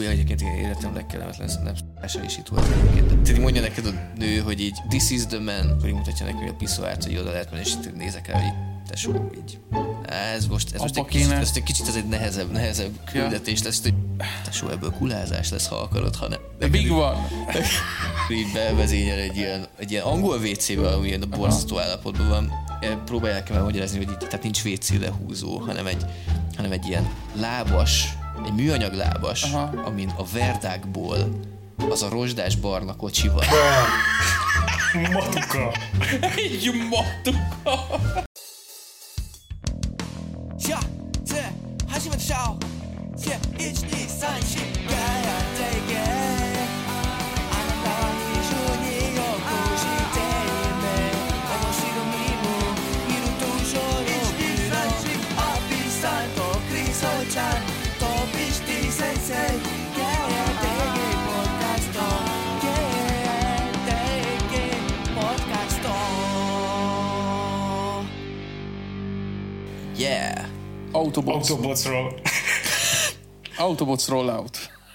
Egyébként életem legkellemetlen szempása is itt volt egyébként. Tehát mondja neked a nő, hogy így this is the man, akkor így mutatja neki a piszoárt, hogy oda lehet menni, és itt nézek el, hogy így tesó, így. Ez most egy kicsit ez egy nehezebb küldetés lesz, hogy tesó, ebből kulázás lesz, ha akarod, ha nem. De big van. Így bevezényel egy ilyen angol WC-be, ami ilyen a borzasztó állapotban van. Próbálják el magyarázni, hogy itt tehát nincs WC lehúzó, hanem egy ilyen lábas, egy műanyag lábas, amin a verdákból az a rozsdás barna kocsi van. Matuka! Egy matuka! Ja, te, 始めてしょう。1、2、3、4、ガヤテゲ。あなたは22よく知っていめ。面白みもいると一緒のアピーさんとクリソちゃんとピシティ先生。ガヤテゲポッドキャスト。ガヤテゲポッドキャスト。 Yeah! Autobots rollout.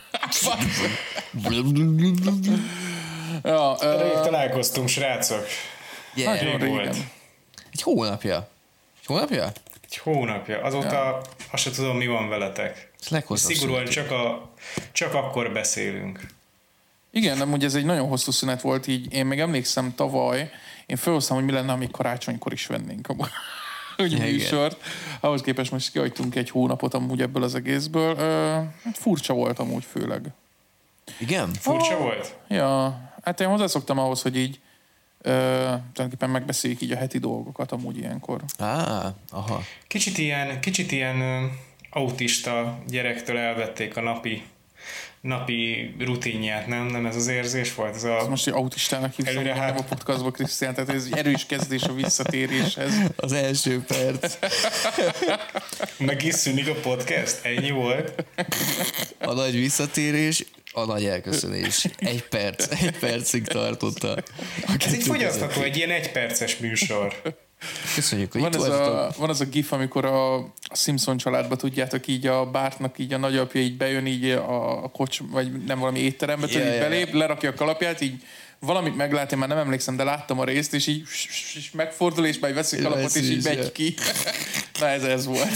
Rég találkoztunk, srácok. Yeah. Nagyon régen. Egy hónapja. Egy hónapja. Azóta azt se tudom, mi van veletek. Szigorúan csak akkor beszélünk. Igen, nem, ugye ez egy nagyon hosszú szünet volt, így én még emlékszem tavaly, én felhoztam, hogy mi lenne, amíg karácsonykor is vennénk ugye műsort. Ahhoz képest most kihagytunk egy hónapot amúgy ebből az egészből. Furcsa volt amúgy főleg. Igen? Furcsa volt? Ja, hát én hozzászoktam ahhoz, hogy így tulajdonképpen megbeszéljük így a heti dolgokat amúgy ilyenkor. Aha. Kicsit ilyen autista gyerektől elvették a napi rutinját, nem ez az érzés volt? Ez most egy autistának hívtam a podcastba, Krisztián, tehát ez egy erős kezdés a visszatéréshez. Az első perc. Meg is szűnik a podcast? Ennyi volt? A nagy visszatérés, a nagy elköszönés. Egy percig tartotta. Ez így fogyasztható, egy ilyen egyperces műsor. Köszönjük, hogy van az a gif, amikor a Simpson családba tudjátok, így a Bartnak így a nagyapja így bejön így a kocs, vagy nem valami étterembe, így belép, lerakja a kalapját, így valamit meglát, én már nem emlékszem, de láttam a részt, és így megfordul, és majd veszik kalapot, és így megy ki. Na ez volt.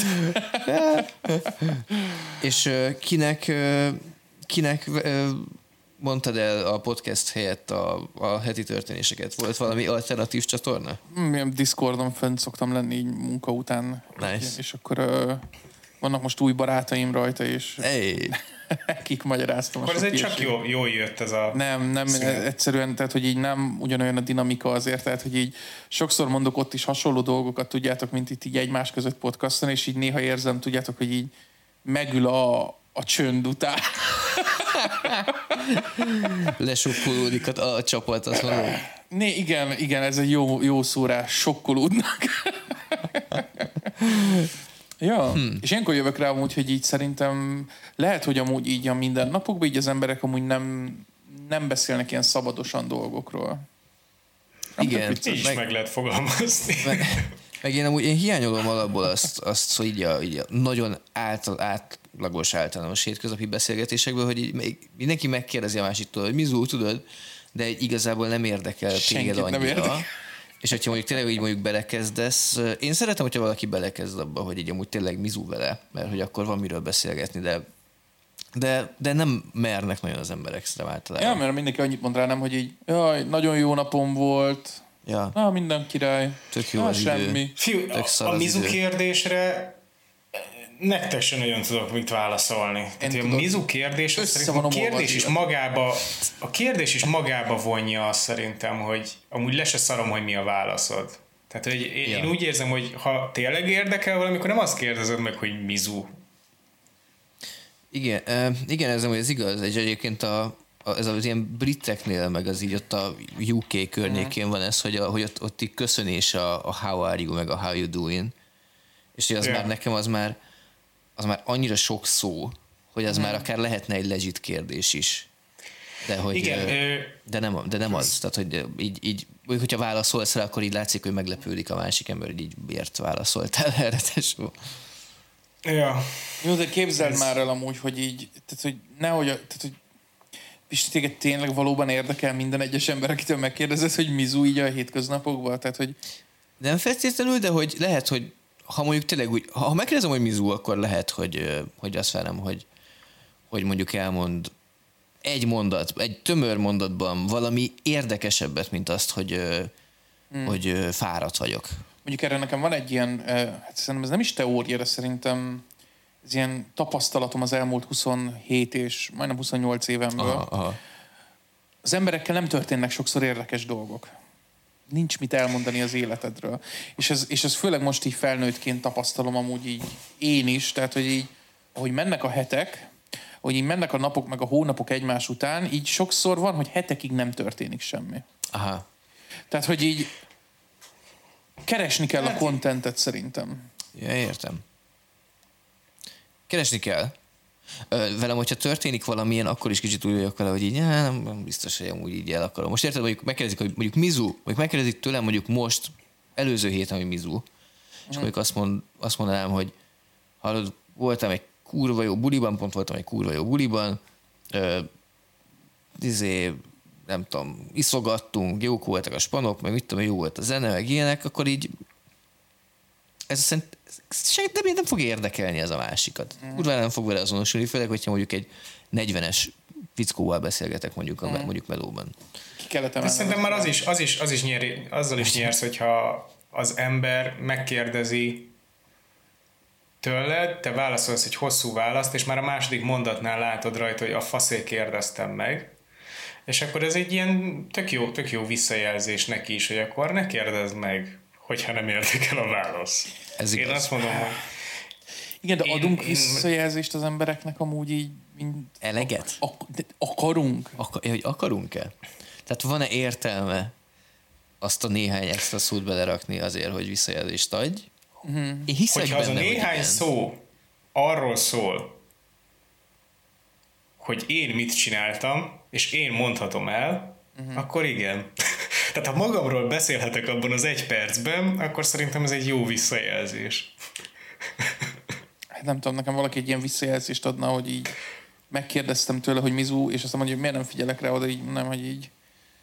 És kinek mondtad el a podcast helyett a heti történéseket? Volt valami alternatív csatorna? Milyen Discordon fent szoktam lenni így munka után. Nice. És akkor vannak most új barátaim rajta, és nekik magyaráztam. Akkor ez egy csak jól jött ez a... Nem, egyszerűen, tehát hogy így nem ugyanolyan a dinamika azért, tehát hogy így sokszor mondok ott is hasonló dolgokat, tudjátok, mint itt így egymás között podcaston, és így néha érzem, tudjátok, hogy így megül a csönd után. Lesokkolódik a csapat, azt mondom. Igen, ez egy jó szórás, sokkolódnak. Ja, és ilyenkor jövök rá amúgy, hogy így szerintem lehet, hogy amúgy így a mindennapokban így az emberek amúgy nem beszélnek ilyen szabadosan dolgokról. Igen. Így meg lehet fogalmazni. Meg én hiányolom alapból azt hogy így a nagyon átlagos általános hétköznapi beszélgetésekből, hogy így mindenki megkérdezi a másiktól, hogy Mizu, tudod, de igazából nem érdekel téged annyira. És hogyha mondjuk tényleg így mondjuk belekezdesz, én szeretem, hogyha valaki belekezd abba, hogy így amúgy tényleg Mizu vele, mert hogy akkor van miről beszélgetni, de nem mernek nagyon az emberek szerintem általában. Ja, mert mindenki annyit mond rá, nem, hogy így, jaj, nagyon jó napom volt, minden király, tök jó az semmi. Idő. Fiú, a Mizu kérdésre nektek sem nagyon tudok mit válaszolni. Tehát a Mizu kérdés, a kérdés is magába vonja azt szerintem, hogy amúgy le se szarom, hogy mi a válaszod. Tehát hogy én úgy érzem, hogy ha tényleg érdekel valami, akkor nem azt kérdezed meg, hogy Mizu. Igen, érzem, hogy ez igaz, és egyébként ez az ilyen briteknél, meg az így ott a UK környékén van ez, hogy ott így köszönés a how are you, meg a how you doing. És az már nekem az már annyira sok szó, hogy az már akár lehetne egy legit kérdés is. De hogy igen, de nem az. Tehát, hogy így hogyha válaszolsz rá, akkor így látszik, hogy meglepődik a másik ember, hogy így miért válaszoltál erre, tesó. Ja. Jó, de képzeld már el amúgy, hogy így, tehát hogy nehogy, tehát hogy Pisti, téged tényleg valóban érdekel minden egyes ember, akitől megkérdezed, hogy mizu így a hétköznapokban? Tehát, hogy... Nem feltétlenül, de hogy lehet, hogy ha mondjuk tényleg úgy, ha megkérdezem, hogy mizu, akkor lehet, hogy azt várom, hogy mondjuk elmond egy mondat, egy tömör mondatban valami érdekesebbet, mint azt, hogy fáradt vagyok. Mondjuk erre nekem van egy ilyen, hát szerintem ez nem is teória, de szerintem ez ilyen tapasztalatom az elmúlt 27 és majdnem 28 évemből. Aha. Az emberekkel nem történnek sokszor érdekes dolgok. Nincs mit elmondani az életedről. És ez főleg most így felnőttként tapasztalom amúgy így én is, tehát hogy így, ahogy mennek a hetek, hogy így mennek a napok meg a hónapok egymás után, így sokszor van, hogy hetekig nem történik semmi. Aha. Tehát, hogy így keresni kell a kontentet szerintem. Ja, értem. Keresni kell. Velem, hogyha történik valamilyen, akkor is kicsit úgy vagyok vele, hogy így nem biztos, hogy amúgy így el akarom. Most érted, mondjuk megkérdezik, hogy mondjuk mizu, vagy megkérdezik tőlem mondjuk most, előző héten, hogy mizu, és mondjuk azt mondanám, hogy hallod, voltam egy kurva jó buliban, pont voltam egy kurva jó buliban, nem tudom, iszogattunk, jók voltak a spanok, meg mit tudom, jó volt a zene, meg ilyenek, akkor így ez nem fog érdekelni ez a másikat. Kurva nem fog vele azonosulni, főleg, hogyha mondjuk egy 40-es fickóval beszélgetek mondjuk melóban. De szerintem már azzal is nyersz, hogyha az ember megkérdezi tőled, te válaszolsz egy hosszú választ, és már a második mondatnál látod rajta, hogy a faszé kérdeztem meg. És akkor ez egy ilyen tök jó visszajelzés neki is, hogy akkor ne kérdezd meg, hogyha nem érdekel a válasz. Én azt mondom, hogy... Igen, de adunk visszajelzést az embereknek amúgy így... Eleget? Akarunk? Hogy akarunk-e? Tehát van-e értelme azt a néhány extra szót belerakni azért, hogy visszajelzést adj? Én hiszek hogyha benne, az a néhány szó arról szól, hogy én mit csináltam, és én mondhatom el, akkor igen. Tehát ha magamról beszélhetek abban az 1 percben, akkor szerintem ez egy jó visszajelzés. Hát nem tudom, nekem valaki egy ilyen visszajelzést adna, hogy így megkérdeztem tőle, hogy mizu, és azt mondja, hogy miért nem figyelek rá oda, így nem, hogy így...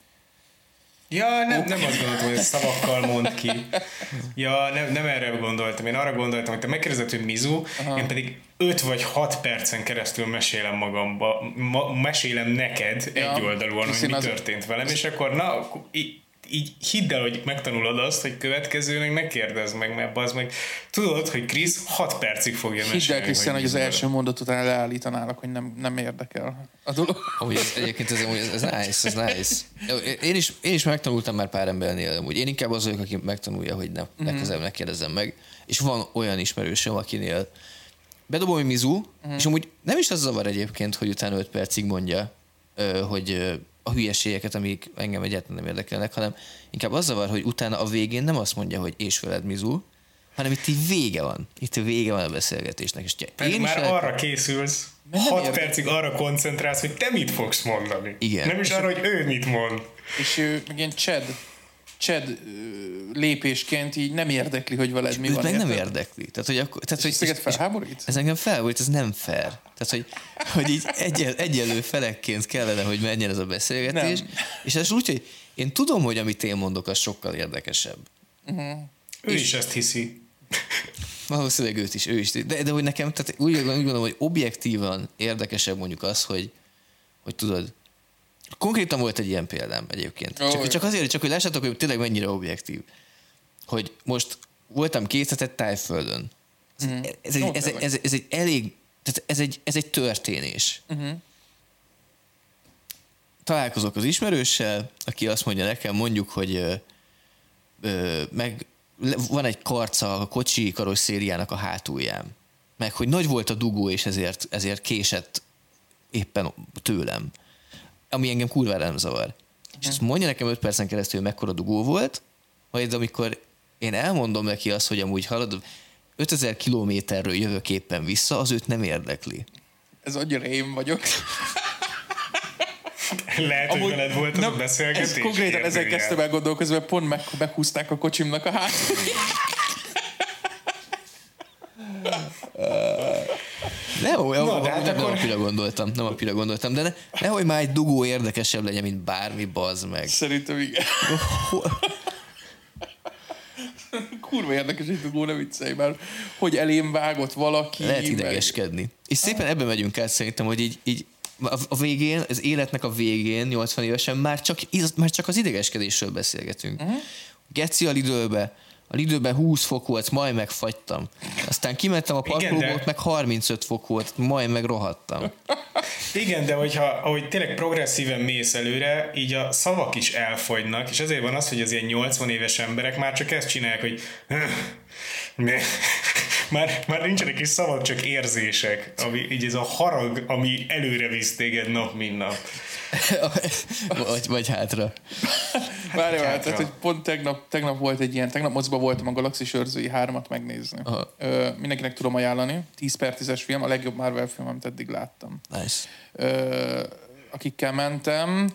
Ja, nem azt gondoltam, hogy szavakkal mond ki. Ja, nem erre gondoltam. Én arra gondoltam, hogy te megkérdezed, hogy mizu, én pedig 5 vagy 6 percen keresztül mesélem mesélem neked egyoldalúan, hogy mi történt velem, és akkor így hidd el, hogy megtanulod azt, hogy következőnek ne kérdezz meg, mert bazd meg. Tudod, hogy Krisz 6 percig fogja mesélni. Hidd el, Krisztián, hogy az első mondat után leállítanálak, hogy nem érdekel a dolog. Egyébként ez nice. Én is megtanultam már pár embernél. Én inkább az vagyok, aki megtanulja, hogy legközelebb ne kérdezzem meg. És van olyan ismerősöm, akinél bedobom, hogy mizu, és amúgy nem is az zavar egyébként, hogy utána 5 percig mondja, hogy a hülyeségeket, amik engem egyáltalán nem érdekelnek, hanem inkább az zavar, hogy utána a végén nem azt mondja, hogy és veled mizu, hanem itt így vége van. Itt vége van a beszélgetésnek. És én már arra készülsz, 6 percig arra koncentrálsz, hogy te mit fogsz mondani. Igen. Nem is arra, hogy ő mit mond. És ő meg ilyen Chad lépésként így nem érdekli, hogy veled mi van. Meg nem érdekli. Tehát, hogy ezt felháborít? Ez engem felháborít, ez nem fair. Tehát, hogy így egyenlő felekként kellene, hogy menjen ez a beszélgetés. Nem. És ez úgy, hogy én tudom, hogy amit én mondok, az sokkal érdekesebb. Ő is ezt hiszi. Valószínűleg ő is. De hogy nekem, tehát úgy gondolom, hogy objektívan érdekesebb mondjuk az, hogy tudod, konkrétan volt egy ilyen példám egyébként. Csak azért, hogy lássátok, hogy tényleg mennyire objektív. Hogy most voltam 2 hetet Tájföldön. Ez egy elég, tehát ez egy történés. Találkozok az ismerőssel, aki azt mondja nekem, mondjuk, hogy van egy karca a kocsi karosszériának a hátulján. Meg, hogy nagy volt a dugó, és ezért késett éppen tőlem. Ami engem kurvára nem zavar. És azt mondja nekem 5 percen keresztül, hogy mekkora dugó volt, majd amikor én elmondom neki azt, hogy amúgy hallod, 5000 kilométerről jövök éppen vissza, az őt nem érdekli. Ez annyira én vagyok. Lehet, hogy veled volt az a beszélgetés. Ez konkrétan ezzel kezdtem el gondolkozni, mert pont meghúzták a kocsimnak a hátulját. gondoltam, de nehogy már egy dugó érdekesebb legyen, mint bármi, bazd meg. Szerintem igen. Kurva érdekes egy dugó, ne viccelj már, hogy elém vágott valaki. Lehet idegeskedni. És szépen ebben megyünk át szerintem, hogy így a végén, az életnek a végén, 80 évesen már csak az idegeskedésről beszélgetünk. Geci a Lidlben 20 fok volt, majd megfagytam. Aztán kimentem a parkolóból, meg 35 fok volt, majd meg rohadtam. Igen, de ahogy tényleg progresszíven mész előre, így a szavak is elfogynak, és ezért van az, hogy az ilyen 80 éves emberek már csak ezt csinálják, hogy már nincsenek is szavak, csak érzések. Így ez a harag, ami előre visz téged nap, mint nap. vagy hátra. Várj, tehát, hogy pont tegnap volt egy ilyen, tegnap moziba voltam a Galaxis őrzői 3-at megnézni. Mindenkinek tudom ajánlani. 10/10-es film, a legjobb Marvel film, amit eddig láttam. Nice. Akikkel mentem,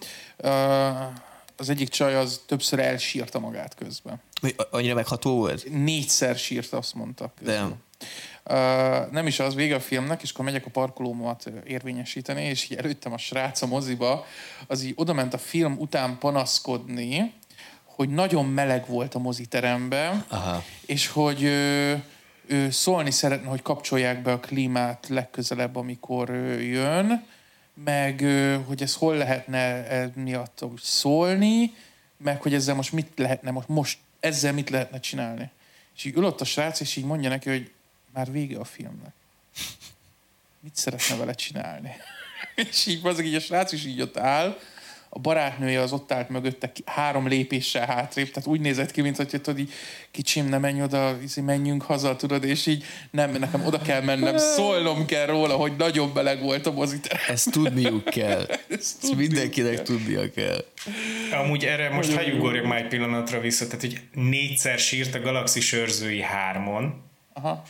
az egyik csaj az többször elsírta magát közben. Annyira megható volt? 4-szer sírta, azt mondta közben. Nem is az, vége a filmnek, és akkor megyek a parkolómat érvényesíteni, és így előttem a srác a moziba, az így oda ment a film után panaszkodni, hogy nagyon meleg volt a moziteremben, és hogy ő szólni szeretne, hogy kapcsolják be a klímát legközelebb, amikor jön, meg hogy ez hol lehetne miatt szólni, meg hogy ezzel most mit lehetne, most ezzel mit lehetne csinálni. És így ülött a srác, és így mondja neki, hogy már vége a filmnek. Mit szeretne vele csinálni? És így a srác is így ott áll, a barátnője az ott állt mögötte 3 lépéssel hátrébb, tehát úgy nézett ki, mint hogy tudod, így kicsim, ne menj oda, menjünk haza, tudod, és így nem, nekem oda kell mennem, szólnom kell róla, hogy nagyon meleg volt a moziterem. Ezt tudniuk kell. Ezt mindenkinek tudnia kell. Amúgy erre most hagyj ugorjak már egy pillanatra vissza, tehát hogy 4-szer sírt a Galaxis őrzői 3-on. Aha.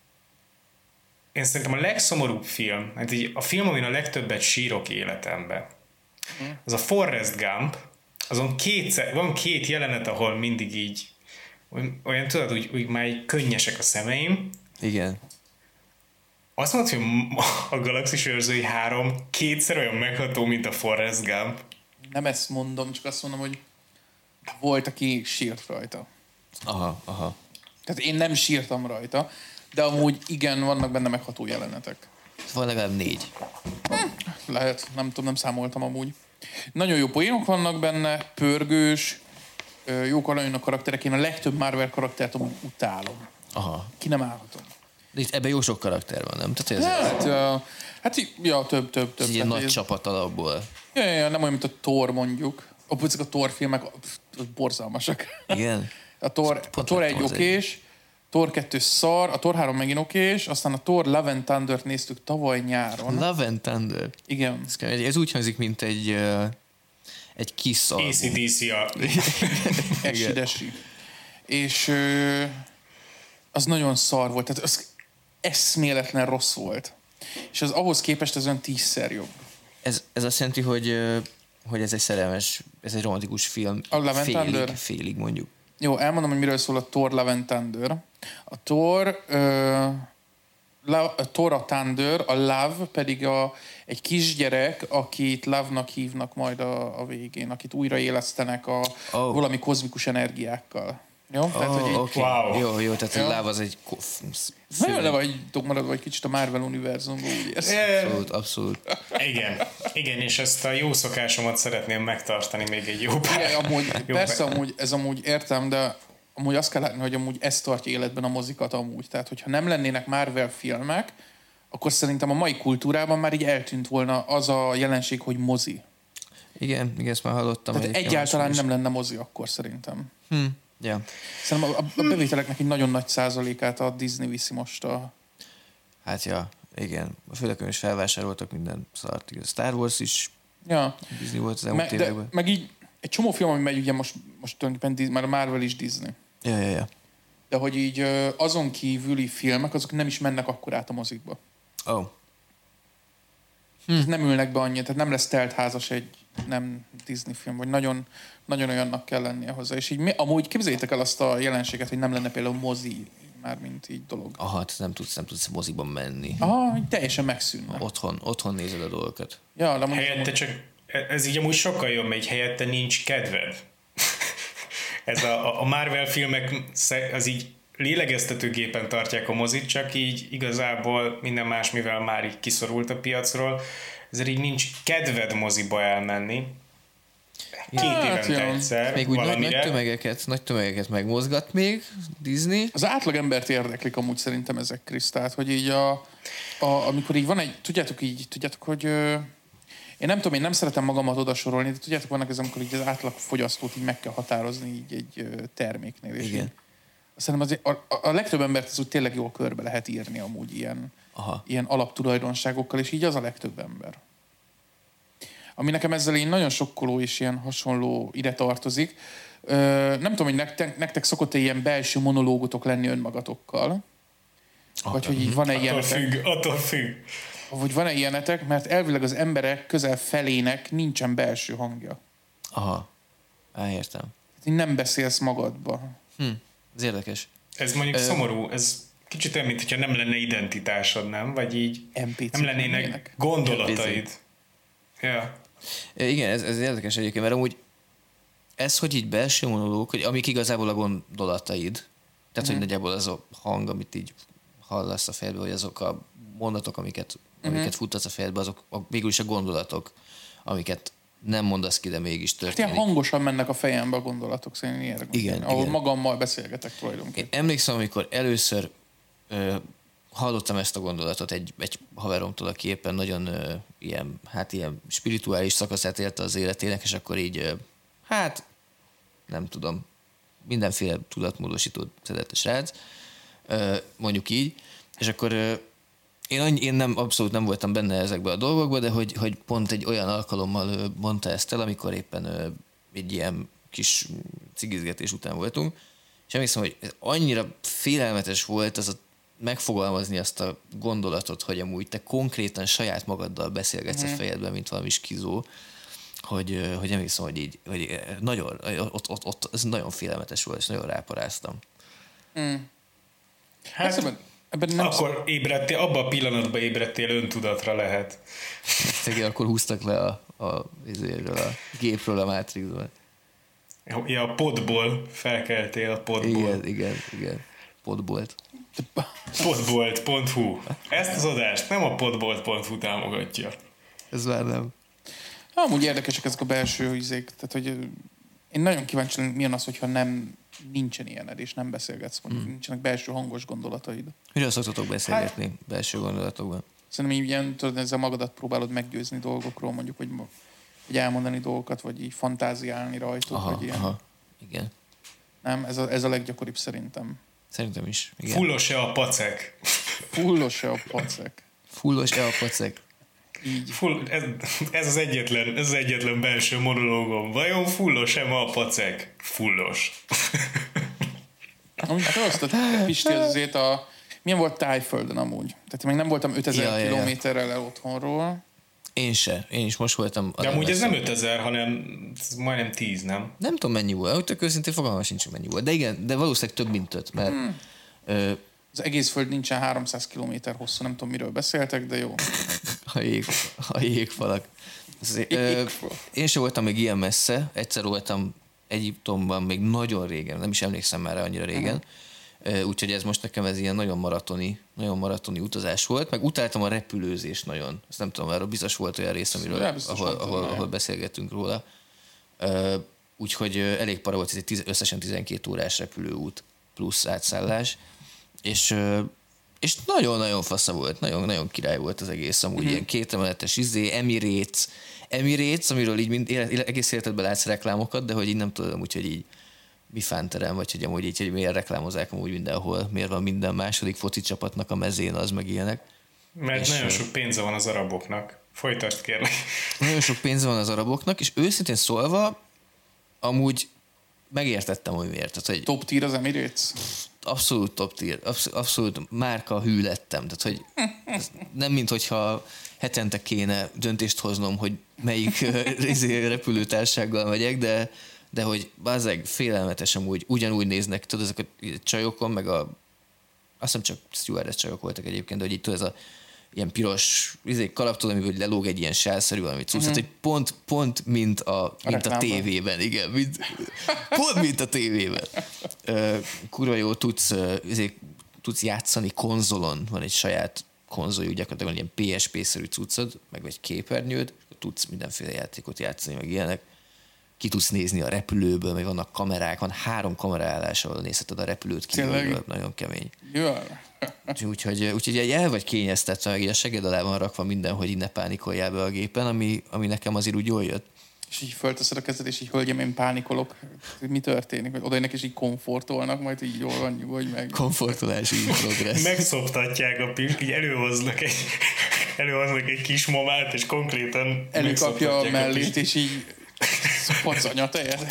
Én szerintem a legszomorúbb film, hát így a film, amin a legtöbbet sírok életemben, az a Forrest Gump, azon van 2 jelenet, ahol mindig így olyan tudod, úgy már így könnyesek a szemeim. Igen. Azt mondod, hogy a Galaxis őrzői 3 2-szer olyan megható, mint a Forrest Gump. Nem ezt mondom, csak azt mondom, hogy volt, aki sírt rajta. Aha. Tehát én nem sírtam rajta, de amúgy igen, vannak benne megható jelenetek. Van legalább 4. Lehet, nem tudom, nem számoltam amúgy. Nagyon jó poénok vannak benne, pörgős, jók aranyúnak karakterek. Én a legtöbb Marvel karaktert amúgy utálom. Aha. Ki nem állhatom. De itt ebben jó sok karakter van, nem? Tehát több. Ez ilyen nagy csapat alapból. Ja, nem olyan, mint a Thor mondjuk. Ezek a Thor filmek borzalmasak. Igen? A Thor 1 okés, Thor 2 szar, a Thor 3 megint okés, aztán a Thor Love and Thunder-t néztük tavaly nyáron. Love and Thunder. Igen. Ez úgy hangzik, mint egy Kiss album. AC/DC-a. Esidesi. És az nagyon szar volt, tehát az eszméletlen rossz volt. És az ahhoz képest az olyan 10-szer jobb. Ez azt jelenti, hogy ez egy szerelmes, ez egy romantikus film. A Love and Thunder? Félig mondjuk. Jó, elmondom, hogy miről szól a Thor Love and Thunder. A Thor a Thunder, a Love pedig egy kisgyerek, akit Love-nak hívnak majd a végén, akit újraélesztenek valami kozmikus energiákkal. Jó? Tehát, hogy Okay. Wow. Jó, tehát a Love az egy... Nagyon le vagytok maradva egy kicsit a Marvel univerzumból, úgy érzem. Abszolút. Igen, és ezt a jó szokásomat szeretném megtartani még egy jó pár. Igen, ez amúgy értem, de amúgy azt kell látni, hogy amúgy ez tartja életben a mozikat amúgy. Tehát, hogyha nem lennének Marvel filmek, akkor szerintem a mai kultúrában már így eltűnt volna az a jelenség, hogy mozi. Igen, ezt már hallottam. Tehát egyáltalán nem lenne mozi akkor szerintem. Yeah. Szerintem a bevételeknek egy nagyon nagy százalékát a Disney viszi most Hát ja, igen. Főleg is felvásároltak minden szart. A Star Wars is Disney volt az elmúlt években. Meg így egy csomó film, ami megy ugye most tulajdonképpen már a Marvel is Disney. Ja. De hogy így azon kívüli filmek, azok nem is mennek akkor át a mozikba. Nem ülnek be annyit, tehát nem lesz teltházas egy nem Disney film, vagy nagyon, nagyon olyannak kell lennie hozzá. És így amúgy képzeljétek el azt a jelenséget, hogy nem lenne például mozi mármint így dolog. Aha, nem tudsz moziban menni. Aha, teljesen megszűnne. Otthon nézed a dolgokat. Ja, de helyette csak, ez így amúgy sokkal jobb, mert helyette nincs kedved. Ez a Marvel filmek, az így lélegeztetőgépen tartják a mozit, csak így igazából minden más, mivel már így kiszorult a piacról, ezért így nincs kedved moziba elmenni. 2 évente egyszer még úgy valamire. nagy tömegeket megmozgat még Disney. Az átlagembert érdeklik amúgy szerintem ezek, Krisz. Tehát, hogy így amikor így van egy, tudjátok, hogy én nem tudom, én nem szeretem magamat oda sorolni, de tudjátok, vannak ez, amikor így az átlag fogyasztót így meg kell határozni így egy terméknél. És Igen. így, szerintem azért a legtöbb embert ez úgy tényleg jól körbe lehet írni amúgy ilyen alaptulajdonságokkal, és így az a legtöbb ember. Ami nekem ezzel így nagyon sokkoló és ilyen hasonló ide tartozik. Nem tudom, hogy nektek szokott-e ilyen belső monológotok lenni önmagatokkal? Vagy hogy így van-e ilyenetek? Attól függ. Vagy van-e ilyenetek? Mert elvileg az emberek közel felének nincsen belső hangja. Aha, értem. Így nem beszélsz magadba. Ez érdekes. Ez mondjuk szomorú, ez kicsit olyan, mint hogyha nem lenne identitásod, nem? Vagy így nem lennének gondolataid. Ja. Igen, ez érdekes egyébként, mert amúgy ez, hogy így belső monológ, hogy amik igazából a gondolataid, tehát hogy nagyjából az a hang, amit így hallasz a fejedbe, vagy azok a mondatok, amiket futtasz a fejedbe, azok végül is a gondolatok, amiket nem mondasz ki, de mégis történik. Hát hangosan mennek a fejembe a gondolatok, szerintem ilyen. Igen, ahol igen. magammal beszélgetek tulajdonképpen. Én emlékszem, amikor először hallottam ezt a gondolatot egy haveromtól, aki éppen nagyon ilyen spirituális szakaszát élte az életének, és akkor így, nem tudom, mindenféle tudatmódosítót szedett a srác, mondjuk így, és akkor én abszolút nem voltam benne ezekben a dolgokban, de hogy pont egy olyan alkalommal mondta ezt el, amikor éppen egy ilyen kis cigizgetés után voltunk, és emlékszem, hogy ez annyira félelmetes volt az megfogalmazni azt a gondolatot, hogy amúgy te konkrétan saját magaddal beszélgetsz a fejedben, mint valami skizó, hogy emlékszem, hogy nagyon, ott ez nagyon félelmetes volt, és nagyon ráparáztam. Hát, akkor ébredtél, abban a pillanatban ébredtél, öntudatra lehet. Akkor húztak le a gépről, a Matrixból. Ja, a podból felkeltél, a podból. Igen. Podbolt. Podbolt.hu. Ezt az adást nem a podbolt.hu támogatja. Ez már nem. Amúgy érdekesek ezek a belső izék. Tehát, hogy én nagyon kíváncsi lennék, milyen az, hogyha nincsen ilyened, és nem beszélgetsz, nincsenek belső hangos gondolataid. Miről szoktatok beszélgetni belső gondolatokban? Szerintem így ilyen, tudod, ezzel magadat próbálod meggyőzni dolgokról, mondjuk, vagy elmondani dolgokat, vagy így fantáziálni rajtuk, vagy ilyen. Aha, igen. Nem, ez a leggyakoribb szerintem. Szerintem is. Igen. Fullos-e a pacek? Fullos-e a pacek? Fullos-e a pacek? Így. Ez az egyetlen belső monológom. Vajon fullos-e ma a pacek? Fullos. Amúgy azt Pisti azért milyen volt Tájföldön amúgy? Tehát még nem voltam 5000 kilométerrel el otthonról. Én is most voltam. De amúgy ez nem 5000, hanem majdnem 10, nem? Nem tudom mennyi volt, úgy tök őszintén fogalmam sincs, mennyi volt. De igen, de valószínűleg több mint 5, mert... Az egész föld nincsen 300 kilométer hosszú, nem tudom miről beszéltek, de jó. A jégfalak. Én sem voltam még ilyen messze, egyszer voltam Egyiptomban még nagyon régen, nem is emlékszem már annyira régen, úgyhogy ez most nekem ez ilyen nagyon maratoni utazás volt, meg utáltam a repülőzést nagyon. Azt nem tudom, arról biztos volt olyan rész, ahol beszélgettünk róla. Úgyhogy elég para volt, ez egy összesen 12 órás repülőút plusz átszállás, és nagyon-nagyon fasza volt, nagyon király volt az egész, amúgy ilyen kétemeletes Emirates, amiről így egész életedben látsz reklámokat, de hogy így nem tudom, úgyhogy így mi fánterem, vagy hogy amúgy így, hogy miért reklámozzák amúgy mindenhol, miért van minden második foci csapatnak a mezén az, meg ilyenek. Mert nagyon sok pénze van az araboknak. Folytasd, kérlek. Nagyon sok pénze van az araboknak, és őszintén szólva, amúgy megértettem, hogy miért. Tehát, hogy top tier az Emirates? Abszolút top tier, abszolút márka hű lettem. Tehát, hogy nem mint hogyha hetente kéne döntést hoznom, hogy melyik repülőtársággal megyek, de hogy bázeg félelmetes amúgy ugyanúgy néznek, tudod, ezek a csajokon, meg a azt hiszem csak stewardess csajok voltak egyébként, de hogy itt ez a ilyen piros kalaptól, amiből lelóg egy ilyen sálszerű valami cucc. Tehát, hogy pont mint a tévében, igen. Pont mint a tévében. Kurva jó, tudsz játszani konzolon, van egy saját konzoljuk, gyakorlatilag van ilyen PSP-szerű cuccod, meg egy képernyőd, tudsz mindenféle játékot játszani, meg ilyenek. Ki tudsz nézni a repülőből, meg vannak kamerák, van 3 kameraállás, ahol nézheted a repülőt kívülről, nagyon kemény. Úgyhogy el vagy kényeztetve, meg így a seged alá van rakva minden, hogy így ne pánikoljál be a gépen, ami nekem azért úgy jól jött. És így fölteszed a kezed, és így hölgyem, én pánikolok. Mi történik? Hogy odaérnek, és így komfortolnak, majd így jól van, nyugodj meg. Komfortolás, így progressz. Megszoptatják a pink, így előhoznak egy kis mamát, és konkrétan előkapja a mellét, és így pacanya tejed.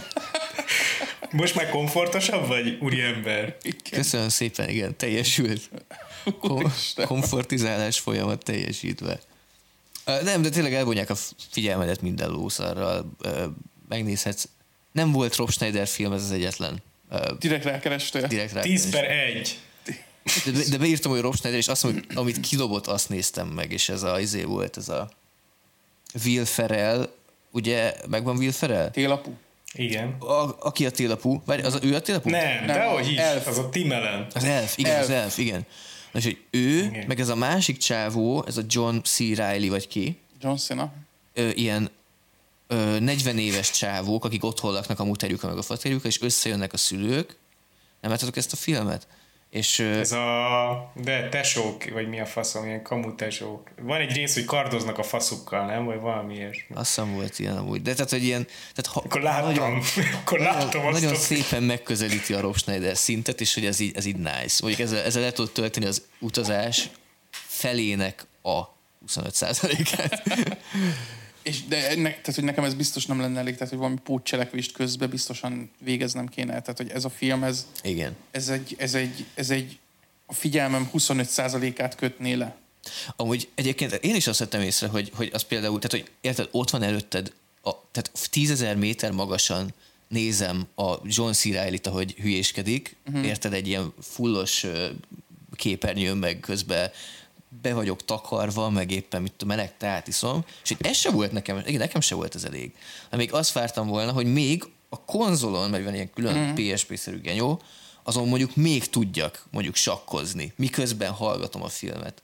Most már komfortosabb vagy, úriember? Köszönöm szépen, igen, teljesült. Komfortizálás folyamat teljesítve. Nem, de tényleg elvonják a figyelmedet minden lószarral. Megnézhetsz. Nem volt Rob Schneider film, ez az egyetlen. Direkt rákerestél? 10/1. De beírtam, hogy Rob Schneider, és azt mondom, hogy amit kidobott, azt néztem meg, és ez volt, ez a Will Ferrell, ugye, megvan Will Ferrell? Télapú? Igen. Aki a télapú? Várj, ő a télapú? Nem, dehogy is, Elf. az a Tim Allen. Az Elf, igen, az Elf, igen. És hogy ő, igen. meg ez a másik csávó, ez a John C. Reilly vagy ki? John Cena. Ilyen 40 éves csávók, akik otthon laknak a muterjük, meg a faterjük, és összejönnek a szülők. Nem láttatok ezt a filmet? És, ez de tesók, vagy mi a faszom, ilyen kamu tesók. Van egy rész, hogy kardoznak a faszukkal, nem? Vagy valami ilyesmi. Azt hiszem volt ilyen amúgy. De tehát, hogy ilyen... Tehát, akkor láttam azt. Nagyon szépen megközelíti a Rob Schneider szintet, és hogy ez így nice. Mondjuk ezzel le tudod tölteni az utazás felének a 25%-át. És tehát, hogy nekem ez biztos nem lenne elég, tehát, hogy valami pótcselekvést közben biztosan végeznem kéne. Tehát, hogy ez a film, igen. Ez egy a figyelmem 25%-át kötné le. Amúgy egyébként én is azt vettem észre, hogy az például, tehát, hogy érted, ott van előtted, tehát 10 000 méter magasan nézem a John C. Reillyt, ahogy hülyéskedik, érted, egy ilyen fullos képernyőn, meg közben be vagyok takarva, meg éppen mit meleg teát iszom, és ez se volt nekem se volt ez elég. Még azt vártam volna, hogy még a konzolon, mert van ilyen külön PSP-szerű genyó, azon mondjuk még tudjak mondjuk sakkozni, miközben hallgatom a filmet.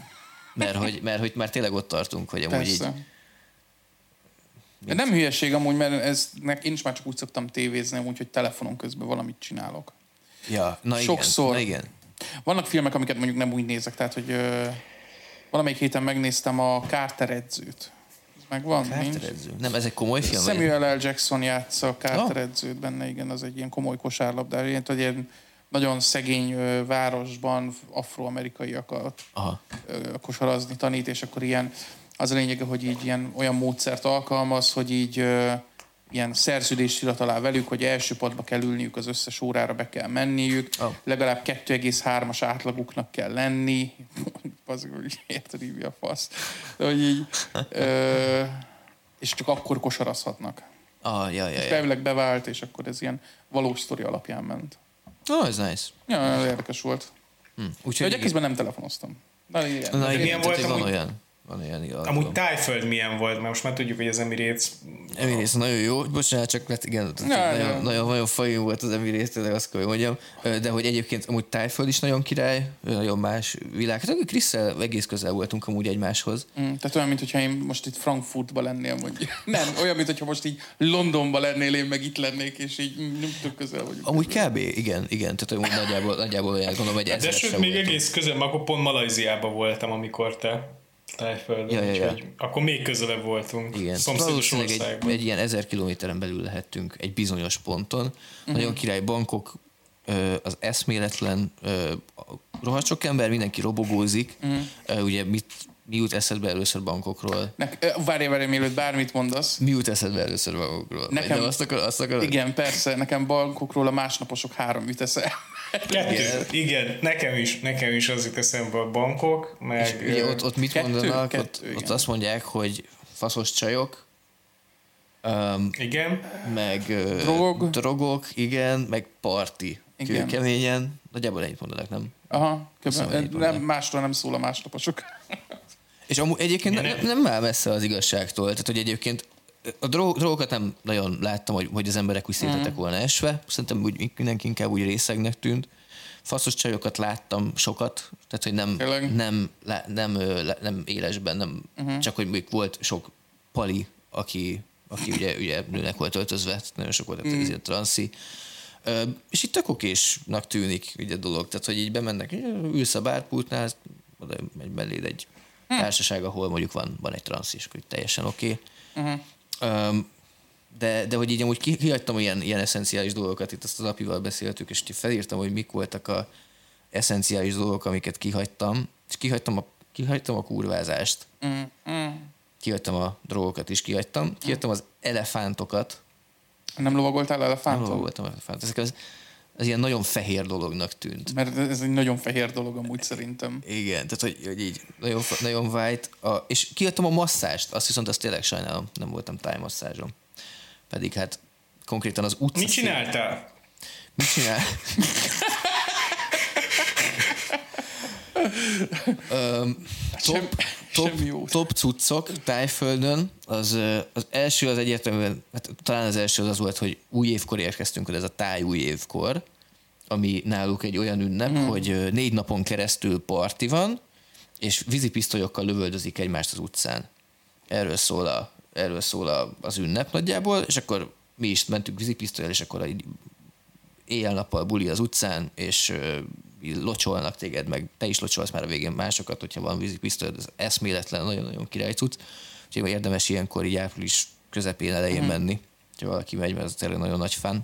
Mert hogy már tényleg ott tartunk, hogy amúgy így... De nem hülyeség amúgy, mert én is már csak úgy szoktam tévézni, amúgy, hogy telefonon közben valamit csinálok. Ja, sokszor. Igen. Vannak filmek, amiket mondjuk nem úgy nézek, tehát, hogy valamelyik héten megnéztem a Carter edzőt. Ez megvan? Carter edző? Nem, ez egy komoly film? Samuel L. Jackson játsza a Carter edzőt benne, igen, az egy ilyen komoly kosárlabdás. Ilyen nagyon szegény városban afroamerikaiakat kosarazni tanít, és akkor ilyen az a lényege, hogy így ilyen olyan módszert alkalmaz, hogy így ilyen szerződést írat alá velük, hogy első padba kell ülniük, az összes órára be kell menniük, legalább 2,3-as átlaguknak kell lenni. Azért, hogy érted, így mi a fasz. De hogy így, és csak akkor kosarazhatnak. És elvileg bevált, és akkor ez ilyen valós sztori alapján ment. Ez nice. Ja, érdekes volt. Úgyhogy egészben nem telefonoztam. Milyen volt van olyan amúgy Tájföld milyen volt, mert most már tudjuk, hogy az Emirates nagyon jó. Bocsánat, csak mert igen, nagyon fajú volt az Emirates, tényleg azt kell, hogy mondjam. De hogy egyébként amúgy Tájföld is nagyon király, nagyon más világ. Hát Krisszel egész közel voltunk amúgy egymáshoz. Tehát olyan, mintha én most itt Frankfurtban lennél, mondjuk. Nem, olyan, mintha most így Londonban lennél, én meg itt lennék, és így nem tök közel vagyunk. Amúgy kb. Igen. Tehát amúgy nagyjából olyan gondolom, hogy de sőt, még egész közel, mert akkor pont Malajziában voltam, amikor te Tájföldön, akkor még közelebb voltunk. Igen, valószínűleg egy ilyen 1000 kilométeren belül lehettünk egy bizonyos ponton. Nagyon király Bangkok, az eszméletlen, rohadt sok ember, mindenki robogózik. Ugye mi jut eszedbe először Bangkokról? Várj, mielőtt bármit mondasz. Mi jut eszedbe először Bangkokról? Nekem, azt akarod? Igen, persze. Nekem Bangkokról a másnaposok 3 jut eszembe. 2. Igen, nekem is az jut eszembe a Bangkok, meg... Ugye ott mit mondanak? Ott azt mondják, hogy faszos csajok, igen. meg drogok, igen, meg party. Igen. keményen, nagyjából ennyit mondanak, nem? Aha, Szóval nem, másról nem szól a másnaposok. És amúgy egyébként nem áll messze az igazságtól, tehát hogy egyébként a drogokat nem nagyon láttam, hogy az emberek úgy szétettek volna esve, szerintem úgy, mindenki inkább úgy részegnek tűnt. Faszos csajokat láttam sokat, tehát hogy nem élesben, nem, csak hogy még volt sok pali, aki ugye nőnek volt öltözve, nagyon sok volt a transzi. És itt tök okésnak tűnik ugye a dolog, tehát hogy így bemennek, ülsz a bárpultnál, oda megy melléd egy társaság, ahol mondjuk van egy transz, és akkor teljesen oké. De hogy így amúgy kihagytam ilyen eszenciális dolgokat, itt azt az apival beszéltük, és felírtam, hogy mik voltak a eszenciális dolgok, amiket kihagytam, és kihagytam a kurvázást. Kihagytam a drogokat is, kihagytam az elefántokat. Nem lovagoltál elefánton? Nem lovagoltam elefántot. Ezek az ilyen nagyon fehér dolognak tűnt. Mert ez egy nagyon fehér dolog amúgy szerintem. Igen, tehát hogy így nagyon white. És kihagytam a masszást, azt tényleg sajnálom, nem voltam tájmasszázsom. Pedig hát konkrétan az utca... Mit csináltál? Mit csinál? Top cuccok Tájföldön, az első az egyértelműen, hát talán az első az volt, hogy új évkor érkeztünk, ez a táj új évkor, ami náluk egy olyan ünnep, hogy 4 napon keresztül parti van, és vízipisztolyokkal lövöldözik egymást az utcán. Erről szól az ünnep nagyjából, és akkor mi is mentünk vízipisztollyal, és akkor éjjel-nappal buli az utcán, és locsolnak téged, meg te is locsolsz már a végén másokat, hogyha van vízipisztolyod, ez eszméletlen, nagyon-nagyon király cucc. Úgyhogy érdemes ilyenkor így április közepén elején menni, hogyha valaki megy, mert ez tényleg nagyon nagy fan.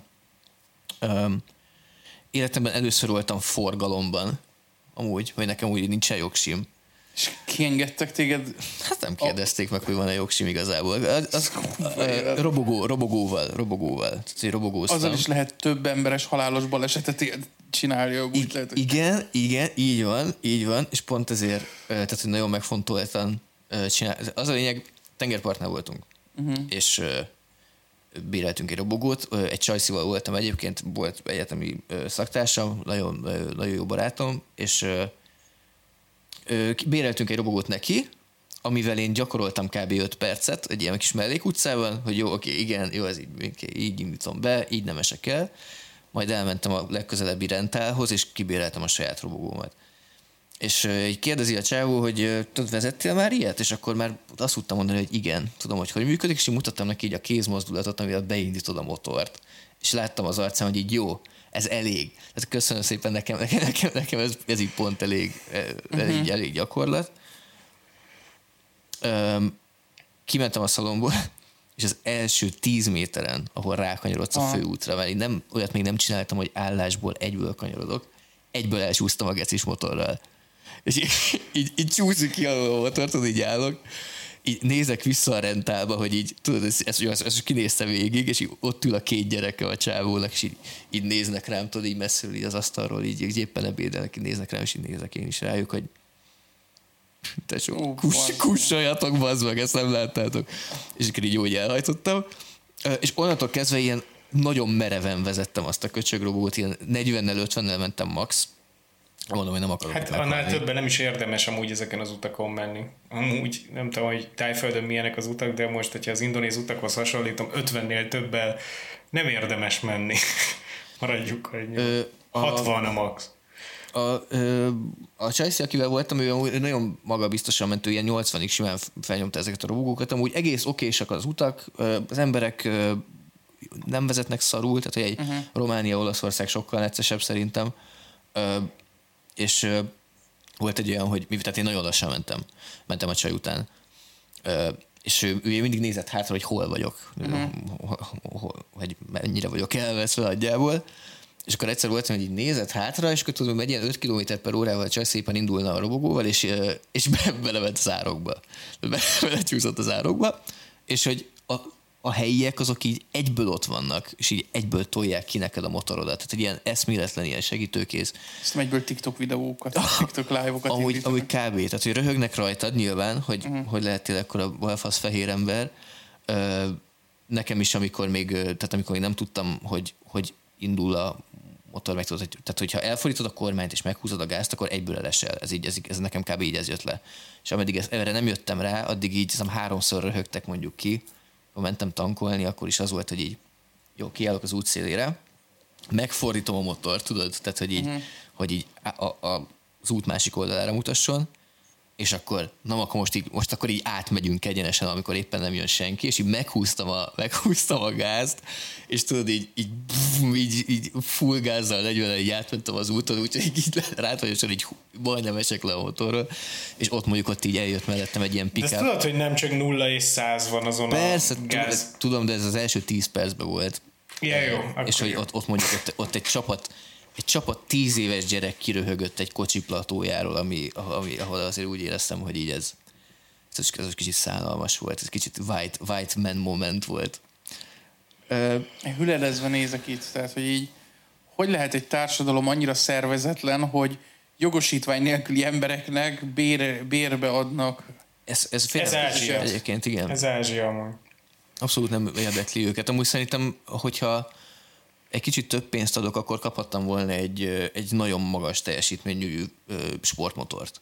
Életemben először voltam forgalomban, amúgy, hogy nekem úgy nincsen jogsim. És kiengedtek téged? Hát nem kérdezték meg, hogy van-e jogsim igazából. Robogóval. Robogóztam. Azzal is lehet több emberes halálos balesetet csinálni. Igen, így van, és pont ezért, tehát hogy nagyon megfontoltan csinál. Az a lényeg, tengerpartnál voltunk, és béreltünk egy robogót, egy csajszival voltam egyébként, volt egyetemi szaktársam, nagyon jó barátom, és béreltünk egy robogót neki, amivel én gyakoroltam kb. 5 percet egy ilyen kis mellékutcában, hogy jó, oké, igen, jó, ez így indítom be, így nem esek el. Majd elmentem a legközelebbi rentálhoz, és kibéreltem a saját robogómat. És így kérdezi a csávó, hogy tudod, vezettél már ilyet? És akkor már azt tudtam mondani, hogy igen, tudom, hogy működik, és így mutattam neki így a kézmozdulatot, amivel beindítod a motort. És láttam az arcán, hogy így jó, ez elég. Tehát köszönöm szépen, nekem ez így pont elég gyakorlat. Kimentem a szalomból, és az első 10 méteren, ahol rákanyarodsz a főútra, mert én olyat még nem csináltam, hogy állásból egyből kanyarodok, egyből elsúsztam a gecis motorral. És így csúszik ki a motor, tudod, így állok, így nézek vissza a rentálba, hogy így, tudod, ezt kinézte végig, és így ott ül a 2 gyereke a csávónak, és így néznek rám, tudod, így messziről így az asztalról, így éppen ebédelnek, így néznek rám, és így nézek én is rájuk, hogy tesó, kussoljatok, bazd meg, ezt nem láttátok. És akkor így jó, hogy elhajtottam. És onnantól kezdve ilyen nagyon mereven vezettem azt a köcsögrobót, ilyen 40-nel, 50-nel mentem max. Mondom, hogy nem akarok. Hát annál többen nem is érdemes amúgy ezeken az utakon menni. Amúgy nem tudom, hogy Tájföldön milyenek az utak, de most, hogyha az indonéz utakhoz hasonlítom, 50-nél többel nem érdemes menni. Maradjuk, hogy 60 a max. A csajszi, akivel voltam, ő nagyon magabiztosan ment, ő ilyen 80-ig simán felnyomta ezeket a robogókat. Amúgy egész okésak az utak, az emberek nem vezetnek szarul, tehát hogy egy Románia, Olaszország sokkal neccesebb szerintem. És volt egy olyan, hogy tehát én nagyon lassan mentem a csaj után. És ő mindig nézett hátra, hogy hol vagyok, hogy mennyire vagyok elveszve nagyjából. És akkor egyszer volt, hogy így nézett hátra, és akkor tudom, hogy egy ilyen 5 km/h a csaj szépen indulna a robogóval, és belement az árokba. Belecsúszott az árokba, és hogy a helyiek azok így egyből ott vannak, és így egyből tolják ki neked a motorodat. Tehát egy ilyen eszméletlen, ilyen segítőkész. Ezt egyből TikTok videókat, TikTok live-okat amúgy kb. Tehát, hogy röhögnek rajtad nyilván, hogy lehettél akkor a balfasz fehér ember. Nekem is, amikor még nem tudtam, hogy indul a motor meg tudod, tehát hogyha elfordítod a kormányt és meghúzod a gázt, akkor egyből elesel. Ez nekem kb. Így ez jött le. És ameddig erre nem jöttem rá, addig így 3-szor röhögtek mondjuk ki, ha mentem tankolni, akkor is az volt, hogy így jó, kiállok az út szélére, megfordítom a motort, tudod, tehát hogy így az út másik oldalára mutasson, és akkor, akkor most akkor így átmegyünk egyenesen, amikor éppen nem jön senki, és így meghúztam a gázt, és tudod, így full gázzal 40-en így átmentem az úton, úgyhogy így rátvagyosan így majdnem esek le a motorról, és ott így eljött mellettem egy ilyen pick-up. De ezt tudod, hogy nem csak 0 és 100 van azon persze, a gáz? tudom, de ez az első 10 percben volt. Ja, jó. És hogy ott mondjuk ott egy csapat 10 éves gyerek kiröhögött egy kocsi platójáról, ahol azért úgy éreztem, hogy így ez kicsit szállalmas volt, ez kicsit white man moment volt. Hüledezve nézek itt, tehát hogy így hogy lehet egy társadalom annyira szervezetlen, hogy jogosítvány nélküli embereknek bérbe adnak. Ez Ázsia. Egyébként, igen. Ez Ázsia amúgy. Abszolút nem érdekli őket. Amúgy szerintem, hogyha egy kicsit több pénzt adok, akkor kaphattam volna egy nagyon magas teljesítményű sportmotort.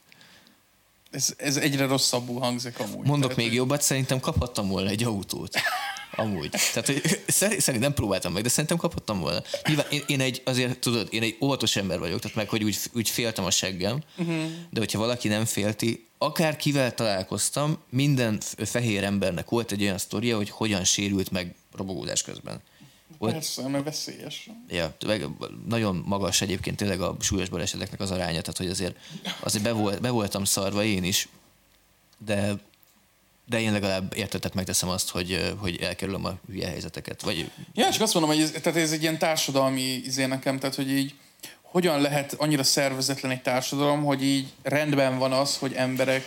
Ez egyre rosszabbul hangzik amúgy. Mondok még jobbat, szerintem kaphattam volna egy autót. Amúgy. Tehát, hogy szerintem nem próbáltam meg, de szerintem kaphattam volna. Nyilván én egy óvatos ember vagyok, tehát meg, hogy úgy féltem a seggem, de hogyha valaki nem félti, akár kivel találkoztam, minden fehér embernek volt egy olyan sztoria, hogy hogyan sérült meg robogódás közben. Persze, mert veszélyes. Ja, nagyon magas egyébként tényleg a súlyos baleseteknek az aránya, tehát hogy azért be voltam szarva én is, de én legalább értetett megteszem azt, hogy elkerülöm a hülye helyzeteket. Ja, csak azt mondom, hogy ez egy ilyen társadalmi nekem, tehát hogy így hogyan lehet annyira szervezetlen egy társadalom, hogy így rendben van az, hogy emberek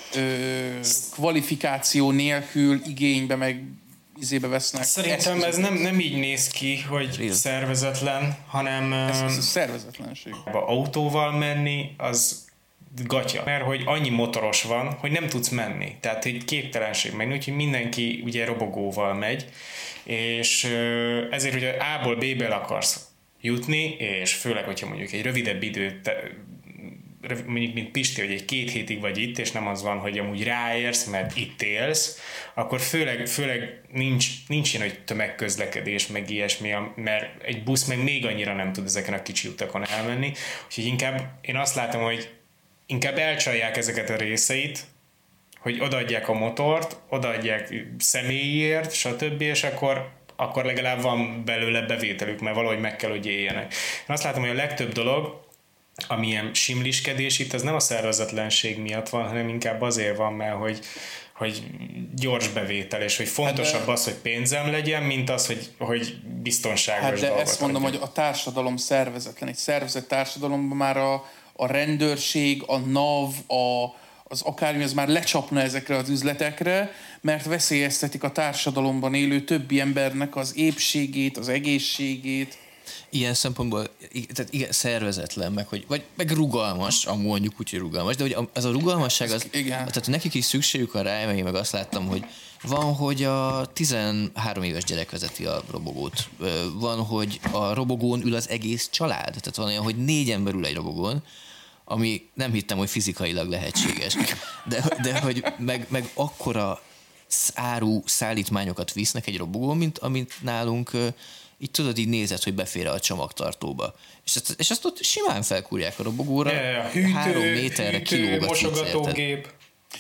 kvalifikáció nélkül igénybe meg vesznek. Szerintem ez nem így néz ki, hogy szervezetlen, hanem ez szervezetlenség. Autóval menni, az gatya. Mert hogy annyi motoros van, hogy nem tudsz menni. Tehát egy képtelenség menni, úgyhogy mindenki ugye robogóval megy, és ezért, hogy A-ból B-ből akarsz jutni, és főleg, hogyha mondjuk egy rövidebb időt, mondjuk mint Pisti, hogy egy 2 hétig vagy itt, és nem az van, hogy amúgy ráérsz, mert itt élsz, akkor főleg nincs ilyen, hogy tömegközlekedés, meg ilyesmi, mert egy busz meg még annyira nem tud ezeken a kicsi utakon elmenni, úgyhogy inkább én azt látom, hogy inkább elcsalják ezeket a részeit, hogy odaadják a motort, odaadják személyért, stb., és akkor legalább van belőle bevételük, mert valahogy meg kell, hogy éljenek. Én azt látom, hogy a legtöbb dolog, amilyen simliskedés itt, az nem a szervezetlenség miatt van, hanem inkább azért van, mert hogy gyors bevétel, és hogy fontosabb az, hogy pénzem legyen, mint az, hogy biztonságos de dolgot ezt mondom, adjon. hogy a társadalom szervezetlen. Egy szervezett társadalomban már a rendőrség, a NAV, az akármi, az már lecsapna ezekre az üzletekre, mert veszélyeztetik a társadalomban élő többi embernek az épségét, az egészségét. Ilyen szempontból tehát igen, szervezetlen, meg rugalmas, mondjuk úgy, hogy rugalmas, de hogy az a rugalmasság, tehát nekik is szükségük van rá, én meg azt láttam, hogy van, hogy a 13 éves gyerek vezeti a robogót, van, hogy a robogón ül az egész család, tehát van olyan, hogy 4 ember ül egy robogón, ami nem hittem, hogy fizikailag lehetséges, de hogy meg akkora áru szállítmányokat visznek egy robogón, mint amit nálunk így tudod, így nézed, hogy befér a csomagtartóba. És azt ott simán felkúrják a robogóra, 3 méterre kilóg a mosogatógép.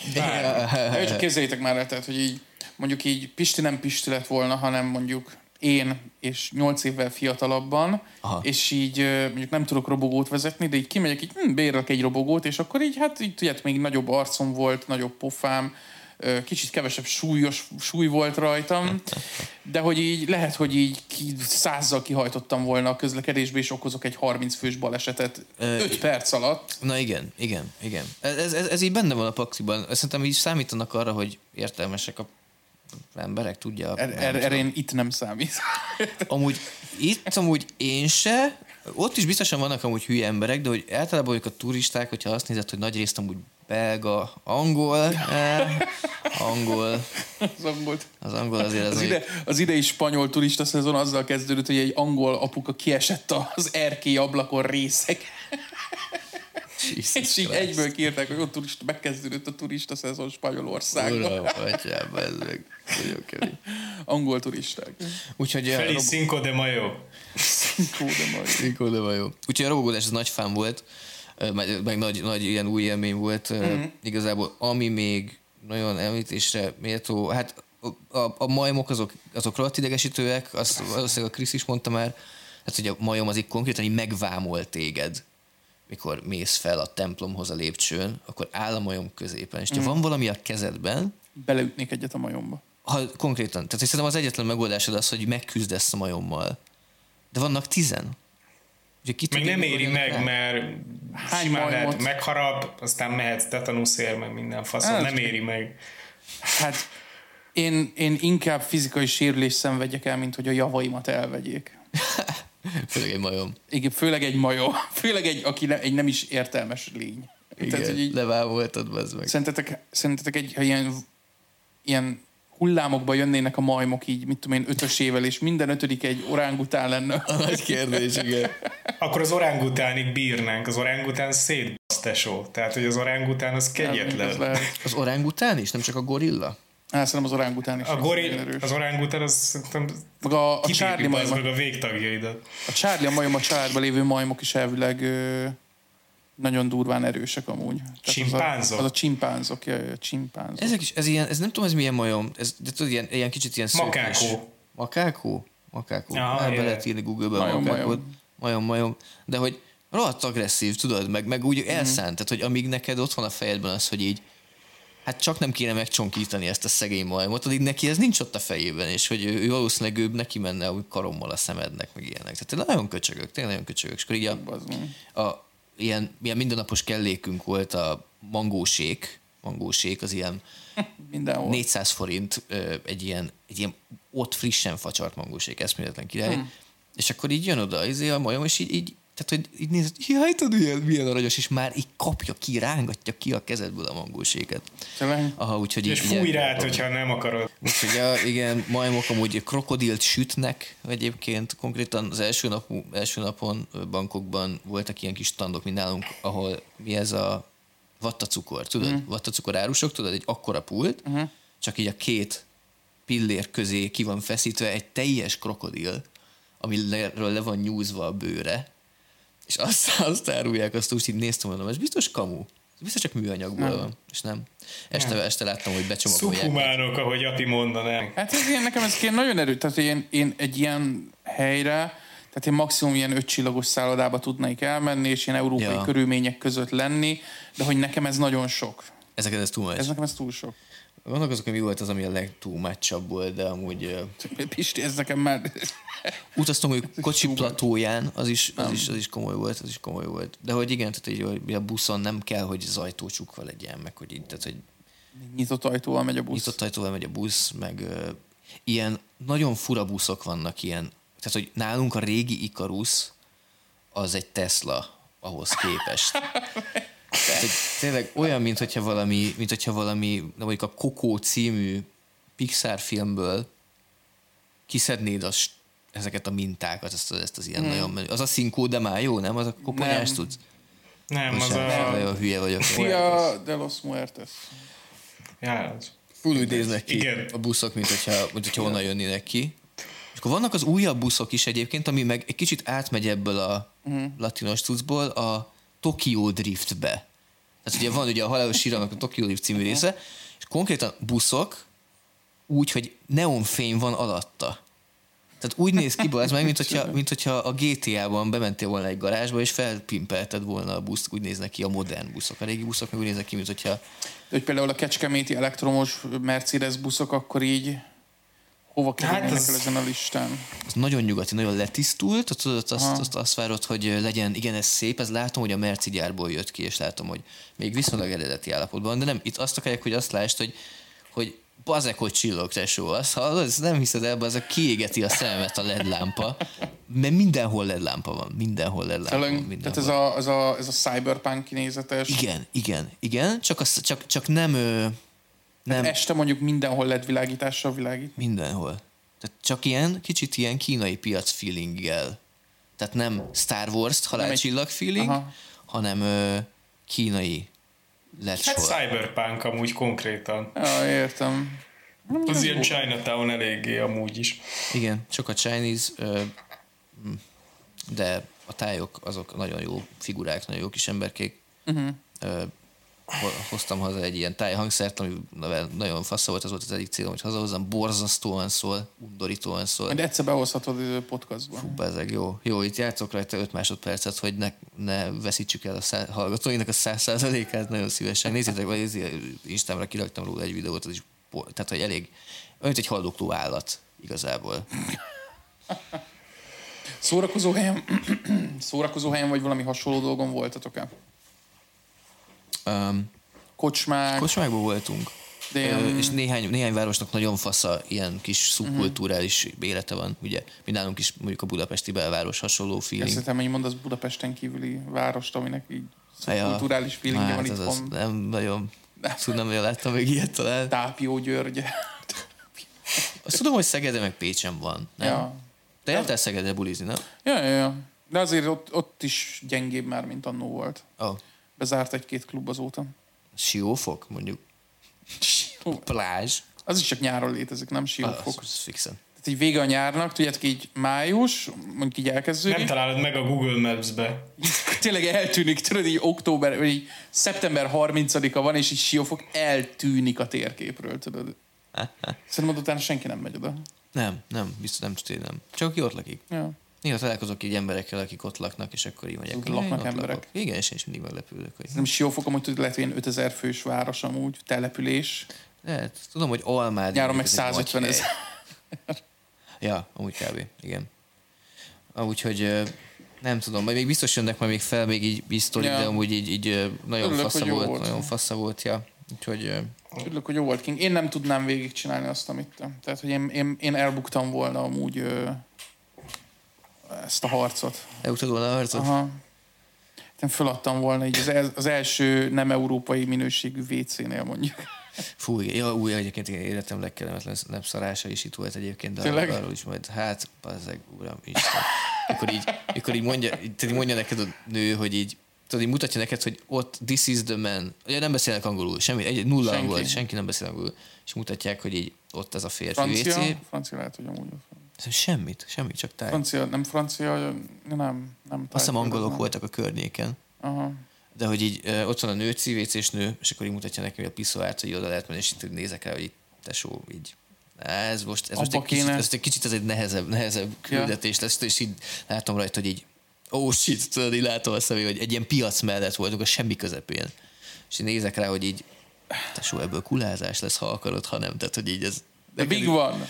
Csak képzeljétek már el, tehát, hogy így, mondjuk így Pisti nem Pisti lett volna, hanem mondjuk én és 8 évvel fiatalabban, és így mondjuk nem tudok robogót vezetni, de így kimegyek, így bérlek egy robogót, és akkor így, hát így tudjátok, még nagyobb arcom volt, nagyobb pofám, kicsit kevesebb súly volt rajtam, de hogy így lehet, hogy így 100-zal kihajtottam volna a közlekedésbe, és okozok egy 30 fős balesetet 5 perc alatt. Na igen. Ez így benne van a pakliban. Szerintem így számítanak arra, hogy értelmesek a emberek, tudja. Erre én itt nem számít. Amúgy én se. Ott is biztosan vannak amúgy hülye emberek, de hogy általában a turisták, hogyha azt nézed, hogy nagy részt amúgy belga, angol. Az angol azért az idei spanyol turista szezon azzal kezdődött, hogy egy angol apuka kiesett az erkély ablakon részeg. És így egyből kiírták, hogy ott megkezdődött a turista szezon Spanyolországban. Uram, atyába, ez meg nagyon kemény. Angol turisták. Úgyhogy Feliz Cinco de Mayo. Cinco de Mayo. Úgyhogy a robogódás az nagy fán volt, meg nagy ilyen új élmény volt. Igazából, ami még nagyon említésre méltó, hát a majmok azok rohadt idegesítőek, azt valószínűleg a Krisz is mondta már, hát hogy a majom az így konkrétan így megvámol téged, mikor mész fel a templomhoz a lépcsőn, akkor áll a majom középen, és ha van valami a kezedben, beleütnék egyet a majomba. Ha konkrétan, tehát szerintem az egyetlen megoldásod az, hogy megküzdesz a majommal. De vannak 10. Még nem éri meg, mert simán lehet megharap, aztán mehetsz tetanuszért, meg minden faszon, nem éri meg. Hát én inkább fizikai sérülést szenvedjek el, mint hogy a javaimat elvegyék. Főleg egy majom. Igen, főleg egy majom. Főleg aki egy nem is értelmes lény. Igen, tehát, hogy levávoltad, bazd meg. Szerintetek ha ilyen hullámokba jönnének a majmok így, mit tudom én, 5-ösével, és minden 5. egy orángután lenne. A nagy kérdés, igen. Akkor az orángutánig bírnánk. Az orángután szétbasz, tesó. Tehát, hogy az orángután az kegyetlen. Az orángután is? Nem csak a gorilla? Szerintem az orángután is. Az orángután az meg a Charlie majom. Meg a végtagjaidat. A Charlie a majom, a családban lévő majmok is elvileg nagyon durván erősek amúgy. Csimpánzok? Az a csimpánzok. Csimpánzok. Ezek is, ez nem tudom, ez milyen majom. De tudod, ilyen kicsit ilyen szőkés. Makákó. Makákó. Be lehet írni Google-be a makákót. Majom. De hogy rohadt agresszív, tudod, meg úgy elszánt. Tehát, hogy amíg neked ott van a fejedben az, hogy így hát csak nem kéne megcsonkítani ezt a szegény majmot, addig neki ez nincs ott a fejében, és hogy ő valószínűleg neki menne úgy karommal a szemednek, meg ilyenek. Tehát tényleg nagyon köcsögök. És akkor így ilyen mindennapos kellékünk volt a mangósék, az ilyen 400 forint egy ilyen ott frissen facsart mangósék, eszméletlen király. És akkor így jön oda a majom, és így tehát, hogy így nézed, jaj, tudod, milyen aranyos, és már így kapja ki, rángatja ki a kezedből a mangóséket. Úgyhogy és fúj rád, hogyha nem akarod. Úgyhogy igen, majmok amúgy krokodilt sütnek egyébként. Konkrétan az első napon Bangkokban voltak ilyen kis standok, mint nálunk, ahol mi ez a vattacukor, tudod? Vattacukor árusok, tudod, egy akkora pult, csak így a 2 pillér közé ki van feszítve egy teljes krokodil, amiről le van nyúzva a bőre, és azt árulják, azt úgy így néztem, mondom, ez biztos kamu. Ez biztos csak műanyagból van, és nem. Este láttam, hogy becsomagolják. Szubhumánok, ahogy Ati mondaná. Hát nekem ez nagyon erős. Tehát én egy ilyen helyre, tehát én maximum ilyen 5 csillagos szállodába tudnék elmenni, és ilyen európai körülmények között lenni, de hogy nekem ez nagyon sok. Ez túl much. Nekem ez túl sok. Vannak azok, mi volt az, ami a legtúl much-abb volt, de amúgy... Pisti, ez nekem már... Utaztam, hogy kocsi platóján, az is komoly volt. De hogy igen, tehát hogy a buszon nem kell, hogy zajtócsukva legyen, meg hogy így, tehát hogy... Nyitott ajtóval megy a busz. Meg ilyen nagyon fura buszok vannak ilyen. Tehát, hogy nálunk a régi Icarus az egy Tesla ahhoz képest. Tehát, hogy tényleg olyan, mint hogyha valami, mondjuk a Coco című Pixar filmből kiszednéd ezeket a mintákat, ezt az ilyen nagyon menő. Az a Cinco de Mayo, nem? Az a koponyás tudsz? Nem, az a... Nagyon hülye vagyok. Dia de los Muertos. Ja, az. Full úgy néznek ki a buszok, mint hogyha onnan jönnének ki. És akkor vannak az újabb buszok is egyébként, ami meg egy kicsit átmegy ebből a latinos cuccból a Tokyo Driftbe. Tehát ugye van ugye a Halálos Síramnak a Tokyo Drift című része, és konkrétan buszok úgy, hogy neonfény van alatta. Tehát úgy néz ki, az meg, mint hogyha a GTA-ban bementél volna egy garázsba, és felpimpelted volna a buszt, úgy néznek ki a modern buszok. A régi buszok meg úgy néznek ki, mint hogyha... De hogy például a kecskeméti elektromos Mercedes buszok, akkor így hova kerülnek ezen a listán? Az nagyon nyugati, nagyon letisztult, azt várod, hogy legyen, igen, ez szép, ez látom, hogy a Merci gyárból jött ki, és látom, hogy még viszonylag eredeti állapotban, de nem, itt azt akarják, hogy azt lásd, hogy bazeg, hogy csillog, tesó, azt hallod, nem hiszed el, az a kiégeti a szememet a LED lámpa. mert mindenhol LED lámpa van. Mindenhol LED lámpa van. Tehát Mindenhol. ez a cyberpunk kinézetes. Igen. Csak nem... nem Este mondjuk mindenhol LED világítással világít. mindenhol. Tehát csak kicsit ilyen kínai piac feelinggel. Tehát nem Star Wars halálcsillag feeling, hanem kínai LED Hát sor. cyberpunk amúgy konkrétan. Ja, értem. Az ilyen Chinatown eléggé amúgy is. Igen, csak a Chinese, de a tájok azok nagyon jó figurák, nagyon jó kis emberkék. Hoztam haza egy ilyen tájhangszert, ami nagyon fassa volt, az volt az egyik célom, hogy hazahozzam, borzasztóan szól, undorítóan szól. Majd egyszer behozhatod podcastban. Fú, bezeg, jó, itt játszok rajta 5 másodpercet, hogy ne veszítsük el a hallgatóinak a 100%-át, nagyon szívesen. Nézzétek, vagy Instámra kiraktam róla egy videót, az is, tehát, hogy elég, olyan, egy haldokló állat igazából. Szórakozó helyen vagy valami hasonló dolgon voltatok-e? Kocsmák. Kocsmákban voltunk. És néhány városnak nagyon fasza ilyen kis szubkulturális élete van. Ugye mi nálunk is mondjuk a budapesti belváros hasonló feeling. Szerintem, hogy mondasz Budapesten kívüli várost, aminek így szubkulturális feelingje van itthon. Az nem nagyon láttam még ilyet talán. Tápió György. Azt tudom, hogy Szegeden meg Pécsen van. Nem? Ja. Te jártál Szegedre bulizni, nem? Ja. De azért ott is gyengébb már, mint annó volt. Bezárt 1-2 klub azóta. Siófok, mondjuk. Plázs. Az is csak nyáron létezik, nem Siófok. Az fixen. Tehát így vége a nyárnak, tudjátok így május, mondjuk így elkezdődik. Nem találod meg a Google Maps-be. Tényleg eltűnik, tudod, így október, vagy így szeptember 30-a van, és így Siófok eltűnik a térképről, tudod. Szerintem utána senki nem megy oda. Nem, biztos nem tud, nem. Csak aki ott lakik. Ja. Néha találkozok így emberekkel, akik ott laknak, és akkor így mondják, hogy laknak ott emberek. Lakok. Igen, és én is mindig meglepődök. Hogy... Nem Siófok, amúgy tudod, lehet, hogy ilyen 5000 fős város amúgy, település. Lehet, tudom, hogy Almád. Nyáron meg 150 000. Ja, amúgy kb. Igen. Úgyhogy nem tudom, majd még biztos jönnek majd még fel, még így biztorik, de amúgy így nagyon fassa volt, ja. Úgyhogy... Örülök, hogy jó volt King. Én nem tudnám végigcsinálni azt, amit te. Tehát, hogy én elbuktam volna amúgy ezt a harcot. Elbuktad volna a harcot? Aha. Én föladtam volna így az első nem európai minőségű WC-nél mondjuk. Fú, egyébként életem legkellemetlenebb szarása is itt volt egyébként, de arról is majd, bazzeg, uram, Isten. Akkor így mondja neked a nő, hogy így, tudod, így mutatja neked, hogy ott this is the man. Ugye nem beszélnek angolul, nulla angol, senki nem beszél angolul. És mutatják, hogy így ott ez a férfi WC. Francia lehet, hogy amúgy. Semmit, csak táj. Nem francia, nem. Azt hiszem angolok voltak a környéken. Aha. De hogy így ott van a nő, WC-s nő, és akkor így mutatja nekem a piszoárt, hogy oda lehet menni, és így nézek rá, hogy így tesó, így. Ez most egy kicsit ez egy nehezebb küldetés lesz, és így látom rajta, hogy így shit, tudod, így látom a személy, hogy egy ilyen piac mellett voltunk a semmi közepén. És így nézek rá, hogy így tesó, ebből kulázás lesz, ha akarod, ha nem. Tehát, hogy így ez... De big van!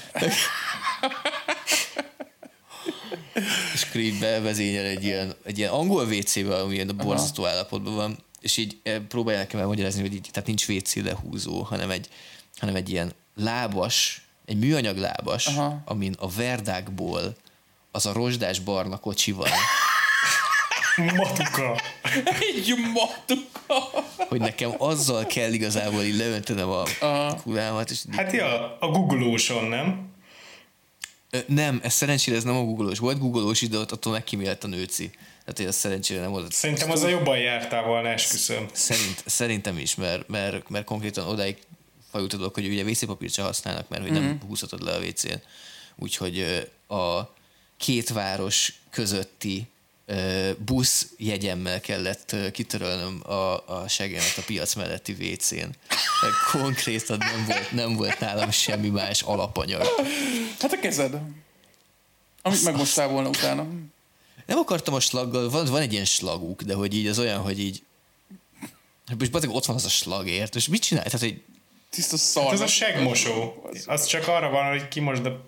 És akkor így bevezényel egy ilyen angol WC-be, ami ilyen borzasztó állapotban van, és így próbálják nekem elmagyarázni, hogy így, tehát nincs WC lehúzó, hanem egy ilyen lábas, egy műanyag lábas, amin a verdákból az a rozsdás barna kocsi van. Matuka. Egy matuka. Hogy nekem azzal kell igazából így leöntenem a kulámat. És hát a Google-óson, nem? Nem, ez szerencsére ez nem a Google-ós. Volt Google-ós, de ott attól megkímélt a nőci. Tehát, hogy az szerencsére nem volt. Szerintem az a jobban jártál volna, esküszöm. Szerintem is, mert konkrétan odáig fajult a dolog, hogy ugye WC-papírt se használnak, mert hogy nem húzhatod le a WC-n. Úgyhogy a két város közötti busz jegyemmel kellett kitörölnöm a segemet a piac melletti WC-n. Konkrétan nem volt nálam semmi más alapanyag. Hát a kezed. Amit megmostál volna utána. Nem akartam a slaggal, van egy ilyen slaguk, de hogy így az olyan, hogy így most ott van az a slagért, és mit csinál? Tehát, hogy tiszta szar. Hát ez a segmosó. Az csak arra van, hogy kimosd a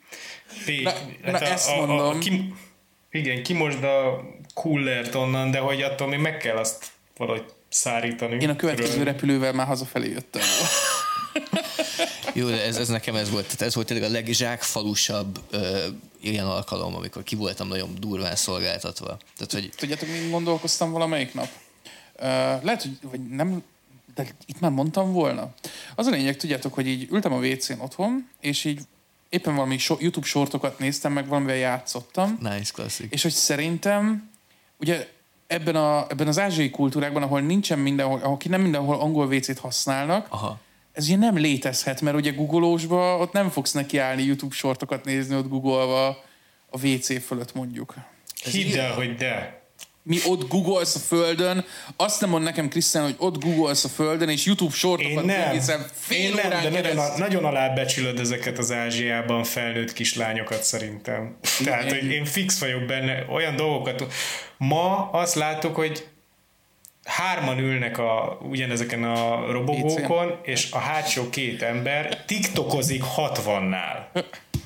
ezt mondom. Igen, kimosd a kullert onnan, de hogy attól még meg kell azt valahogy szárítani. Én a következő repülővel már hazafelé jöttem. Jó, de ez nekem ez volt. Tehát ez volt tényleg a legzsákfalusabb ilyen alkalom, amikor ki voltam nagyon durván szolgáltatva. Tehát, hogy... Tudjátok, mint gondolkoztam valamelyik nap? Lehet, hogy vagy nem, de itt már mondtam volna. Az a lényeg, tudjátok, hogy így ültem a WC-n otthon, és így éppen valami YouTube shortokat néztem, meg valamivel játszottam. Nice, klasszik. És hogy szerintem, ugye ebben az ázsiai kultúrákban, ahol nincsen mindenhol, ahol nem mindenhol angol WC-t használnak, Aha. ez ugye nem létezhet, mert ugye Google-ósba ott nem fogsz nekiállni YouTube shortokat nézni, ott Google-va a WC fölött mondjuk. Hidd el, hogy de. Mi ott googolsz a földön, azt nem mond nekem Krisztián, hogy ott googolsz a földön, és YouTube shortokat nézem fél órán de keresztül. nagyon alábecsülöd ezeket az Ázsiában felnőtt kislányokat szerintem. Tehát, hogy én fix vagyok benne, olyan dolgokat. Ma azt láttuk, hogy 3 ülnek ugyanezeken a robogókon, és a hátsó 2 ember tiktokozik 60-nál.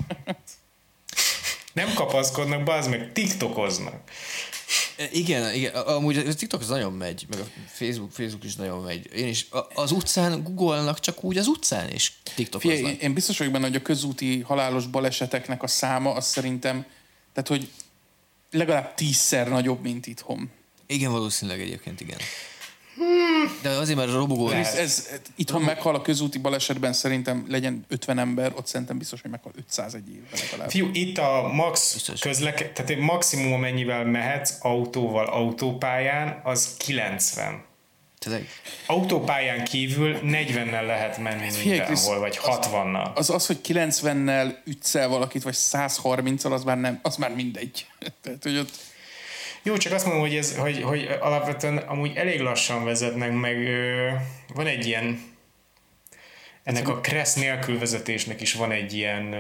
Nem kapaszkodnak, bazd meg, tiktokoznak. Igen, amúgy a TikTok az nagyon megy, meg a Facebook is nagyon megy. Én is az utcán googolnak csak úgy az utcán is tiktokoznak. Figyelj, én biztos vagyok benne, hogy a közúti halálos baleseteknek a száma, az szerintem, tehát hogy legalább 10-szer nagyobb, mint itthon. Igen, valószínűleg egyébként igen. De azért, mert a robogó... Ez itthon meghal a közúti balesetben, szerintem legyen 50 ember, ott szerintem biztos, hogy meghal 500 egy évben legalább. Fiú, itt a max tehát maximum amennyivel mehetsz autóval autópályán, az 90. Tényleg? Autópályán kívül 40-nel lehet menni mindenhol, vagy 60-nal. Az, hogy 90-nel ütsz el valakit, vagy 130-al, az már mindegy. Tehát, hogy ott... Jó, csak azt mondom, hogy alapvetően amúgy elég lassan vezetnek, meg van egy ilyen, ennek a kressz nélkül vezetésnek is van egy ilyen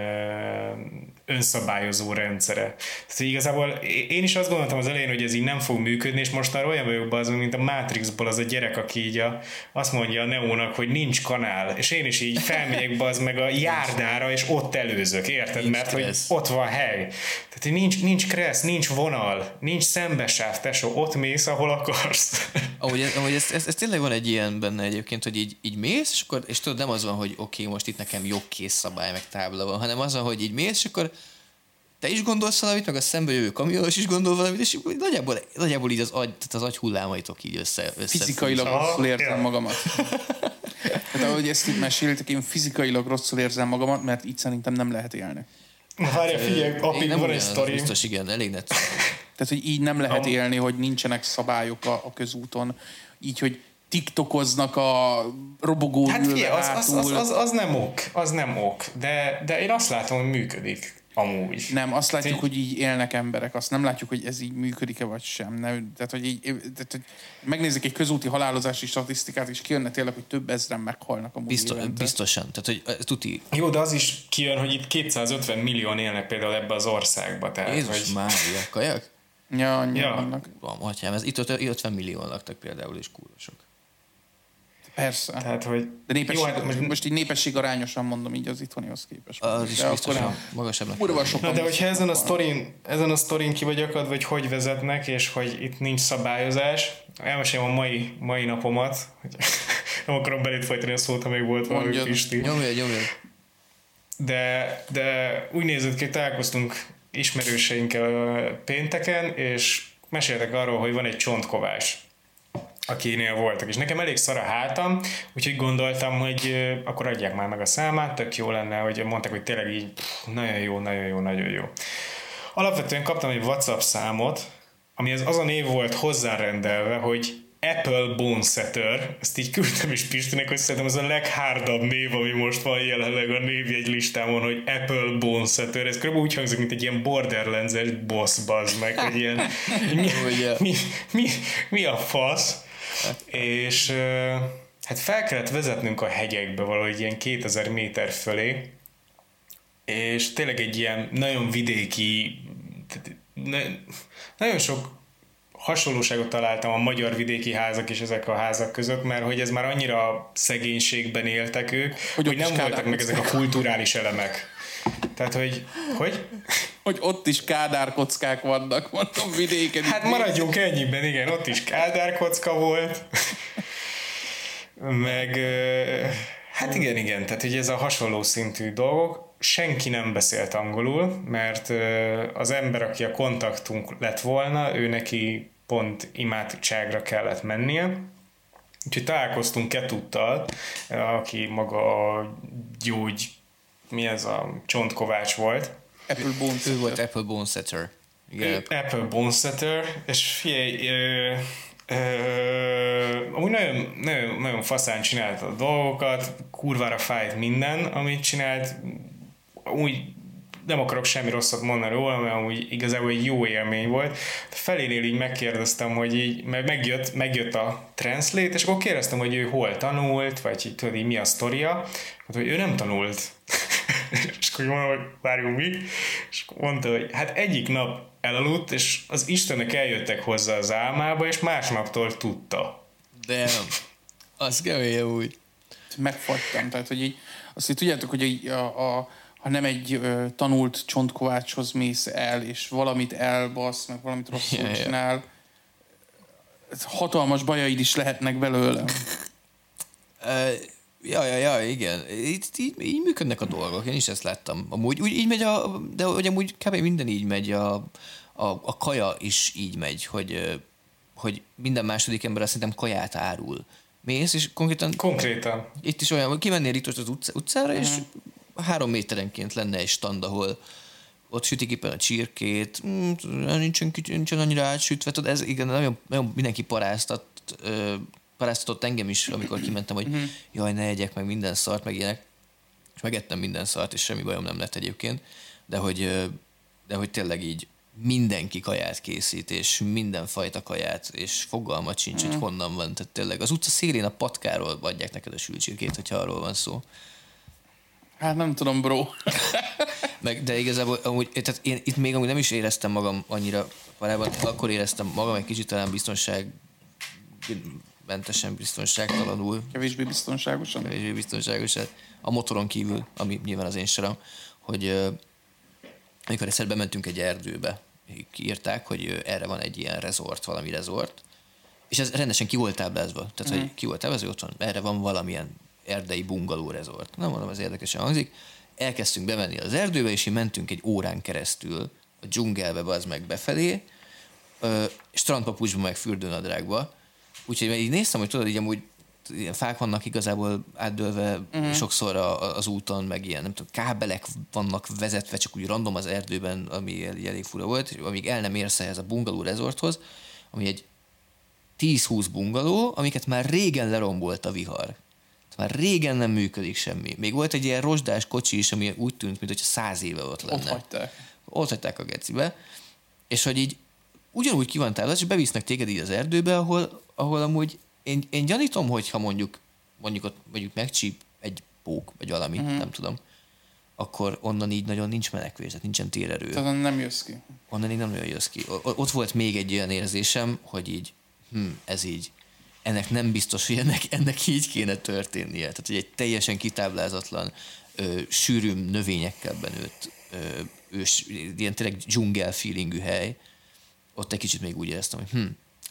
önszabályozó rendszere. Tehát igazából én is azt gondoltam az elején, hogy ez így nem fog működni, és most már olyan vagyok azon, mint a Matrixból az a gyerek, aki így azt mondja a Neónak, hogy nincs kanál, és én is így felmegyek bazd meg a járdára, és ott előzök, érted? Nincs mert kressz. hogy ott van hely. Tehát nincs kressz, nincs vonal, nincs szembesáv, tesó, ott mész, ahol akarsz. Amúgy ez tényleg van egy ilyen benne egyébként, hogy így mész, és tudod, nem az van, hogy oké, most itt nekem jogkész szabály, meg tábla van, hanem az van, hogy így mész, és akkor te is gondolsz valamit, meg a szembe jövő kamionos is gondol valamit, és nagyjából így az agy hullámaitok így össze fizikailag rosszul érzem magamat. Tehát ahogy ezt itt meséltek, én fizikailag rosszul érzem magamat, mert így szerintem nem lehet élni. Várja, figyelj, apig van egy sztori. Biztos, igen, elég net. Tehát, hogy így nem lehet élni, hogy nincsenek szabályok a közúton. Így, hogy tiktokoznak a robogó hát ülve hátul. Az nem ok, de én azt látom, hogy működik amúgy. Nem, azt látjuk, hogy így élnek emberek, azt nem látjuk, hogy ez így működik-e vagy sem. Nem, tehát, hogy megnézzük egy közúti halálozási statisztikát, és kijönne tényleg, hogy több ezren meghalnak amúgy évente. Biztosan, tehát hogy tuti. Jó, de az is kijön, hogy itt 250 millióan élnek például ebbe az országba. Tehát, Jézus hogy... Mária, kajak? Ja, annyian vannak. Atyám, itt 50 millióan laktak például, és kúrosok. Persze. Tehát, hogy... De jó, hát most így népesség arányosan mondom, így az itthonihoz képest. Az is de biztosan magasabbnak. Kurva sokan. Na, de hogyha ezen a sztorin ki vagy akad, vagy hogy vezetnek, és hogy itt nincs szabályozás, elmesélem a mai napomat, hogy nem akarom belét folytani a szót, ha még volt valami Pisti. Nyomjad. De úgy nézett ki, találkoztunk ismerőseinkkel pénteken, és meséltek arról, hogy van egy csontkovás, akinél voltak. És nekem elég szar a hátam, úgyhogy gondoltam, hogy akkor adják már meg a számát, tök jó lenne, hogy mondták, hogy tényleg így nagyon jó. Alapvetően kaptam egy WhatsApp számot, ami az a név volt hozzárendelve, hogy Apple Bonesetter, ezt így küldtem is Pistinek, hogy szerintem ez a leghárdabb név, ami most van jelenleg a névjegy listámon, hogy Apple Bonesetter. Ez kb. Úgy hangzik, mint egy ilyen Borderlands-es boss, bazd meg, hogy ilyen mi a fasz? És hát fel kellett vezetnünk a hegyekbe valahogy ilyen 2000 méter fölé, és tényleg egy ilyen nagyon vidéki, nagyon sok hasonlóságot találtam a magyar vidéki házak és ezek a házak között, mert hogy ez már annyira szegénységben éltek ők, hogy nem voltak meg ezek a kulturális elemek. Tehát, hogy... Hogy ott is kádárkockák vannak, mondom, vidéken. Hát maradjunk ennyiben, igen, ott is kádárkocka volt. Meg... Hát igen, tehát hogy ez a hasonló szintű dolgok. senki nem beszélt angolul, mert az ember, aki a kontaktunk lett volna, ő neki pont imádságra kellett mennie. Úgyhogy találkoztunk Ketuttal, aki maga a csontkovács volt. Ő volt Apple Bone Setter. Igen. Apple Bone Setter, és figyelj, amúgy nagyon, nagyon, nagyon faszán csinálta a dolgokat, kurvára fájt minden, amit csinált, úgy nem akarok semmi rosszat mondani róla, mert amúgy igazából egy jó élmény volt. Felénél így megkérdeztem, hogy így, mert megjött a translate, és akkor kérdeztem, hogy ő hol tanult, vagy így, tudod, így mi a sztoria, hogy ő nem tanult. És akkor mondom, hogy várjunk mi, és mondta, hogy hát egyik nap elaludt, és az Istenek eljöttek hozzá az álmába, és másnaptól tudta. De az kemény úgy. Megfagytam, tehát hogy így, azt így tudjátok, hogy ha nem egy tanult csontkovácshoz mész el, és valamit elbasz, meg valamit rosszul csinál, hatalmas bajaid is lehetnek belőle. Igen. Így működnek a dolgok, én is ezt láttam. Amúgy úgy így megy de hogy amúgy kb. Minden így megy, a kaja is így megy, hogy minden második ember azt szerintem kaját árul. Mész, és konkrétan. Itt is olyan, hogy kimennél itt az utcára, és 3 méterenként lenne egy stand, ahol ott sütik éppen a csirkét, nincsen annyira átsütve, tudod, ez igen, nagyon, nagyon mindenki paráztatott engem is, amikor kimentem, hogy jaj, ne egyek meg minden szart, meg ilyenek, és megettem minden szart, és semmi bajom nem lett egyébként, de hogy tényleg így mindenki kaját készít, és mindenfajta kaját, és fogalmat sincs, hogy honnan van, tehát tényleg az utca szélén a patkáról adják neked a sülcsirkét, hogyha arról van szó. Hát nem tudom, bro. De igazából amúgy, tehát én itt még amúgy nem is éreztem magam annyira parában, akkor éreztem magam egy kicsit talán biztonságtalanul. Kevésbé biztonságosan. A motoron kívül, ami nyilván az én sorom, hogy amikor egyszer bementünk egy erdőbe, kiírták, hogy erre van egy ilyen valami rezort, és ez rendesen ki volt táblázva. Tehát, hogy ki volt táblázva, hogy ott van, erre van valamilyen erdei bungaló rezort. Nem mondom, ez érdekesen hangzik. Elkezdtünk bemenni az erdőbe, és így mentünk egy órán keresztül a dzsungelbe, az meg befelé, strandpapucsba, meg fürdőnadrágba. Úgyhogy így néztem, hogy tudod, így amúgy ilyen fák vannak igazából átdőlve sokszor az úton, meg ilyen, nem tudom, kábelek vannak vezetve, csak úgy random az erdőben, ami elég fura volt, és amíg el nem érsz ehhez a bungaló rezorthoz, ami egy 10-20 bungaló, amiket már régen lerombolt a vihar. Már régen nem működik semmi. Még volt egy ilyen rozsdás kocsi is, ami úgy tűnt, mintha 100 éve ott lenne. Ott hagyták a gecibe. És hogy így ugyanúgy ki van táblázva, és bevisznek téged így az erdőbe, ahol amúgy én gyanítom, hogyha mondjuk megcsíp egy pók, vagy valami, nem tudom, akkor onnan így nagyon nincs menekvés, tehát nincsen térerő. Tehát nem jössz ki. Onnan így nem nagyon jössz ki. Ott volt még egy olyan érzésem, hogy így, ez így, ennek nem biztos, hogy ennek így kéne történnie. Tehát, hogy egy teljesen kitáblázatlan, sűrű növényekkel benőtt, ilyen tényleg dzsungel feelingű hely, ott egy kicsit még úgy éreztem, hogy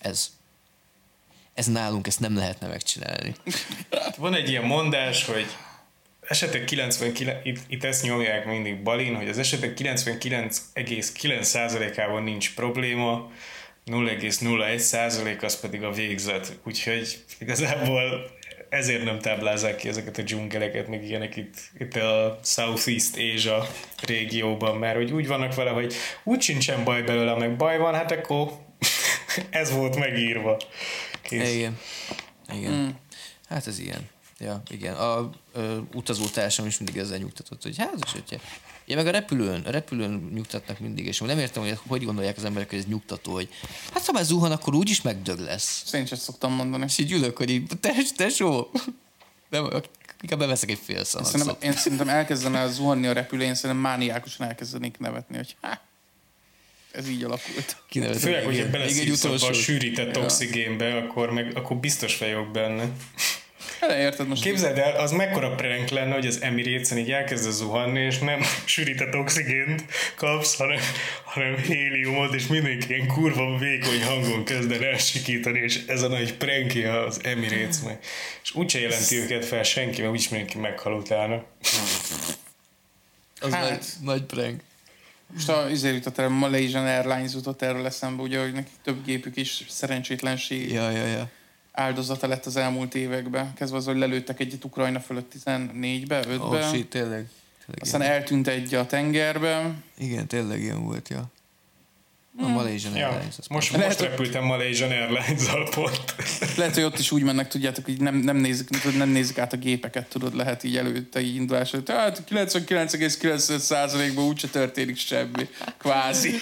ez nálunk, ezt nem lehetne megcsinálni. Van egy ilyen mondás, hogy esetek 99, itt ezt nyomják mindig Balin, hogy az esetek 99,9%-ában nincs probléma, 0,01% az pedig a végzet. Úgyhogy igazából ezért nem táblázzák ki ezeket a dzsungeleket, meg ilyenek itt a Southeast Asia régióban, mert hogy úgy vannak vele, hogy úgy sincsen baj belőle, meg baj van, hát akkor ez volt megírva. Kész. Igen. Hát ez ilyen. Ja, igen. A utazótársam is mindig ezzel nyugtatott, hogy hát, hogyha... Ja, meg a repülőn nyugtatnak mindig, és nem értem, hogy gondolják az emberek, hogy ez nyugtató, hogy hát ha már zuhan, akkor úgyis megdög lesz. Én sem szoktam mondani. És így ülök, hogy így, tesó, inkább beveszek egy fél szanaszot. Én szerintem elkezdene zuhanni a repülőn, én szerintem mániákusan elkezdenék nevetni, hogy ez így alakult. Főleg, hogyha beleszívsz a sűrített oxigénbe, akkor biztos vagyok benne. Érted most. Képzeld el, az mekkora prank lenne, hogy az Emirates-en így elkezd zuhanni, és nem sűrített oxigént kapsz, hanem héliumot, és mindenki ilyen kurva vékony hangon kezd el elsikítani, és ez a nagy prankja az Emirates-nek. És úgyse jelenti őket fel senki, mert úgyis mindenki meghal utána. Az nagy prank. Most azért jutott el, Malaysian Airlines jutott erről eszembe, ugye, hogy nekik több gépük is szerencsétlenség Ja. áldozata lett az elmúlt években. Kezdve az, hogy lelőttek egyet Ukrajna fölött 14-be, 5-be. Oh shit, tényleg Aztán eltűnt egy a tengerben. Igen, tényleg ilyen volt, ja. A Malaysian Airlines. Most repültem Malaysian Airlines-al pont. Lehet, hogy ott is úgy mennek, tudjátok, hogy nem nézik át a gépeket, tudod, lehet így előtte, így indulás előtt. Hát 99,9%-ban úgyse történik semmi. Kvázi.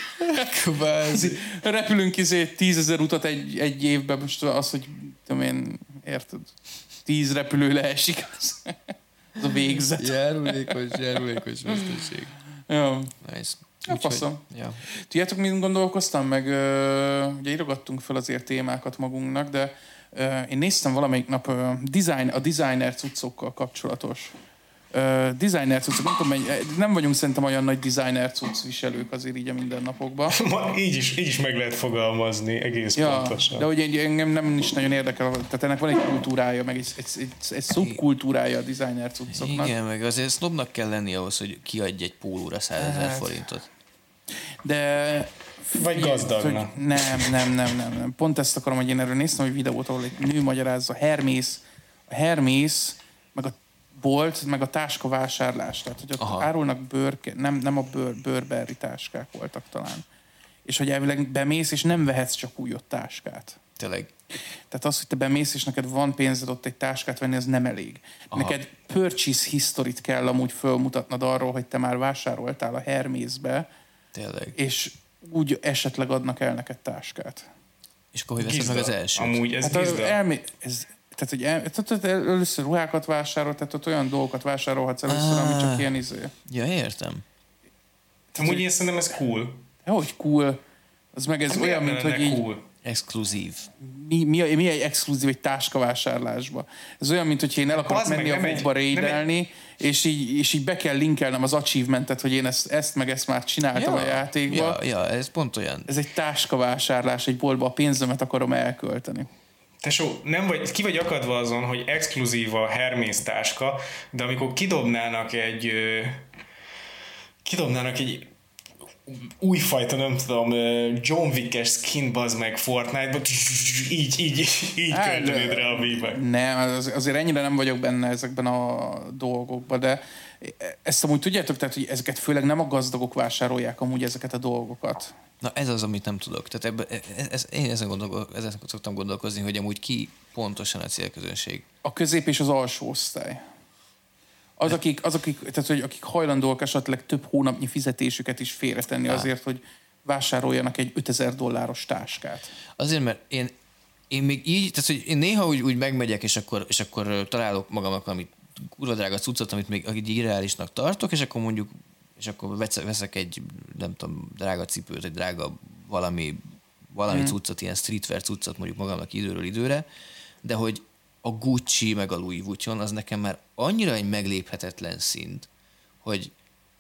Repülünk 10 000 utat egy évben, most az, hogy tudom én, érted, 10 repülő leesik, az a végzet. Járulékos veszteség. Ja. Nice. Faszom. Ja. Tudjátok, mint gondolkoztam? Meg ugye írogattunk fel azért témákat magunknak, de én néztem valamelyik nap a designer cuccokkal kapcsolatos. Designer cuccok, nem tudom, nem vagyunk szerintem olyan nagy designer cucc viselők azért így a mindennapokban. Így is meg lehet fogalmazni egész pontosan. De hogy engem nem is nagyon érdekel, tehát ennek van egy kultúrája, meg egy szubkultúrája a designer cuccoknak. Igen, meg azért sznobnak kell lenni ahhoz, hogy kiadj egy pólóra 100 000 forintot. De... Vagy gazdagnak. Nem. Pont ezt akarom, hogy én erről néztem egy videót, ahol egy nő magyarázza a Hermész, meg a bolt, meg a táskavásárlás. Tehát, hogy ott árulnak nem a Burberry táskák voltak talán. És hogy elvileg bemész, és nem vehetsz csak úgy ott táskát. Tényleg. Tehát az, hogy te bemész, és neked van pénzed ott egy táskát venni, az nem elég. Aha. Neked purchase historyt kell amúgy fölmutatnod arról, hogy te már vásároltál a Hermészbe. Tényleg. És úgy esetleg adnak el neked táskát. És akkor hogy veszed meg az elsőt? Amúgy ez gizda. Tehát, hogy először ruhákat vásárol, tehát ott olyan dolgokat vásárolhatsz először, ami csak ilyen izé. Ja, értem. Amúgy én szerintem ez cool. Hogy cool. Az meg ez olyan, mint hogy így... Cool. Exkluzív. Mi egy exkluzív egy táskavásárlásba? Ez olyan, mint hogy én el akarok menni a WoW-ba raidelni, és így be kell linkelnem az achievementet, hogy én ezt már csináltam a játékba. Ja, ez pont olyan. Ez egy táskavásárlás egy boltba, a pénzemet akarom elkölteni. Tesó, ki vagy akadva azon, hogy exkluzív a Hermész táska, de amikor kidobnának egy újfajta, nem tudom, John Wick-es skin, bazd meg Fortnite-ba, így költenéd rá a víbe. Nem, azért ennyire nem vagyok benne ezekben a dolgokban, de ezt amúgy tudjátok, tehát, hogy ezeket főleg nem a gazdagok vásárolják amúgy ezeket a dolgokat. Na ez az, amit nem tudok. Tehát én ezen szoktam gondolkozni, hogy amúgy ki pontosan a célközönség. A közép és az alsó osztály. Akik hajlandóak esetleg több hónapnyi fizetésüket is félretenni azért, hogy vásároljanak egy $5000 táskát. Azért, mert én még így, tehát hogy én néha úgy megmegyek, és akkor találok magamnak valami kurva drága cuccot, amit még irreálisnak tartok, és akkor veszek egy, nem tudom, drága cipőt, egy drága valami cuccot, ilyen streetwear cuccot mondjuk magamnak időről időre, de hogy a Gucci meg a Louis Vuitton az nekem már annyira egy megléphetetlen szint, hogy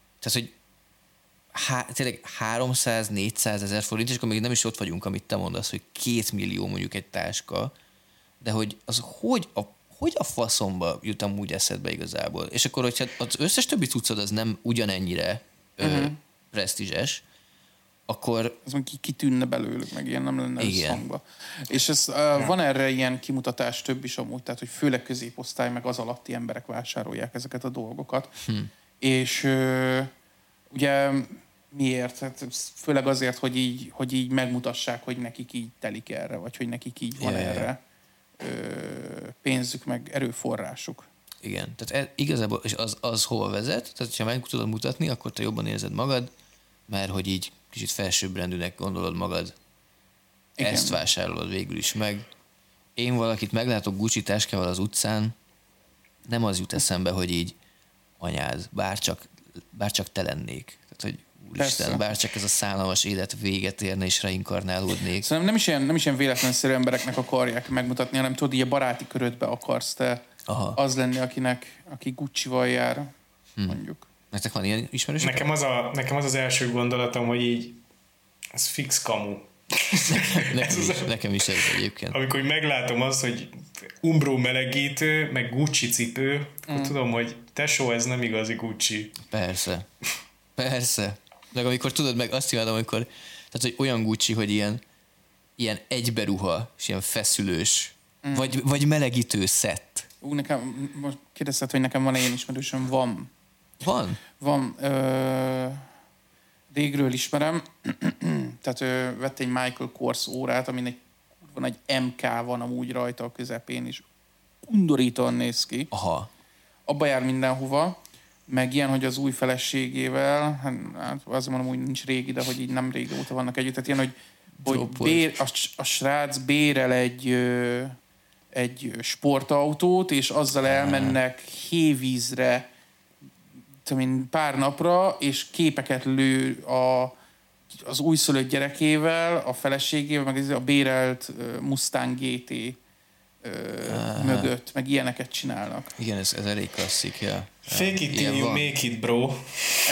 tényleg 300-400 ezer forint, és akkor még nem is ott vagyunk, amit te mondasz, hogy 2 millió mondjuk egy táska, de hogy az hogy a faszomba jut amúgy eszedbe igazából? És akkor, hogyha az összes többi cuccod az nem ugyanennyire presztízses, akkor... Az meg kitűnne belőlük, meg ilyen nem lenne összhangba. És van erre ilyen kimutatás több is amúgy, tehát hogy főleg középosztály meg az alatti emberek vásárolják ezeket a dolgokat. És ugye miért? Hát főleg azért, hogy így megmutassák, hogy nekik így telik erre, vagy hogy nekik így van erre pénzük, meg erőforrásuk. Igen, tehát igazából és az hova vezet, tehát ha meg tudod mutatni, akkor te jobban érzed magad, mert hogy így kicsit felsőbbrendűnek gondolod magad. Igen. Ezt vásárolod végül is meg. Én valakit meglátok Gucci táskával az utcán, nem az jut eszembe, hogy így anyád, bárcsak te lennék. Tehát, hogy úristen, bárcsak ez a szállalmas élet véget érne és reinkarnálódnék. Szóval nem is ilyen véletlenszerű embereknek akarják megmutatni, hanem tudod, így a baráti körödbe akarsz te az lenni, aki Gucci-val jár, mondjuk. Nektek van ilyen ismerősök? Nekem az első gondolatom, hogy így ez fix kamu. Nekem is ez egyébként. Amikor meglátom azt, hogy Umbro melegítő, meg Gucci cipő, akkor tudom, hogy tesó, ez nem igazi Gucci. Persze. Meg amikor tudod, meg azt imádom, amikor, tehát, hogy olyan Gucci, hogy ilyen egyberuha, és ilyen feszülős, vagy melegítő szett. Nekem, most kérdezted, hogy nekem van-e ilyen ismerősöm? Van. Van. Régről ismerem. Tehát vett egy Michael Kors órát, amin van egy MK van amúgy rajta a közepén, és undorítóan néz ki. Aha. Abba jár mindenhova, meg ilyen, hogy az új feleségével, hát azért mondom, hogy nincs régi, de hogy így nem régóta vannak együtt. Tehát ilyen, hogy a srác bérel egy sportautót, és azzal elmennek hévízre pár napra, és képeket lő az újszülött gyerekével, a feleségével, meg a bérelt Mustang GT mögött, meg ilyeneket csinálnak. Igen, ez elég klasszik, ja. Fake it till you make it, bro. A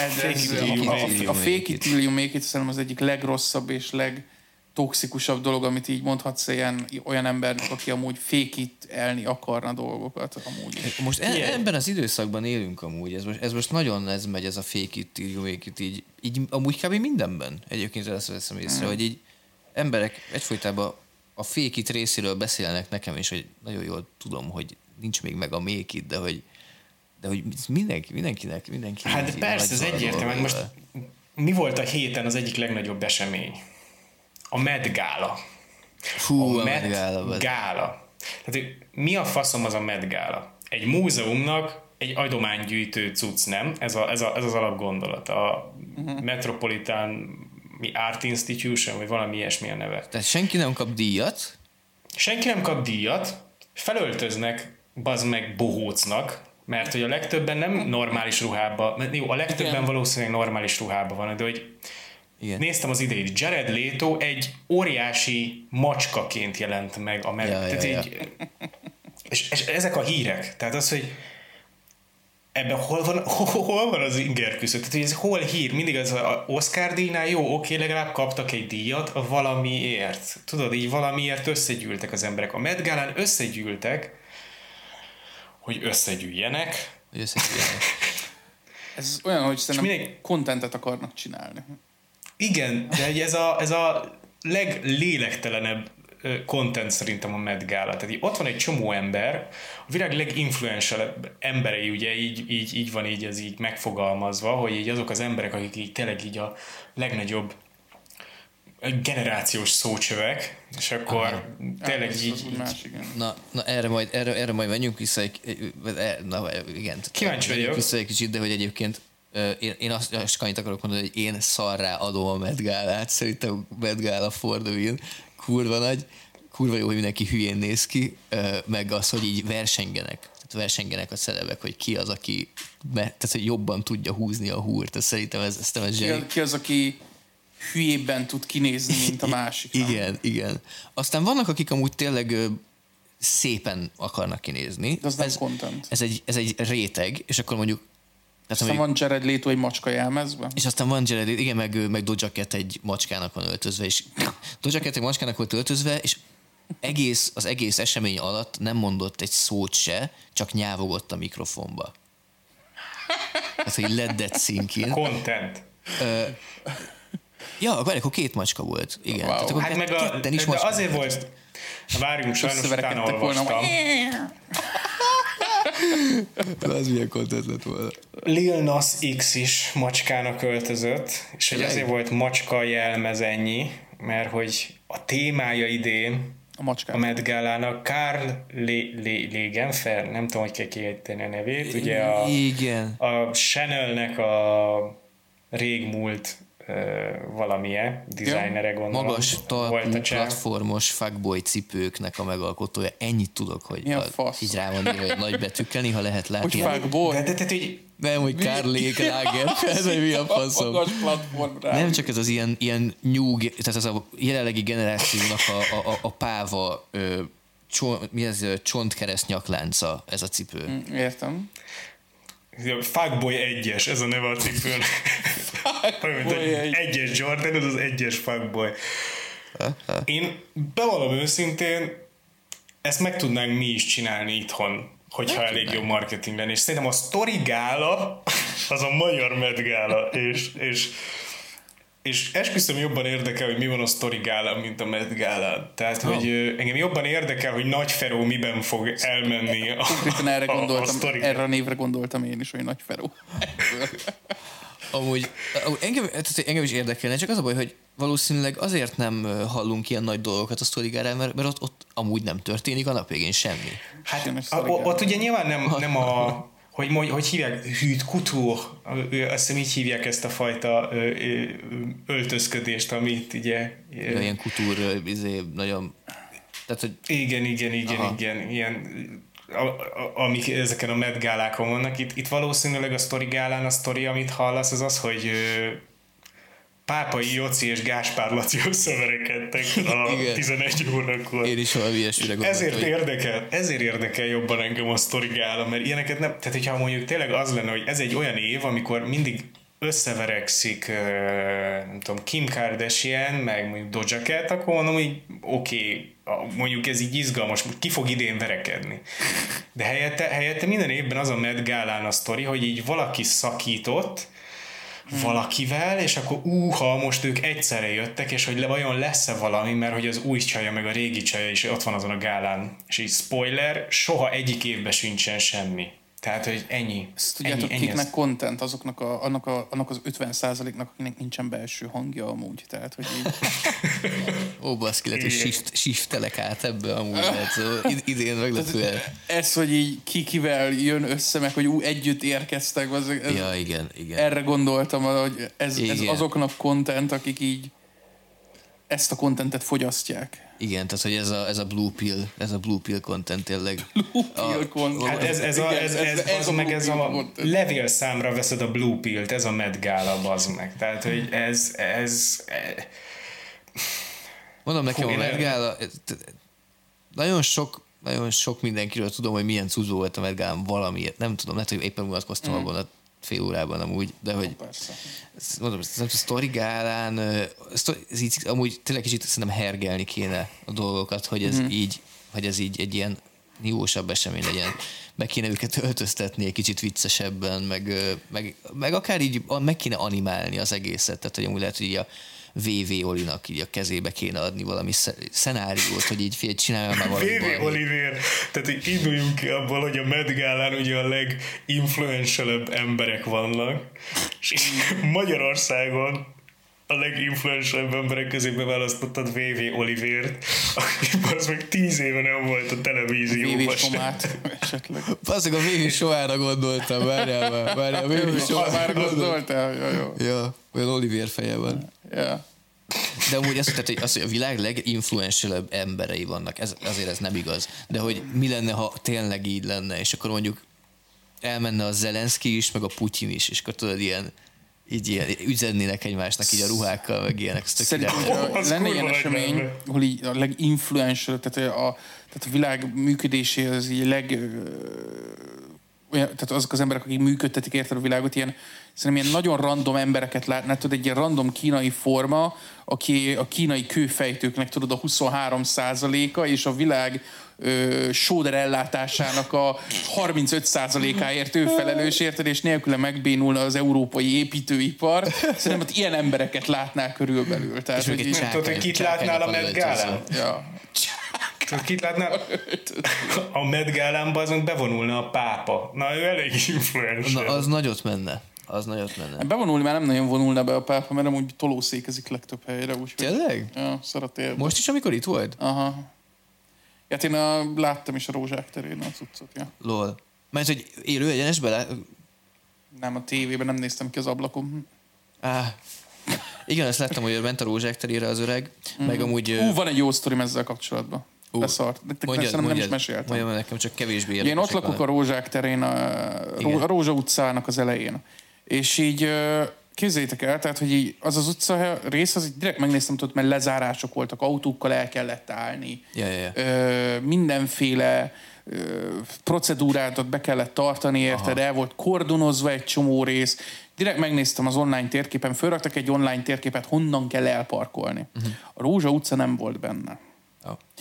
fake it till you make it szerintem az egyik legrosszabb és legtoxikusabb dolog, amit így mondhatsz olyan embernek, aki amúgy fake it-elni akarna dolgokat. Amúgy. Most ebben az időszakban élünk amúgy. Ez most nagyon megy ez a fake it till you make it így amúgy kb. Mindenben. Egyébként ezt veszem észre, hogy így emberek egyfolytában a fake it részéről beszélnek nekem is, hogy nagyon jól tudom, hogy nincs még meg a make it, de hogy mindenkinek. Hát persze, ez egyértelmű. Most mi volt a héten az egyik legnagyobb esemény? A Met Gala. Fú, a Met Gala. Tehát mi a faszom az a Met Gala? Egy múzeumnak egy adománygyűjtő cucc, nem? Ez az alapgondolat. A Metropolitan Art Institution, vagy valami ilyesmi a neve. Tehát senki nem kap díjat? Senki nem kap díjat, felöltöznek bazd meg bohócnak, mert hogy a legtöbben nem normális ruhában, jó, a legtöbben valószínűleg normális ruhában van, de hogy igen. Néztem az idejét, Jared Leto egy óriási macskaként jelent meg a És ezek a hírek, tehát az, hogy ebben hol van az inger küszöb? Tehát, hogy ez hol hír? Mindig az Oscar díjnál jó, oké, legalább kaptak egy díjat a valamiért. Tudod, így valamiért összegyűltek az emberek. A Met Galán összegyűltek, hogy összegyűjjenek. Ez olyan, hogy szerintem contentet akarnak csinálni. Igen, de ez a leglélektelenebb content szerintem a Met Gala. Tehát ott van egy csomó ember, a világ leginfluential emberei, ugye így van így, ez így megfogalmazva, hogy így azok az emberek, akik így tényleg így a legnagyobb generációs szócsövek, és akkor tényleg így... Na erre majd menjünk vissza igen. Kíváncsi vagyok. Vissza egy kicsit, de hogy egyébként én azt annyit akarok mondani, hogy én szarrá adom a Met Galát, szerintem Met Gala for the win, kurva nagy, kurva jó, hogy mindenki hülyén néz ki, meg az, hogy így versengenek a celebek, hogy ki az, aki tehát, hogy jobban tudja húzni a húrt, ez szerintem ez zseni. Ki az, aki hülyébben tud kinézni, mint a másik. Igen. Aztán vannak, akik amúgy tényleg szépen akarnak kinézni. De az nem content. Ez egy réteg, és akkor mondjuk aztán van Jared Leto egy macska jelmezben. És aztán van Jared Leto, igen, meg Doja Cat egy macskának van öltözve, és Doja Cat egy macskának volt öltözve, és az egész esemény alatt nem mondott egy szót se, csak nyávogott a mikrofonba. Tehát, hogy leddett színkin. Content. Ja, akkor 2 macska volt. Igen. Wow. Tehát akkor hát meg is de azért volt, várjunk, sajnos utána olvastam. Az milyen content lett volna. Lil Nas X is macskának öltözött, és hogy azért volt macska jelmez ennyi, mert hogy a témája idén a Met Galának Karl Lagerfeld, nem tudom, hogy kell kiejteni a nevét, ugye a Chanelnek a régmúlt valamilyen designere, gondolom. Magas talpú, platformos fuckboy cipőknek a megalkotója. Ennyit tudok, hogy így rá van írva nagy betűkkel, néha lehet látni. Hogy fuckboy? Nem, hogy Karl Lagerfeld, hogy mi a faszom. Nem csak ez az ilyen nyúg, tehát az a jelenlegi generációnak a páva csontkereszt nyaklánca ez a cipő. Értem. Fuckboy 1-es, ez a neve a cipőn. Egyes Jordan, ez az 1-es fuckboy. Én bevallom őszintén, ezt meg tudnánk mi is csinálni itthon. hogyha elég jó marketing lenne. És szerintem a Story Gála az a magyar Met Gála, és esküszöm jobban érdekel, hogy mi van a Story Gála, mint a Met Gála. Tehát, hogy engem jobban érdekel, hogy Nagy Feró miben fog elmenni konkrétan erre gondoltam, erre a névre gondoltam én is, hogy Nagy Feró. Amúgy engem is érdekelne, csak az a baj, hogy valószínűleg azért nem hallunk ilyen nagy dolgokat a Story Gálán, mert ott amúgy nem történik a nap végén semmi. Hát ott ugye nyilván nem a... Hogy hívják? Hűt kultúr. Azt hiszem így hívják ezt a fajta öltözködést, amit ugye... Ilyen kultúr, nagyon... Tehát, hogy... Igen. Ilyen, amik ezeken a Met Gálákon vannak. Itt valószínűleg a Story Gálán a sztori, amit hallasz, az, hogy Pápai Joci és Gáspár Laci összeverekedtek a 11 órakor. Én is valami ilyesmire gondoltam. Ezért érdekel jobban engem a Story Gála, mert ilyeneket nem... Tehát, hogyha mondjuk tényleg az lenne, hogy ez egy olyan év, amikor mindig összeverekszik, nem tudom, Kim Kardashian, meg mondjuk Doja Cat, akkor mondom, hogy oké, mondjuk ez így izgalmas, ki fog idén verekedni. De helyette minden évben az a Met Gálán a sztori, hogy így valaki szakított valakivel, és akkor most ők egyszerre jöttek, és hogy vajon lesz-e valami, mert hogy az új csaja, meg a régi csaja is ott van azon a gálán. És így spoiler, soha egyik évben sincsen semmi. Tehát, hogy ennyi. Ezt tudjátok, kiknek content, annak az 50%-nak, akinek nincsen belső hangja amúgy. Tehát, hogy így... Ó, baszki, lehet, hogy shiftelek át ebbe amúgy, lehet, szóval idén meglepően. Ez, hogy így kivel jön össze, meg hogy együtt érkeztek, ja, igen. Erre gondoltam, hogy ez azoknak content, akik így ezt a contentet fogyasztják. Igen, tehát, hogy ez a blue pill content tényleg. Blue pill content. Hát ez a levélszámra veszed a blue pillt, ez a Met Gala, bazd meg. Tehát, hogy ez mondom nekem a Met Gala, nagyon sok mindenkiről tudom, hogy milyen cudzó volt a Met Galán, valamiért. Nem tudom, lehet, hogy éppen mutatkoztam abban a fél órában amúgy, de hogy mondom, a Story Gálán amúgy tényleg kicsit szerintem hergelni kéne a dolgokat, hogy ez így egy ilyen nívósabb esemény legyen. Meg kéne őket öltöztetni egy kicsit viccesebben, meg akár így meg kéne animálni az egészet, tehát hogy amúgy lehet, hogy így a VV Olinak így a kezébe kéne adni valami szenáriót, hogy így csinálja már valami. VV Oliver, tehát így induljunk ki abból, hogy a Met Gálán ugye a leginfluentialebb emberek vannak, és Magyarországon a leginfluentialebb emberek közé beválasztottad VV Olivért, aki az meg 10 éve nem volt a televízióban. VV Somát esetleg. Basszak, a VV Somára gondoltam, várjál, a VV Somára gondoltál? Jó. Ja, olyan Oliver feje van. Ja. De amúgy azt, hogy a világ leginfluentialebb emberei vannak, azért ez nem igaz. De hogy mi lenne, ha tényleg így lenne, és akkor mondjuk elmenne a Zelenszky is, meg a Putyin is, és akkor tudod, ilyen üzennének egymásnak így a ruhákkal, meg ilyenek. Szerintem lenne ilyen esemény, ahol így a leginfluential, tehát a világ működéséhez így tehát azok az emberek, akik működtetik érted a világot, szerintem ilyen nagyon random embereket látnál, tudod, egy ilyen random kínai forma, aki a kínai kőfejtőknek tudod a 23%-a, és a világ sóder ellátásának a 35%-áért ő felelős, érted, és nélküle megbénulna az európai építőipar. Szerintem ott ilyen embereket látnál körülbelül. Tehát, hogy kit látnál a Met Gálán? Ja. Kit látnál? A Met Gálánban azon bevonulna a pápa. Na, ő elég influential. Na, az nagyot menne. Bevonulni már nem nagyon vonulna be a pápa, mert amúgy tolószékezik legtöbb helyre. Tényleg? Ja, szeret. Most is, amikor itt volt? Aha. Hát én láttam is a Rózsák terén a cuccot, ja. Lol. Mert hogy élő egyenesben Nem, a tévében nem néztem ki az ablakon. Igen, ezt láttam, hogy ment a Rózsák terére az öreg, meg amúgy... van egy jó sztorim ezzel kapcsolatban. Beszart. Nem is meséltem. Mondjam, nekem csak kevésbé érdekes. Én ott lakok a Rózsák terén, a Rózsa utcának az elején. És így képzeljétek el, tehát, hogy így az utca rész, az így direkt megnéztem, tudod, mert lezárások voltak, autókkal el kellett állni. Mindenféle procedúrát be kellett tartani, érted? El volt kordonozva egy csomó rész. Direkt megnéztem az online térképen, fölraktak egy online térképet, honnan kell elparkolni. A Rózsa utca nem volt benne.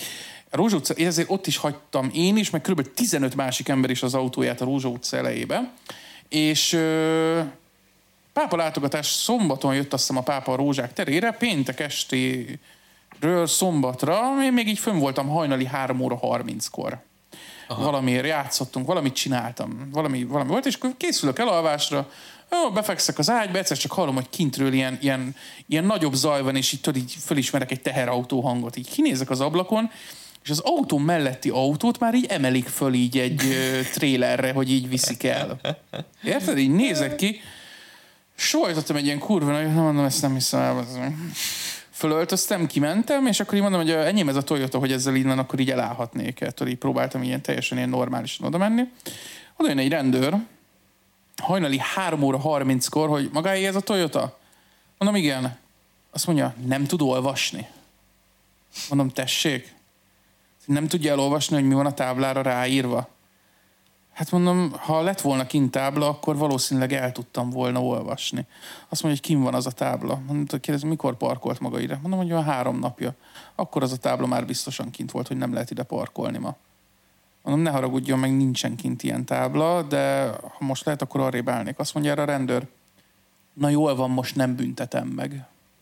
A Rózsa utca, ezért ott is hagytam én is, meg kb. 15 másik ember is az autóját a Rózsa utca elejébe. És pápa látogatás szombaton jött, azt hiszem, a pápa a Rózsák terére, péntek estéről szombatra, én még így fönn voltam hajnali 3 óra 30-kor. Aha. Valamiért játszottunk, valamit csináltam, valami volt, és akkor készülök elalvásra, befekszek az ágyba, egyszer csak hallom, hogy kintről ilyen nagyobb zaj van, és így fölismerek egy teherautó hangot. Így kinézek az ablakon, és az autó melletti autót már így emelik föl így egy trélerre, hogy így viszik el. Érted? Így nézek ki, sojtottam egy ilyen kurva, mondom, ezt nem hiszem el. Fölöltöztem, kimentem, és akkor így mondom, hogy enyém ez a Toyota, hogy ezzel innen akkor így elállhatnék. Ettől így próbáltam ilyen teljesen ilyen normálisan oda menni. Oda jön egy rendőr, hajnali 3 óra 30-kor, hogy magáé ez a Toyota? Mondom, igen. Azt mondja, nem tud olvasni. Mondom, tessék. Nem tudja elolvasni, hogy mi van a táblára ráírva. Hát mondom, ha lett volna kint tábla, akkor valószínűleg el tudtam volna olvasni. Azt mondja, hogy kim van az a tábla. Mondom, kérdezem, mikor parkolt maga ide? Mondom, hogy olyan 3 napja. Akkor az a tábla már biztosan kint volt, hogy nem lehet ide parkolni ma. Mondom, ne haragudjon, meg nincsen kint ilyen tábla, de ha most lehet, akkor arrébb állnék. Azt mondja erre a rendőr, na jól van, most nem büntetem meg.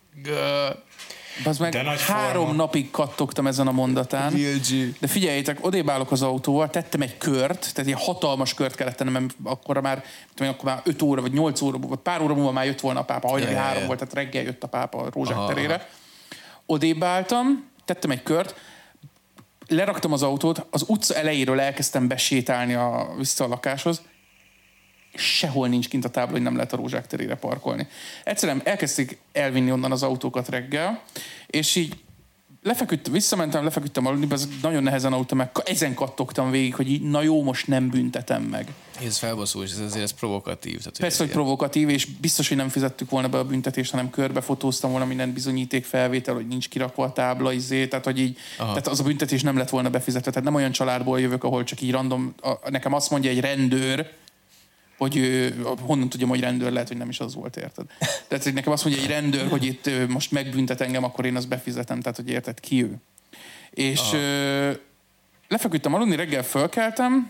Meg 3 napig kattogtam ezen a mondatán. De figyeljétek, odébb állok az autóval, tettem egy kört, tehát egy hatalmas kört kellett tennem, mert akkor már 5 óra, vagy 8 óra, vagy pár óra múlva már jött volna a pápa, hajnali 3 volt, tehát reggel jött a pápa a Rózsák terére. Odébb álltam, tettem egy kört, leraktam az autót, az utca elejéről elkezdtem besétálni vissza a lakáshoz, sehol nincs kint a tábla, hogy nem lehet a Rózsák terére parkolni. Egyszerűen elkezdték elvinni onnan az autókat reggel, és így visszamentem, lefeküdtem aludni, ez nagyon nehezen aludtam meg, ezen kattogtam végig, hogy így, na jó, most nem büntetem meg. Ez felbosszul, és ez provokatív. Tehát, persze, hogy provokatív, és biztos, hogy nem fizettük volna be a büntetést, hanem körbefotóztam volna minden bizonyíték felvétel, hogy nincs kirakva a tábla, tehát, hogy így, tehát az a büntetés nem lett volna befizetve. Tehát nem olyan családból jövök, ahol csak így random, nekem azt mondja egy rendőr, hogy honnan tudjam, hogy rendőr, lehet, hogy nem is az volt, érted? Tehát hogy nekem azt mondja egy rendőr, hogy itt most megbüntet engem, akkor én azt befizetem, tehát hogy érted, ki ő. És lefeküdtem aludni, reggel fölkeltem.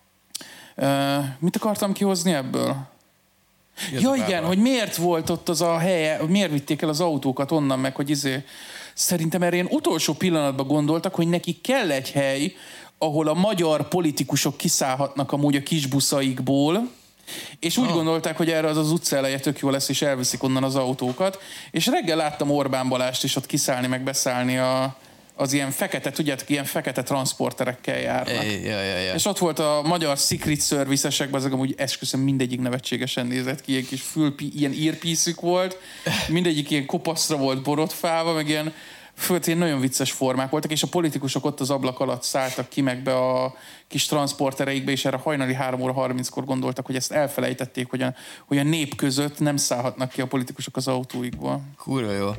Mit akartam kihozni ebből? Ja igen, hogy miért volt ott az a helye, miért vitték el az autókat onnan meg, hogy szerintem erre ilyen utolsó pillanatban gondoltak, hogy nekik kell egy hely, ahol a magyar politikusok kiszállhatnak amúgy a kis buszaikból, és úgy gondolták, hogy erre az utca eleje tök jó lesz, és elviszik onnan az autókat. És reggel láttam Orbán Balást is ott kiszállni, meg beszállni az ilyen fekete, tudjátok, ilyen fekete transporterekkel járnak. Ja. És ott volt a magyar Secret Service-esek, azok amúgy esküszöm mindegyik nevetségesen nézett ki, ilyen kis ilyen earpiece-ük volt, mindegyik ilyen kopaszra volt borotfálva, meg ilyen nagyon vicces formák voltak, és a politikusok ott az ablak alatt szálltak ki meg be a kis transportereikbe, és erre hajnali 3 óra 30-kor gondoltak, hogy ezt elfelejtették, hogy a nép között nem szállhatnak ki a politikusok az autóikból. Kurva jó.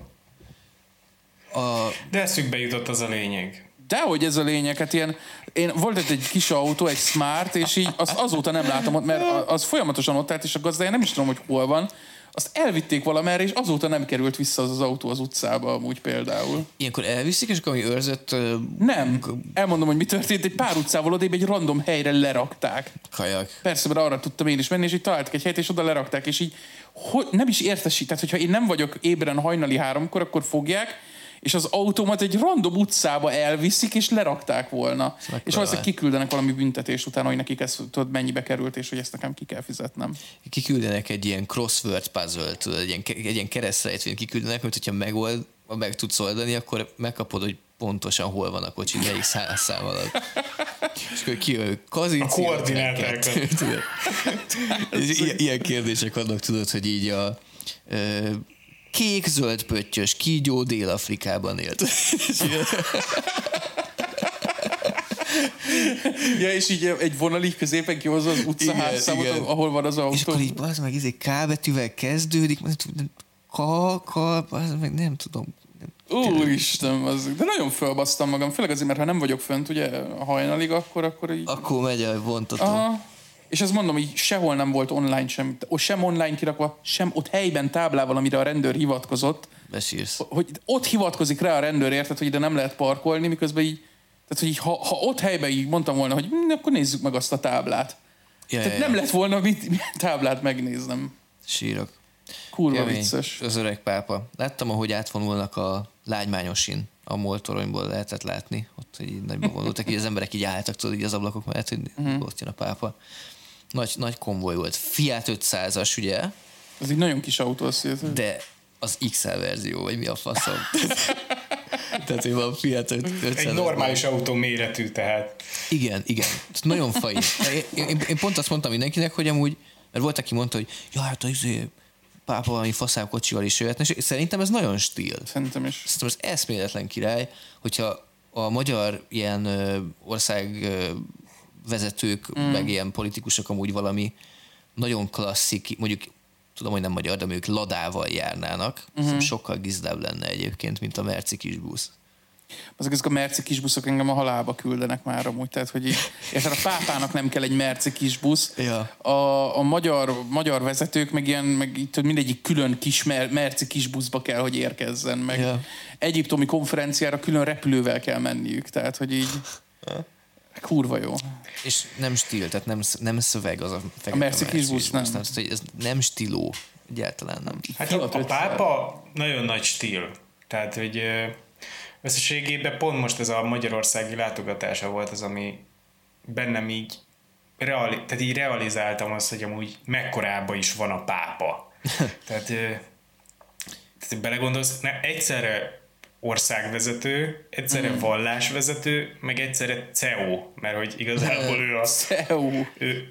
De eszükbe jutott az a lényeg. Dehogy ez a lényeg, hát volt egy kis autó, egy Smart, és így azt azóta nem látom ott, mert az folyamatosan ott állt, és a gazdája nem is tudom, hogy hol van. Azt elvitték valamerre, és azóta nem került vissza az autó az utcába amúgy például. Ilyenkor elviszik, és akkor ami őrzött... Nem. Elmondom, hogy mi történt. Egy pár utcával odébb egy random helyre lerakták. Kajak. Persze, mert arra tudtam én is menni, és így találtak egy helyet, és oda lerakták, és így nem is értesít. Tehát, hogyha én nem vagyok ébren hajnali 3-kor, akkor fogják, és az autómat egy random utcába elviszik, és lerakták volna. És valószínűleg kiküldenek valami büntetés után, hogy nekik ez tudod, mennyibe került, és hogy ezt nekem ki kell fizetnem. Kiküldenek egy ilyen crossword puzzle, tudod, egy ilyen keresztrejtvényt kiküldenek, mert hogyha meg tudsz oldani, akkor megkapod, hogy pontosan hol van a kocsi, melyik szám alatt. És akkor kijön Kazinci. A koordinátákat. Ilyen kérdések vannak, tudod, hogy így a... kék-zöld pöttyös kígyó Dél-Afrikában élt. Ja, és így egy vonal így középen kihozza az utcaházszámot, ahol van az autó. És akkor így az meg K betűvel kezdődik, meg nem tudom. Úristen, de nagyon fölbasztam magam, főleg azért, mert ha nem vagyok fönt, ugye hajnalig, akkor így... Akkor megy a vontató. Aha. És azt mondom, hogy sehol nem volt online sem online kirakva, sem ott helyben táblával, amire a rendőr hivatkozott. Besírsz. Hogy ott hivatkozik rá a rendőr, érted, hogy ide nem lehet parkolni, miközben így, Tehát, hogy ha ott helyben így mondtam volna, hogy akkor nézzük meg azt a táblát. Tehát nem lett volna mit táblát megnéznem. Sírok. Kurva vicces. Az öreg pápa. Láttam, ahogy átvonulnak a Lágymányosin, a moltoronyból lehetett látni. Ott, hogy így nagyban vonultak, így az emberek így álltak, tudod, így az ablakok mellett, hogy ott jön a pápa. Nagy konvoj volt. Fiat 500-as, ugye? Ez egy nagyon kis autó, azt hiszem. De az XL verzió, vagy mi a faszom? Tehát, hogy van Fiat 500. Egy normális autó méretű, tehát. Igen. Nagyon fai. Én pont azt mondtam mindenkinek, hogy amúgy, mert volt, aki mondta, hogy ja, hát az pápa valami faszább kocsival is jöhetne, és szerintem ez nagyon stíl. Szerintem is. Szerintem ez eszméletlen király, hogyha a magyar ilyen országvezetők, meg ilyen politikusok amúgy valami nagyon klasszik, mondjuk tudom, hogy nem magyar, de ők ladával járnának, sokkal gizdább lenne egyébként, mint a merci kisbusz. Ezek a merci kisbuszok engem a halálba küldenek már amúgy, tehát hogy így, és a pápának nem kell egy merci kisbusz. Ja. A magyar vezetők meg ilyen, meg itt mindegyik külön kis merci kisbuszba kell, hogy érkezzen, meg egyiptomi konferenciára külön repülővel kell menniük, tehát hogy így kurva jó. És nem stíl, tehát nem szöveg az a fekete a merci kisbusz, nem. Ez nem stíló, egyáltalán nem. Hát a pápa nagyon nagy stíl, tehát hogy összességében pont most ez a magyarországi látogatása volt az, ami bennem így tehát így realizáltam azt, hogy amúgy mekkorában is van a pápa. tehát belegondolsz, egyszerre országvezető, egyszerre vallásvezető, meg egyszerre CEO, mert hogy igazából ő a... CEO.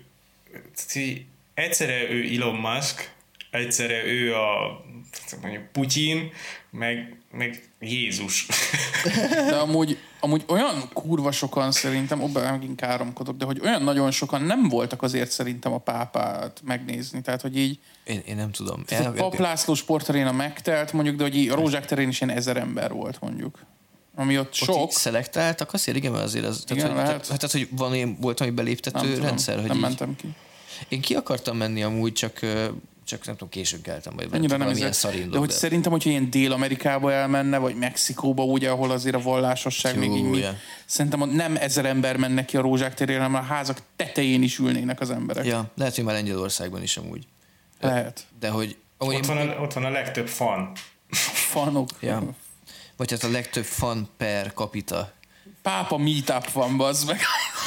Egyszerre ő Elon Musk, egyszerre ő a mondjuk Putyin, meg Jézus. De amúgy olyan kurva sokan szerintem, megint káromkodok, de hogy olyan nagyon sokan nem voltak azért szerintem a pápát megnézni. Tehát, hogy így... Én nem tudom. A Pap László sportaréna megtelt, mondjuk, de hogy így a Rózsák terén is ilyen 1000 ember volt, mondjuk. Ami ott sok. Ott szelektáltak azért, igen, mert azért az... Igen, tehát, hogy volt valami beléptető rendszer, hogy nem így, mentem ki. Én ki akartam menni amúgy, csak nem tudom, később keltem, vagy annyira nem szarindok. De hogy szerintem, hogyha ilyen Dél-Amerikába elmenne, vagy Mexikóba, ugye, ahol azért a vallásosság még így szerintem nem 1000 ember mennek ki a Rózsák térére, hanem a házak tetején is ülnének az emberek. Ja, lehet, hogy már Lengyelországban is amúgy. Lehet. De hogy... Ott van a legtöbb fan. Fanok. Ja. Vagy hát a legtöbb fan per capita. Pápa meetup van, bazd meg.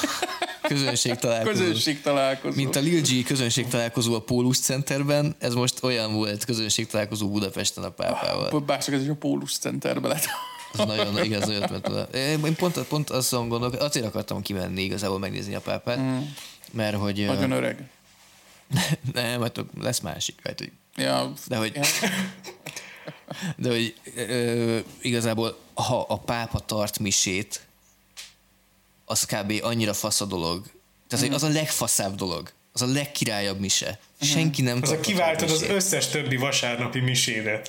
Közönségtalálkozó. Mint a Lil G közönségtalálkozó a Pólus Centerben, ez most olyan volt közönségtalálkozó Budapesten a pápával. Bárcsak ez is a Pólus Centerben lett. Ez nagyon igaz, nagyon ment oda. Én pont azon gondolok, azért akartam kimenni igazából megnézni a pápát, mert hogy... Nagyon öreg. Nem, hát lesz másik. Hát, hogy, ja. De hogy igazából, ha a pápa tart misét, az kb. Annyira fasz a dolog. Tehát az a legfaszább dolog. Az a legkirályabb mise. Senki nem az tart. Kiváltod az összes többi vasárnapi misédet.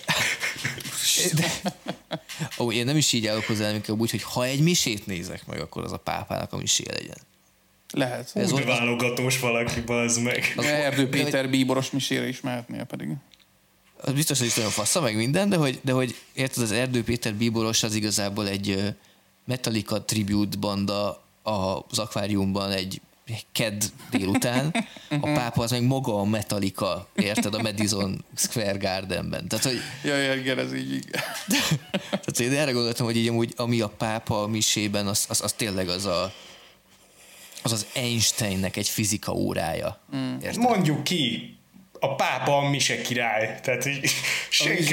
Én nem is így állok hozzá, inkább úgy, hogy ha egy misét nézek meg, akkor az a pápának a misé legyen. Lehet. Ez válogatós valaki, bazd meg. Erdő Péter bíboros misére is mehetnél pedig. Az biztos, hogy is nagyon fassa, meg minden, de hogy érted, az Erdő Péter bíboros az igazából egy Metallica tribute banda az akváriumban egy kedd délután, a pápa az meg maga a Metallica, érted, a Madison Square Gardenben. Tehát, hogy... Jaj, igen, ez így. Tehát én erre gondoltam, hogy így amúgy, ami a pápa a misében, az tényleg az Einsteinnek egy fizika órája. Érted? Mondjuk ki, a pápa a mise király. Tehát, hogy senki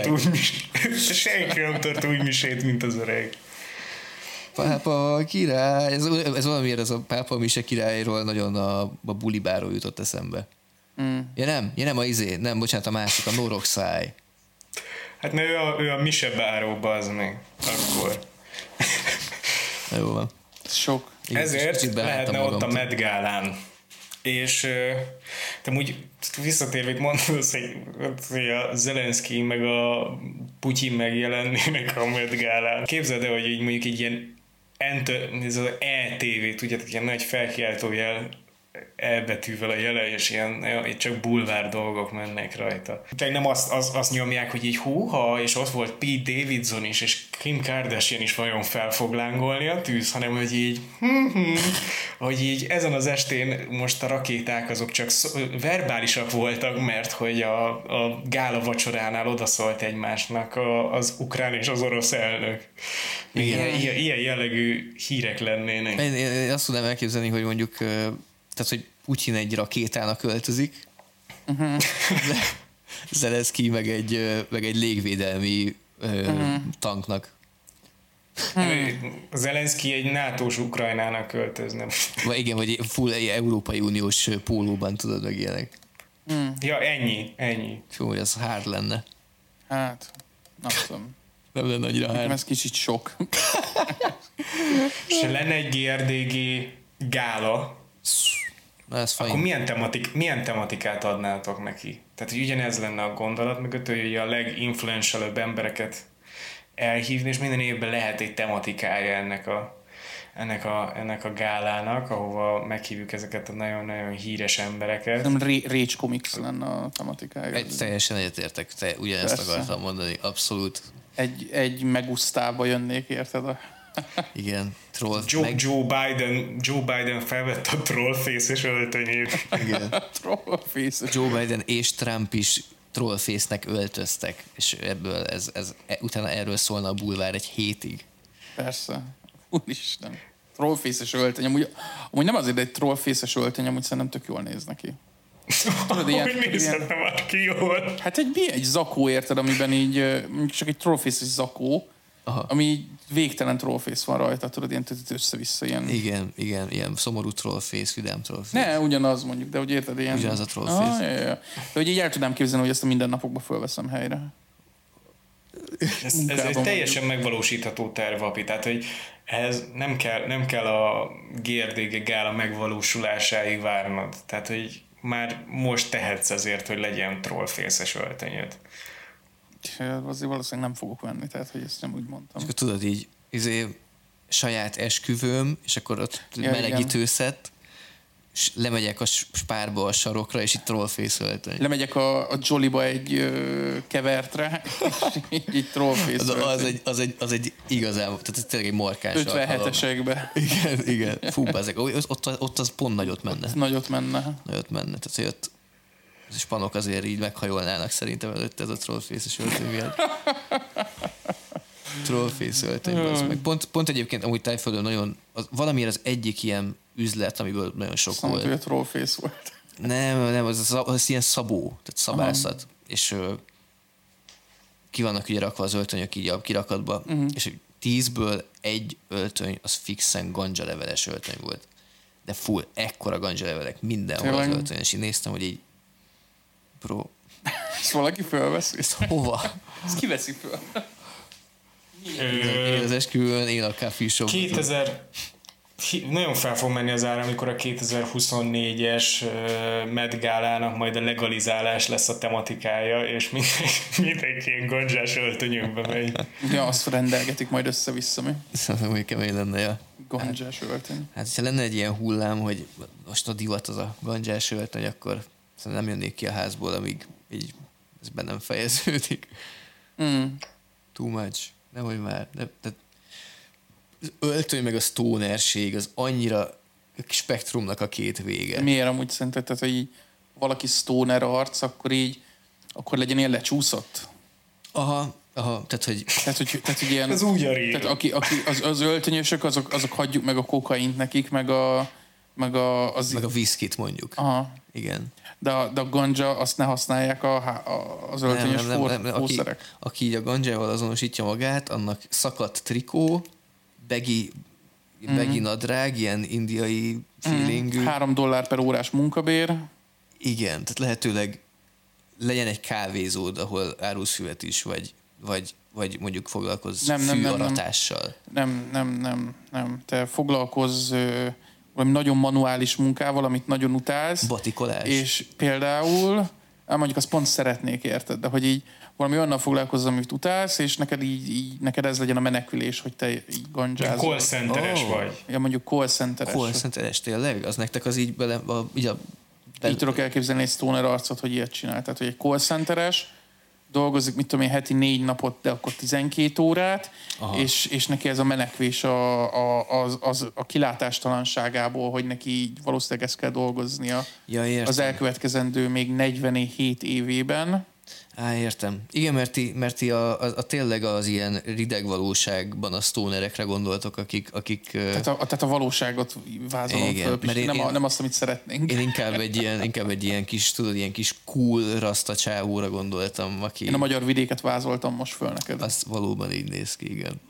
nem tart úgy misét, mint az öreg. Pápa király, ez valamiért ez a pápa mise királyról nagyon a bulibáról jutott eszembe. Ja nem, bocsánat, a másik, a Noroxáj. Hát mert ő a mise báró, bazd meg. Akkor. Jó van. Sok. Ezért lehetne ott a Met Gálán. És te úgy visszatérve mondasz, hogy a Zelenszky meg a Putyin megjelennének a Met Gálán. Képzeld el, hogy így mondjuk egy ilyen ez az ETV, tudjátok, ilyen nagy felkiáltójel elbetűvel a jele, és ilyen csak bulvár dolgok mennek rajta. Tehát nem azt nyomják, hogy így húha, és ott volt Pete Davidson is, és Kim Kardashian is vajon fel fog lángolni a tűz, hanem hogy így hogy így ezen az estén most a rakéták azok csak verbálisak voltak, mert hogy a gála vacsoránál odaszólt egymásnak az ukrán és az orosz elnök. Ilyen jellegű hírek lennének. Én azt tudnám elképzelni, hogy mondjuk tehát, hogy Putyin egy rakétának öltözik, Zelenszky meg egy légvédelmi tanknak. Zelenszky egy NATO-s Ukrajnának költözne. Vagy igen, vagy full Európai Uniós pólóban, tudod, meg ilyenek. Ja, ennyi. Jó, ez hard lenne. Hát, nem tudom. Nem lenne annyira hard. Ez kicsit sok. És lenne egy GRDG gála, akkor milyen tematikát adnátok neki? Tehát, hogy ugyanez lenne a gondolat mögött, hogy a leginfluentialabb embereket elhívni, és minden évben lehet egy tematikája ennek a gálának, ahova meghívjuk ezeket a nagyon-nagyon híres embereket. Nem Rage Comics lenne a tematikája. Teljesen egyetértek, ugyanezt Persze. akartam mondani, abszolút. Egy megusztába jönnék, érted? Igen, troll. Joe Biden felvette a trollface-es öltönyét. Igen. Trollface. Joe Biden és Trump is trollface-nek öltöztek, és ebből utána erről szólna a bulvár egy hétig. Persze. Úristen. Trollface-es öltöny. Amúgy nem azért, de egy trollface-es öltöny, amúgy szerintem tök jól néz neki. Hogy nézhetne már ki jól? Hát egy zakó, érted, amiben így csak egy trollface-es zakó, ami így végtelen trollface van rajta, tudod, ilyen össze-vissza ilyen. Igen, ilyen szomorú trollface, vidám trollface. Ne, ugyanaz mondjuk, de hogy érted, ilyen. Ugyanaz a trollface. Ja. De hogy így el tudnám képzelni, hogy ezt a mindennapokban fölveszem helyre. Ez egy teljesen megvalósítható terv, Api. Tehát, hogy ehhez nem kell a GRDG gála megvalósulásáig várnod. Tehát, hogy már most tehetsz azért, hogy legyen trollface-es öltönyöd. Azért valószínűleg nem fogok venni, tehát hogy ezt nem úgy mondtam. És akkor tudod így, saját esküvőm, és akkor ott melegítőszett, és lemegyek a spárba a sarokra, és itt trollface öltöny. Lemegyek a Jollyba egy kevertre, és így trollface öltöny. Az egy igazán, tehát ez tényleg egy markáns 57-esekbe. Igen. Fú, ezek, ott az pont nagyot menne. Nagyot menne. Tehát, hogy ott az spanok azért így meghajolnának szerintem előtt ez a trollface-es öltöny. Trollface öltöny. Meg pont egyébként amúgy Tájföldön nagyon, valamiért az egyik ilyen üzlet, amiből nagyon sok volt. Hogy a trollface volt. Nem, az ilyen szabó, tehát szabászat. És ki vannak ugye rakva az öltönyök így a kirakatba, és 10-ből egy öltöny az fixen gandzsaleveles öltöny volt. De full, ekkora gandzsalevelek mindenhol az öltöny, és én néztem, hogy így bro. Ezt valaki fölveszi? Ezt hova? Ezt kiveszi föl? Én az esküvőn, én a coffee shop. Nagyon fel fog menni az ára, amikor a 2024-es Met Gálának majd a legalizálás lesz a tematikája, és mindenki ilyen gandzsás öltönyökbe megy. Ja, azt rendelgetik majd össze-vissza, mi? Még kemény lenne, ja. Gandzsás öltöny. Hát, ha lenne egy ilyen hullám, hogy most a divat az a gandzsás öltöny, akkor nem jönnék ki a házból, amíg így ez bennem fejeződik. Too much. Nehogy már. Az öltöny meg a stonerség az annyira spektrumnak a két vége. Miért amúgy szerinted, tehát, hogy így valaki stoner arc, akkor legyen ilyen lecsúszott? Aha, tehát hogy ilyen, ez úgy a régen. Tehát az öltönyösök, azok hagyjuk meg a kokaint nekik, meg a viszkit mondjuk. Aha. Igen. De a ganja, azt ne használják az öltönyös fószerek. Aki így a ganjával azonosítja magát, annak szakadt trikó, baggy nadrág, ilyen indiai feelingű. $3 per órás munkabér. Igen, tehát lehetőleg legyen egy kávézód, ahol árulsz füvet is, vagy mondjuk foglalkozz fűaratással. Nem. Te foglalkozz valami nagyon manuális munkával, amit nagyon utálsz. Batikolás. És például mondjuk azt pont szeretnék, érted, de hogy így valami olyannal foglalkozzam, amit utálsz, és neked így neked ez legyen a menekülés, hogy te így gandzsázol. Call centeres vagy. Ja, mondjuk call centeres. Call centeres, tényleg? Az nektek az így bele... Így tudok elképzelni egy stoner arcot, hogy ilyet csinál. Tehát, hogy egy call centeres dolgozik, mit tudom én, heti 4 napot, de akkor 12 órát, és neki ez a menekvés a kilátástalanságából, hogy neki így valószínűleg ezt kell dolgoznia az elkövetkezendő még 47 évében. Értem. Igen, mert ti a tényleg az ilyen rideg valóságban a stonerekre gondoltok, akik tehát a valóságot vázolom föl, nem azt, amit szeretnénk. Én inkább egy ilyen kis, tudod, ilyen kis cool rasta csávóra gondoltam, aki... Én a magyar vidéket vázoltam most föl neked. Az valóban így néz ki, igen.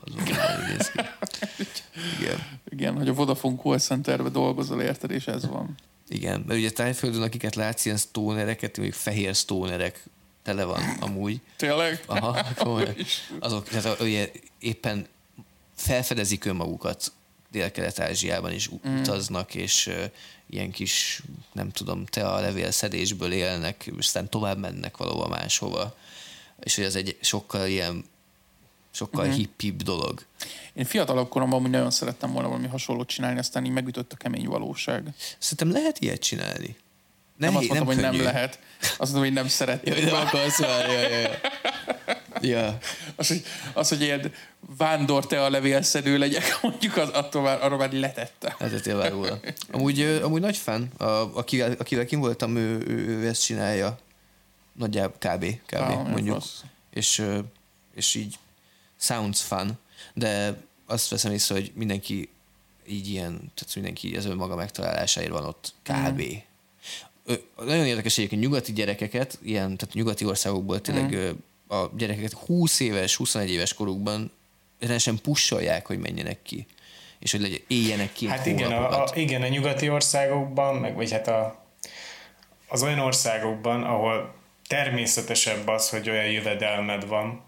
Igen, hogy a Vodafone call centerbe dolgozol, érted, és ez van. Igen, mert ugye Tájföldön, akiket látsz, ilyen stonereket, mondjuk fehér stonerek tele van amúgy. Tényleg? Aha, azok tehát, ugye, éppen felfedezik önmagukat Dél-Kelet-Ázsiában is utaznak, és ilyen kis, nem tudom, tealevél szedésből élnek, és aztán tovább mennek valahova máshova. És hogy ez egy sokkal hippibb dolog. Én fiatalabb koromban amúgy nagyon szerettem volna valami hasonlót csinálni, aztán így megütött a kemény valóság. Szerintem lehet ilyet csinálni. Nem azt mondtam, hogy nem lehet. Azt mondtam, hogy nem szeretném. Ja, nem akarsz már, ja. Az, hogy ilyen vándor tealevélszedő legyek, mondjuk arra már letette. Letettél már róla. Amúgy nagy fan, akivel kim voltam, ő ezt csinálja. Nagyjából kb. Mondjuk. És így sounds fun, de azt veszem észre, hogy mindenki így ilyen, tehát mindenki az önmaga megtalálásáért van ott kb. Nagyon érdekes egyébként nyugati gyerekeket, ilyen, tehát nyugati országokból tényleg a gyerekeket 20 éves, 21 éves korukban rendesen pussolják, hogy menjenek ki. És hogy éljenek ki. Hát igen, a nyugati országokban, vagy hát az olyan országokban, ahol természetesebb az, hogy olyan jövedelmed van,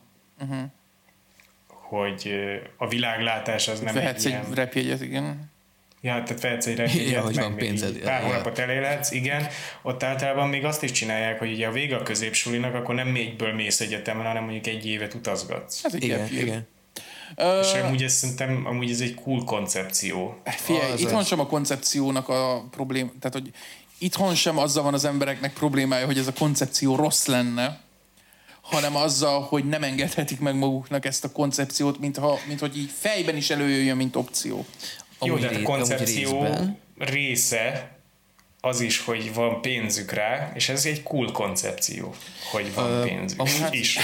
hogy a világlátás az nem vehetsz egy repjegyet, igen. Ja, tehát vehetsz egy repjegyet, meg még pár hónapot elélhetsz, igen. Ott általában még azt is csinálják, hogy ugye a vége a középsulinak, akkor nem egyből mész egyetemen, hanem mondjuk 1 évet utazgatsz. Hát igen. És amúgy ez egy cool koncepció. Figyelj, itthon sem a koncepciónak a probléma, tehát hogy itthon sem azzal van az embereknek problémája, hogy ez a koncepció rossz lenne, hanem azzal, hogy nem engedhetik meg maguknak ezt a koncepciót, mint hogy így fejben is előjöjjön, mint opció. Jó, de a koncepció része az is, hogy van pénzük rá, és ez egy cool koncepció, hogy van pénzük is.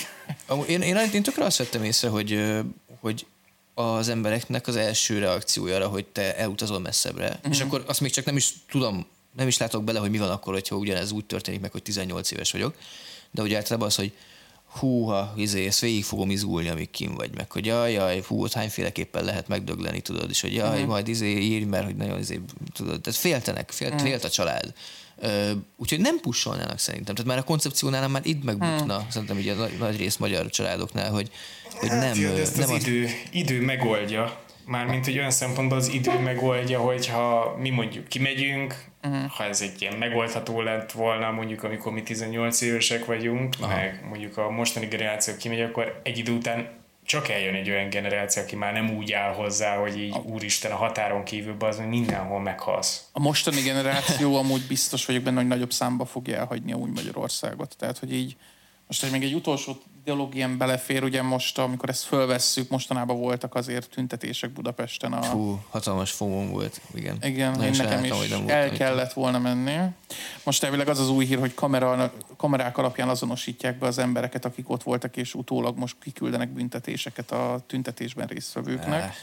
Én tökre azt vettem észre, hogy az embereknek az első reakciója arra, hogy te elutazol messzebbre, és akkor azt még csak nem is látok bele, hogy mi van akkor, hogyha ugyanez úgy történik meg, hogy 18 éves vagyok, de ugye általában az, hogy húha, ezt végig fogom izgulni, amíg kim vagy, meg hogy jaj, ott hányféleképpen lehet megdögleni, tudod, és hogy majd írj, mert hogy nagyon tudod, tehát félt a család. Úgyhogy nem pussolnának szerintem. Tehát már a koncepciónál már itt megbukna, szerintem így a nagy rész magyar családoknál, hogy nem... Az idő megoldja. Mármint, hogy olyan szempontból az idő megoldja, hogyha mi mondjuk kimegyünk, ha ez egy ilyen megoldható lett volna, mondjuk amikor mi 18 évesek vagyunk, meg mondjuk a mostani generáció kimegy, akkor egy idő után csak eljön egy olyan generáció, aki már nem úgy áll hozzá, hogy így úristen a határon kívülben az, hogy mindenhol meghalsz. A mostani generáció amúgy biztos vagyok benne, hogy nagyobb számba fogja elhagyni úgy Magyarországot. Tehát, hogy így most, hogy még egy utolsó ideológián belefér, ugye most, amikor ezt fölvesszük, mostanában voltak azért tüntetések Budapesten. Hatalmas fogom volt, igen. Igen, én nekem is kellett volna menni. Most elvileg az az új hír, hogy kamerák alapján azonosítják be az embereket, akik ott voltak, és utólag most kiküldenek büntetéseket a tüntetésben résztvevőknek.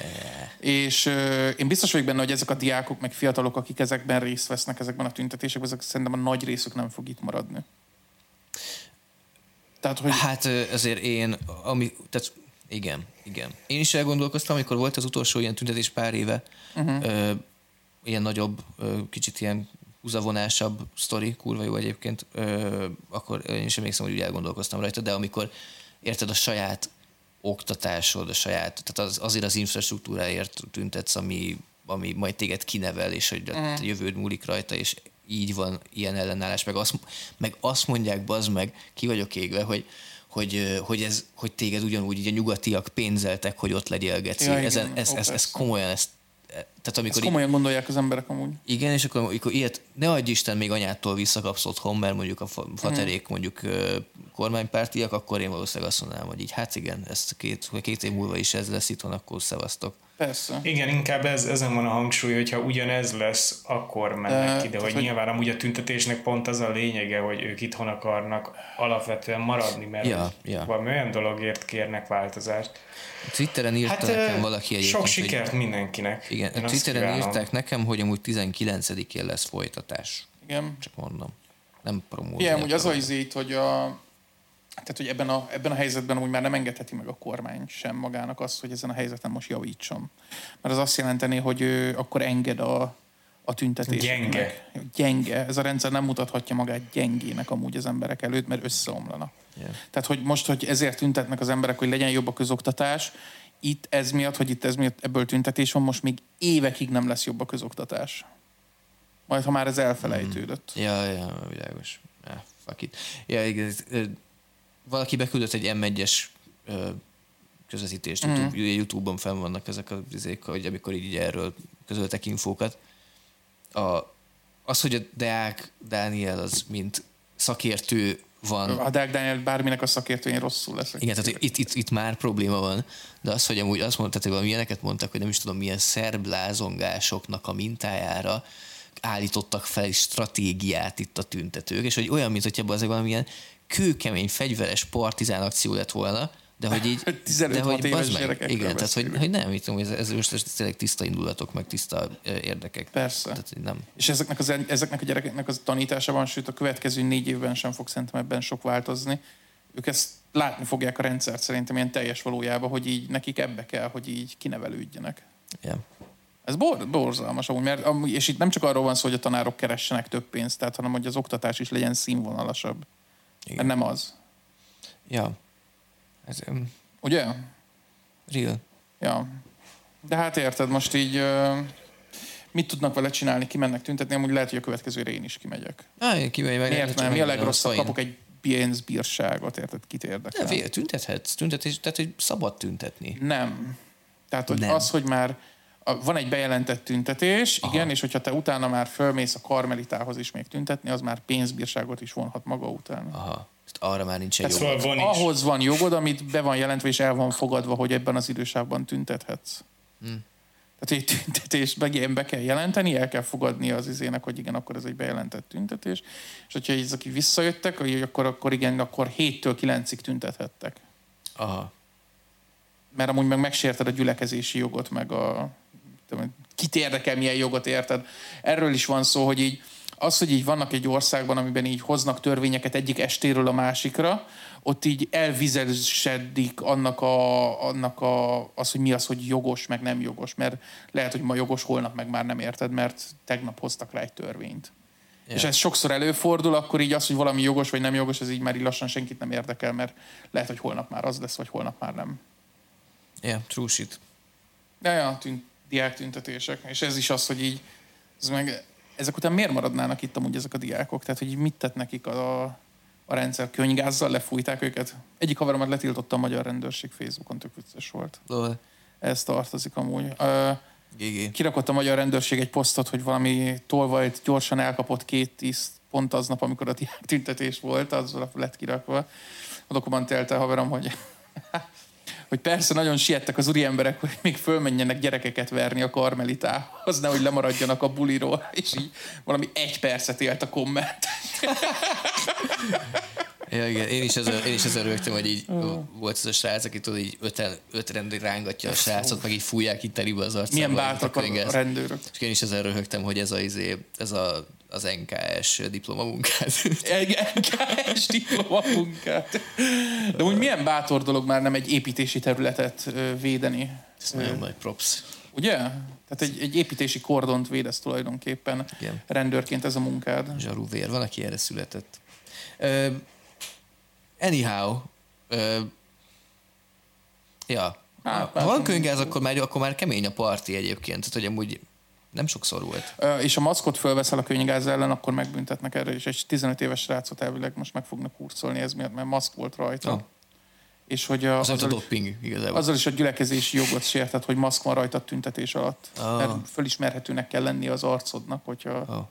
És én biztos vagyok benne, hogy ezek a diákok, meg fiatalok, akik ezekben részt vesznek, ezekben a tüntetésekben, ezek szerintem a nagy részük nem fog itt maradni. Tehát, hogy... Hát azért igen. Én is elgondolkoztam, amikor volt az utolsó ilyen tüntetés pár éve, ilyen nagyobb, kicsit ilyen húzavonásabb sztori, kurva jó egyébként, akkor én is emlékszem, hogy úgy elgondolkoztam rajta, de amikor érted a saját oktatásod, tehát azért az infrastruktúráért tüntetsz, ami majd téged kinevel, és hogy a jövőd múlik rajta, és így van ilyen ellenállás, meg azt mondják, bazd meg, ki vagyok égve, hogy téged ugyanúgy így a nyugatiak pénzeltek, hogy ott legyél, geci. Ja, ez komolyan, tehát amikor ezt komolyan gondolják az emberek amúgy. Igen, és akkor ilyet, ne adj Isten, még anyától visszakapsz otthon, mert mondjuk a faterék mondjuk kormánypártiak, akkor én valószínűleg azt mondanám, hogy így, hát igen, ezt két év múlva is ez lesz itthon, akkor szevasztok. Persze. Igen, inkább ezen van a hangsúly, hogyha ugyanez lesz, akkor mennek ki, de hogy nyilván amúgy a tüntetésnek pont az a lényege, hogy ők itthon akarnak alapvetően maradni, mert valami olyan dologért kérnek változást. Twitteren írta nekem valaki egyébként. Sok sikert mindenkinek. Igen, Twitteren írták nekem, hogy amúgy 19-én lesz folytatás. Igen. Csak mondom. Nem promózni. Igen, úgy az az itt, hogy tehát, hogy ebben a helyzetben úgy már nem engedheti meg a kormány sem magának azt, hogy ezen a helyzeten most javítson. Mert az azt jelenteni, hogy ő akkor enged a tüntetéseknek. Gyenge. Ez a rendszer nem mutathatja magát gyengének amúgy az emberek előtt, mert összeomlana. Yeah. Tehát, hogy most, hogy ezért tüntetnek az emberek, hogy legyen jobb a közoktatás, ez miatt ebből tüntetés van, most még évekig nem lesz jobb a közoktatás. Majd, ha már ez elfelejtődött. Ja, világos. Fuck it. Ja, igen. Valaki beküldött egy M1-es közvetítést, YouTube-on fenn vannak ezek az izék, hogy amikor így erről közöltek infókat. Az, hogy a Deák Dániel az mint szakértő van. A Deák Dániel bárminek a szakértőjén rosszul lesz. Igen, tehát itt már probléma van, de az, hogy amúgy azt mondták, hogy valami ilyeneket mondtak, hogy nem is tudom milyen szerb lázongásoknak a mintájára állítottak fel egy stratégiát itt a tüntetők, és hogy olyan, mint hogyha azért valamilyen kőkemény fegyveres partizán akció lett volna, de hogy így... 15 éves gyerekekről. Igen, tehát hogy nem, itt tudom, ez most tényleg tiszta indulatok, meg tiszta érdekek. Persze. Tehát, nem. És ezeknek a gyerekeknek az tanításában, sőt a következő 4 évben sem fog szerintem ebben sok változni. Ők ezt látni fogják a rendszert szerintem ilyen teljes valójában, hogy így nekik ebbe kell, hogy így kinevelődjenek. Yeah. Ez borzalmas amúgy, és itt nem csak arról van szó, hogy a tanárok keressenek több pénzt, tehát, hanem hogy az oktatás is legyen színvonalasabb. Igen. Mert nem az. Ja. Ez, ugye? Real. Ja. De hát érted, most így mit tudnak vele csinálni, kimennek tüntetni, amúgy lehet, hogy a következőre én is kimegyek. Kimegy meg. Miért nem? Mi a legrosszabb? Kapok egy pénzbírságot, érted? Kit érdekel? De tüntethetsz, tehát hogy szabad tüntetni. Nem. Tehát, hogy nem. Az, hogy már van egy bejelentett tüntetés, igen, és hogyha te utána már fölmész a Karmelitához is még tüntetni, az már pénzbírságot is vonhat maga után. Aha. Arra már nincsen jogod. Szóval ahhoz van jogod, amit be van jelentve, és el van fogadva, hogy ebben az idősávban tüntethetsz. Tehát egy tüntetést be kell jelenteni, el kell fogadni az izének, hogy igen, akkor ez egy bejelentett tüntetés. És hogyha ezek visszajöttek, akkor igen, akkor 7-től 9-ig tüntethettek. Aha. Mert amúgy meg megsérted a gyülekezési jogot, meg kit érdekel, milyen jogot érted. Erről is van szó, hogy így az, hogy így vannak egy országban, amiben így hoznak törvényeket egyik estéről a másikra, ott így elvizesedik az, hogy mi az, hogy jogos, meg nem jogos, mert lehet, hogy ma jogos, holnap meg már nem érted, mert tegnap hoztak rá egy törvényt. Yeah. És ez sokszor előfordul, akkor így az, hogy valami jogos vagy nem jogos, ez így már így lassan senkit nem érdekel, mert lehet, hogy holnap már az lesz, vagy holnap már nem. Yeah, true shit. Ja, diák tüntetések. És ez is az, hogy így ezek után miért maradnának itt amúgy ezek a diákok? Tehát, hogy mit tett nekik a rendszer? Könygázzal lefújták őket? Egyik haveromat letiltotta a magyar rendőrség Facebookon, tök vicces volt. Ez tartozik amúgy. Kirakott a magyar rendőrség egy posztot, hogy valami tolvajt gyorsan elkapott 2 tiszt pont aznap, amikor a diák tüntetés volt, az lett kirakva. A kommentelte a haverom, hogy persze nagyon siettek az úri emberek, hogy még fölmenjenek gyerekeket verni a Karmelitához, nehogy lemaradjanak a buliról, és így valami 1 percet élt a komment. Ja, igen, én is ezzel rögtem, hogy így volt ez a srác, aki tudod, így 5 rendőr rángatja a srácot, meg így fújják itt telibe az arcába. Milyen bátrak a rendőrök. És én is ezzel röhögtem, hogy ez az NKS diplomamunkát. NKS diplomamunkát. De úgy milyen bátor dolog már nem egy építési területet védeni. Ez nagyon nagy props. Ugye? Tehát egy építési kordont védesz tulajdonképpen. Igen. Rendőrként ez a munkád. Zsarú vér, van, aki erre született. Anyhow, ja. Ha van könyvgáz, akkor már kemény a parti egyébként. Tehát, hogy amúgy Nem sokszor volt. És a maszkot fölveszel a könnygáz ellen, akkor megbüntetnek erre, és egy 15 éves srácot elvileg most meg fognak kurcolni ez miatt, mert maszk volt rajta. Oh. És hogy Az a dopping igazából. Azzal is a gyülekezési jogot sértett, hogy maszk van rajta tüntetés alatt. Mert fölismerhetőnek kell lennie az arcodnak, hogyha...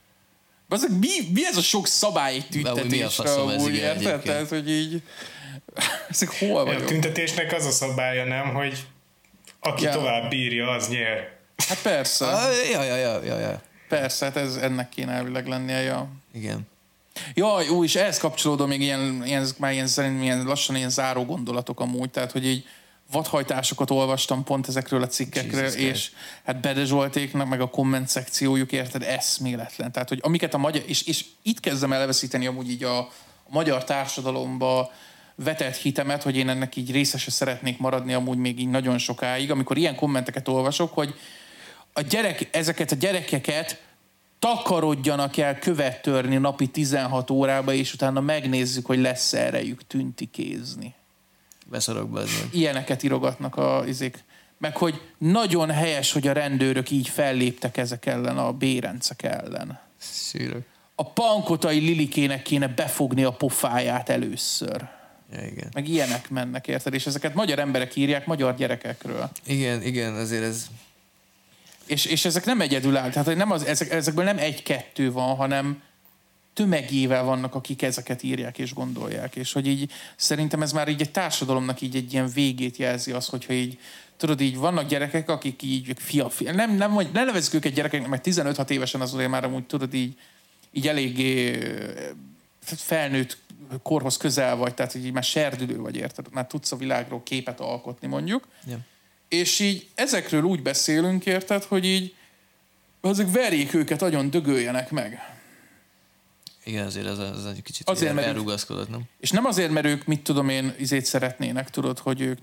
Mi ez a sok szabály egy tüntetésre amúgy, érted? Tehát, hogy így... Ezek hol vagyok? A tüntetésnek az a szabálya, nem, hogy aki tovább bírja, az nyer. Hát persze. Ja. Persze, hát ennek kéne elvileg lennie, ja. Igen. Ja, jó, és ehhez kapcsolódó még ilyen lassan ilyen záró gondolatok amúgy, tehát, hogy így vadhajtásokat olvastam pont ezekről a cikkekről, és hát Bede Zsoltéknak meg a komment szekciójuk, érted, eszméletlen. Tehát, hogy amiket a magyar, és itt kezdem elveszíteni amúgy így a magyar társadalomba vetett hitemet, hogy én ennek így részese szeretnék maradni amúgy még így nagyon sokáig, amikor ilyen kommenteket olvasok, hogy ezeket a gyerekeket takarodjanak el követ törni napi 16 órába, és utána megnézzük, hogy lesz erejük tüntikézni. Beszarok be ezzel. Ilyeneket írogatnak a izék. Meg hogy nagyon helyes, hogy a rendőrök így felléptek ezek ellen, a bérencek ellen. Szűrök. A Pankotai Lilikének kéne befogni a pofáját először. Ja, igen. Meg ilyenek mennek, érted? És ezeket magyar emberek írják magyar gyerekekről. Igen, azért ez... És ezek nem egyedüláll, tehát nem ezekből nem egy-kettő van, hanem tömegével vannak, akik ezeket írják és gondolják. És hogy így szerintem ez már így egy társadalomnak így egy ilyen végét jelzi az, hogyha így, tudod, így vannak gyerekek, akik így nem nevezzük őket gyerekeknek, mert 15-6 évesen az olyan már amúgy, tudod, így eléggé felnőtt korhoz közel vagy, tehát így már serdülő vagy, érted? Már tudsz a világról képet alkotni, mondjuk. Yeah. És így ezekről úgy beszélünk, érted, hogy így azok verjék őket, agyon dögöljenek meg. Igen, azért ez egy kicsit elrugaszkodott, nem? És nem azért, mert ők, mit tudom én, szeretnének, tudod, hogy ők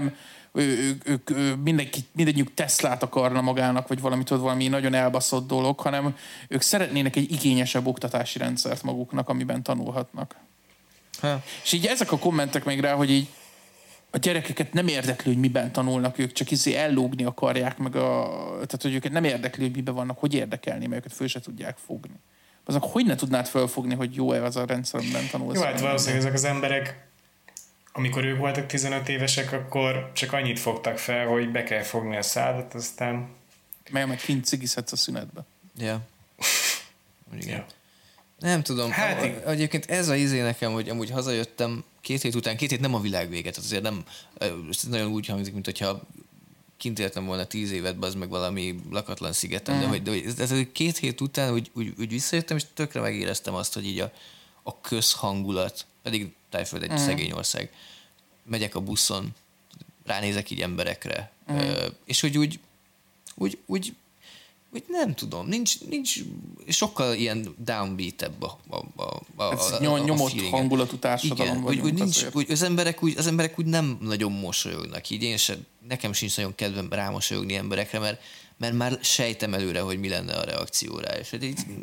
ők mindegyik Teslát akarna magának, vagy valamit, tudod, valami nagyon elbaszott dolog, hanem ők szeretnének egy igényesebb oktatási rendszert maguknak, amiben tanulhatnak. És így ezek a kommentek még rá, hogy így a gyerekeket nem érdekli, hogy miben tanulnak, ők csak ellógni akarják, tehát hogy őket nem érdekli, hogy miben vannak, hogy érdekelni, mert őket föl se tudják fogni. Azok hogy ne tudnád fölfogni, hogy jó-e az a rendszer, amiben tanulsz? Jó, hát valószínűleg ezek az emberek, amikor ők voltak 15 évesek, akkor csak annyit fogtak fel, hogy be kell fogni a szádat, aztán... Meg kint cigizhetsz a szünetbe. Ja. Igen. Nem tudom. Hát, egyébként ez a izé nekem, hogy amúgy hazajöttem 2 hét után, 2 hét nem a világ véget, azért nem, nagyon úgy hangzik, mint hogyha kint éltem volna 10 évet, az meg valami lakatlan szigeten, de hogy ez 2 hét után úgy visszajöttem, és tökre megéreztem azt, hogy így a közhangulat, pedig Tájföld egy szegény ország, megyek a buszon, ránézek így emberekre, és hogy úgy nem tudom, nincs sokkal ilyen downbeat-ebb a nyomott hangulatú társadalom vagyunk. Hogy az emberek úgy nem nagyon mosolyognak. Így nekem sincs nagyon kedvem rámosolyogni emberekre, mert már sejtem előre, hogy mi lenne a reakció rá. És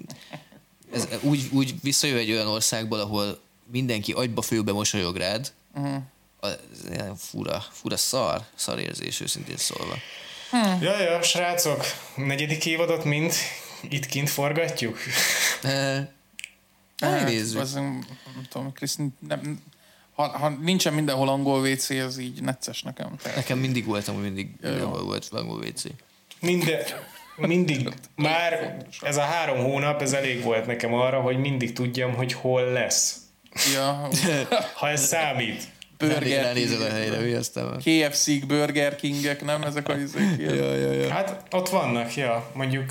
ez úgy visszajöv egy olyan országból, ahol mindenki agyba-főbe mosolyog rád, fura szar érzés, őszintén szólva. Ja, srácok, 4. évadot mind itt kint forgatjuk? Nézzük. Nem tudom, ha nincsen mindenhol angol WC, az így necces nekem. Nekem mindig mindenhol volt angol WC. Mindig. Már ez a 3 hónap, ez elég volt nekem arra, hogy mindig tudjam, hogy hol lesz. Ja. Ha ez számít. Burger King. A helyre, mi aztán KFC-k, Burger Kingek, nem? Ezek a izék. Ja. Hát ott vannak, ja. Mondjuk...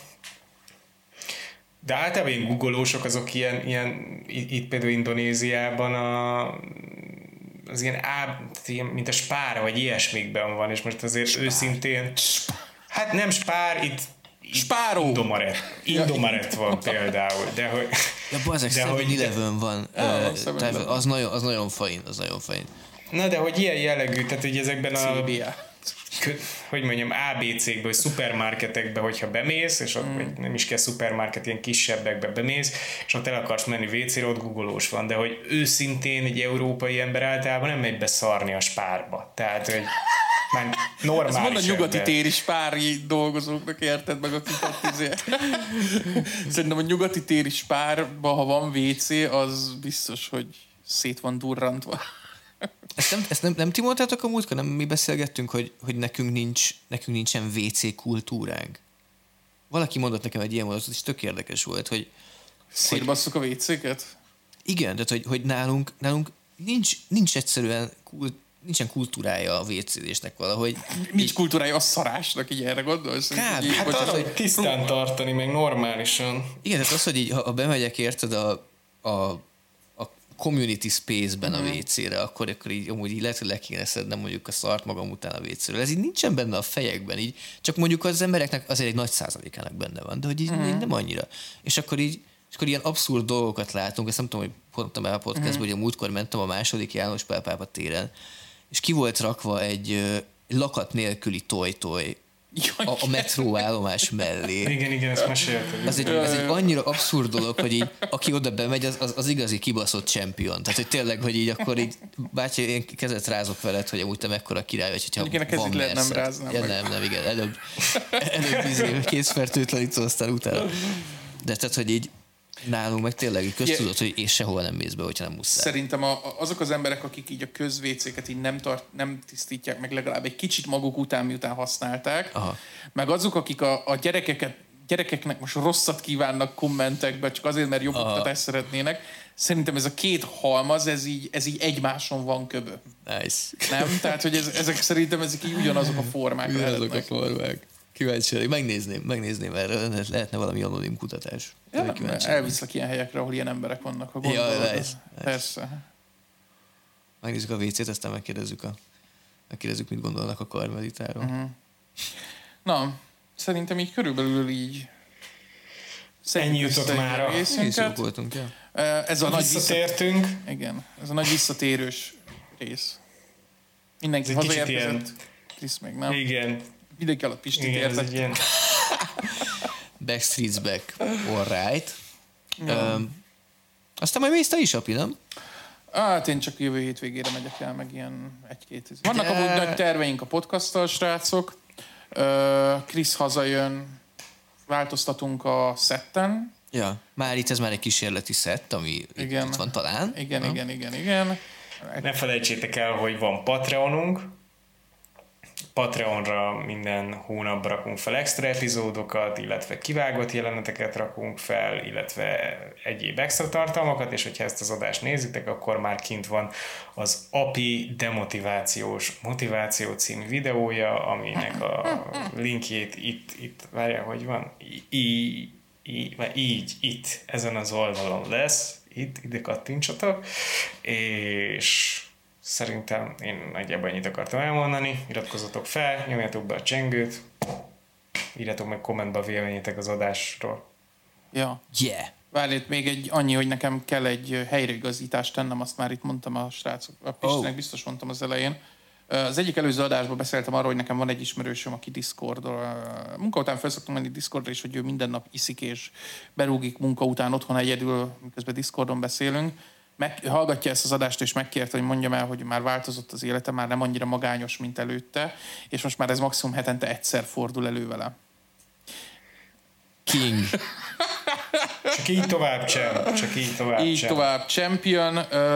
De általában ilyen googolósok azok ilyen itt például Indonéziában az ilyen mint a Spár, vagy ilyesmikben van, és most azért őszintén... Hát nem Spár, itt Spáró! Indomaret van például, de hogy... Ja, bazzeg, 7-Eleven van. Az nagyon fain, Na, de hogy ilyen jellegű, tehát hogy ezekben CBA. Hogy mondjam, ABC-kből, szupermarketekbe, hogyha bemész, és ott vagy nem is kell szupermarket, ilyen kisebbekbe bemész, és ott el akarsz menni WC-re, ott googolós van, de hogy őszintén egy európai ember általában nem megy beszarni a Spárba. Tehát, hogy Már normális Ez mond a nyugati ember. téri spári dolgozóknak, érted meg, akiket Szerintem a nyugati téri spárban, ha van WC, az biztos, hogy szét van durrantva. Ezt nem ti mondtátok a múltkor? Nem mi beszélgettünk, hogy nekünk nincsen WC kultúránk? Valaki mondott nekem egy ilyen mondatot, és tök érdekes volt, hogy Szétbasszuk a WC-ket? igen, tehát hogy nálunk nincs egyszerűen nincsen kultúrája a WC-désnek valahogy. Nincs kultúrája a szarásnak, így erre gondolsz? Kb. Így, Hát bocsánat, arra, hogy tisztán tartani, meg normálisan. Igen, tehát az, hogy így, ha bemegyek érted a community space-ben a WC-re, akkor így amúgy így lehet, hogy le kéne szednem mondjuk a szart magam után a WC-ről. Ez így nincsen benne a fejekben, így csak mondjuk az embereknek azért egy nagy százalékának benne van, de hogy így nem annyira. És akkor ilyen abszurd dolgokat látunk, ezt nem tudom, hogy mondtam el a podcastban, hogy a múltkor mentem a második János Pál pápa téren, és ki volt rakva egy lakat nélküli toj-toj a metróállomás mellé. Igen, ezt mesélted. Ez egy annyira abszurd dolog, hogy így, aki oda bemegy, az igazi kibaszott champion. Tehát, hogy tényleg, hogy így akkor így, bátya, én kezet rázok veled, hogy amúgy te mekkora király vagy, hogyha igen, a kezét lehet nem ráznám ja, meg. nem, igen, előbb kézfertőtlenítő, aztán utána. De tehát, hogy így nálunk meg tényleg köztudott, hogy és sehova nem mész be, hogyha nem muszáj. Szerintem azok az emberek, akik így a közvécéket így nem tisztítják meg legalább egy kicsit maguk után, miután használták, Aha. meg azok, akik a gyerekeknek most rosszat kívánnak kommentekbe, csak azért, mert jobb oktatást szeretnének, szerintem ez a két halmaz, ez így egymáson van köbö. Nice. Nem? Tehát, hogy ezek szerintem ezek így ugyanazok a formák Ugyanazok a lehetnek. formák. Kíváncsi vagyok. Megnézném erre, lehetne valami anonim kutatás. Ja, Kíváncsi. elviszlek ilyen helyekre, ahol ilyen emberek vannak, ha gondolod. Ja, nice. Persze. Megnézzük a WC-t, aztán megkérdezzük, mit gondolnak a karmelitáról. Na, szerintem így körülbelül így Ennyi jutott mára. Készülök voltunk, ja. Ez a nagy Visszatértünk. Igen, ez a nagy visszatérős rész. Mindenki Ez egy kicsit hazaérkezett. Krisz még nem. Igen. Mindenki alatt Pistit Igen, ez egy értett. ilyen... Backstreet's back. All right. Aztán majd mész te is, Api, nem? Hát én csak jövő hétvégére megyek el, meg ilyen egy-két. Vannak amúgy nagy terveink a podcasttal, srácok. Krisz hazajön, változtatunk a szetten. Ja. Már itt ez már egy kísérleti szett, ami itt van talán. Igen. Ne felejtsétek el, hogy van Patreonunk. Patreonra minden hónapban rakunk fel extra epizódokat, illetve kivágott jeleneteket rakunk fel, illetve egyéb extra tartalmakat, és hogyha ezt az adást nézitek, akkor már kint van az API demotivációs motiváció című videója, aminek a linkjét itt várjál, hogy van? Itt, ezen az oldalon lesz, itt, ide kattintsatok, és szerintem én nagyjából ennyit akartam elmondani. Iratkozzatok fel, nyomjatok be a csengőt, írjatok meg kommentbe a véleményetek az adásról. Ja. Yeah. Várj, még annyi, hogy nekem kell egy helyreigazítást tennem, azt már itt mondtam a srácok. A Pistinek biztos mondtam az elején. Az egyik előző adásban beszéltem arról, hogy nekem van egy ismerősöm, aki Discordról, munka után fel szoktunk menni Discordra, és hogy ő minden nap iszik és berúgik munka után otthon egyedül, miközben Discordon beszélünk. Hallgatja ezt az adást, és megkérte, hogy mondjam el, hogy már változott az élete, már nem annyira magányos, mint előtte, és most már ez maximum hetente egyszer fordul elő vele. King. Csak így tovább, Így tovább, champion.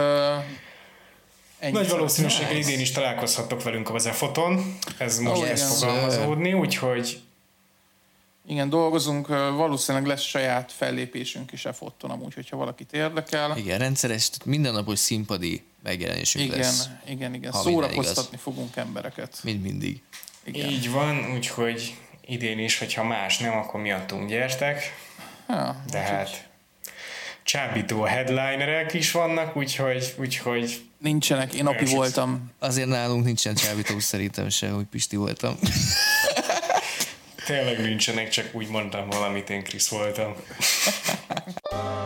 Nagy valószínűséggel idén is találkozhattok velünk az EFOT-on. Ez most igen. fog fogalmazódni, úgyhogy... Igen, dolgozunk, valószínűleg lesz saját fellépésünk is EFOT-on amúgy, hogyha valakit érdekel. Igen, rendszeres, tehát mindennapos színpadi megjelenésünk lesz. Igen. Ha Szórakoztatni fogunk embereket. Mint mindig. Igen. Így van, úgyhogy idén is, hogyha más nem, akkor miattunk gyertek. Ja, De hát csábító headlinerek is vannak, úgyhogy nincsenek, én Api voltam. Azért nálunk nincsen csábító szerintem se, hogy Pisti voltam. tényleg nincsenek, csak úgy mondtam valamit, én Krisz voltam.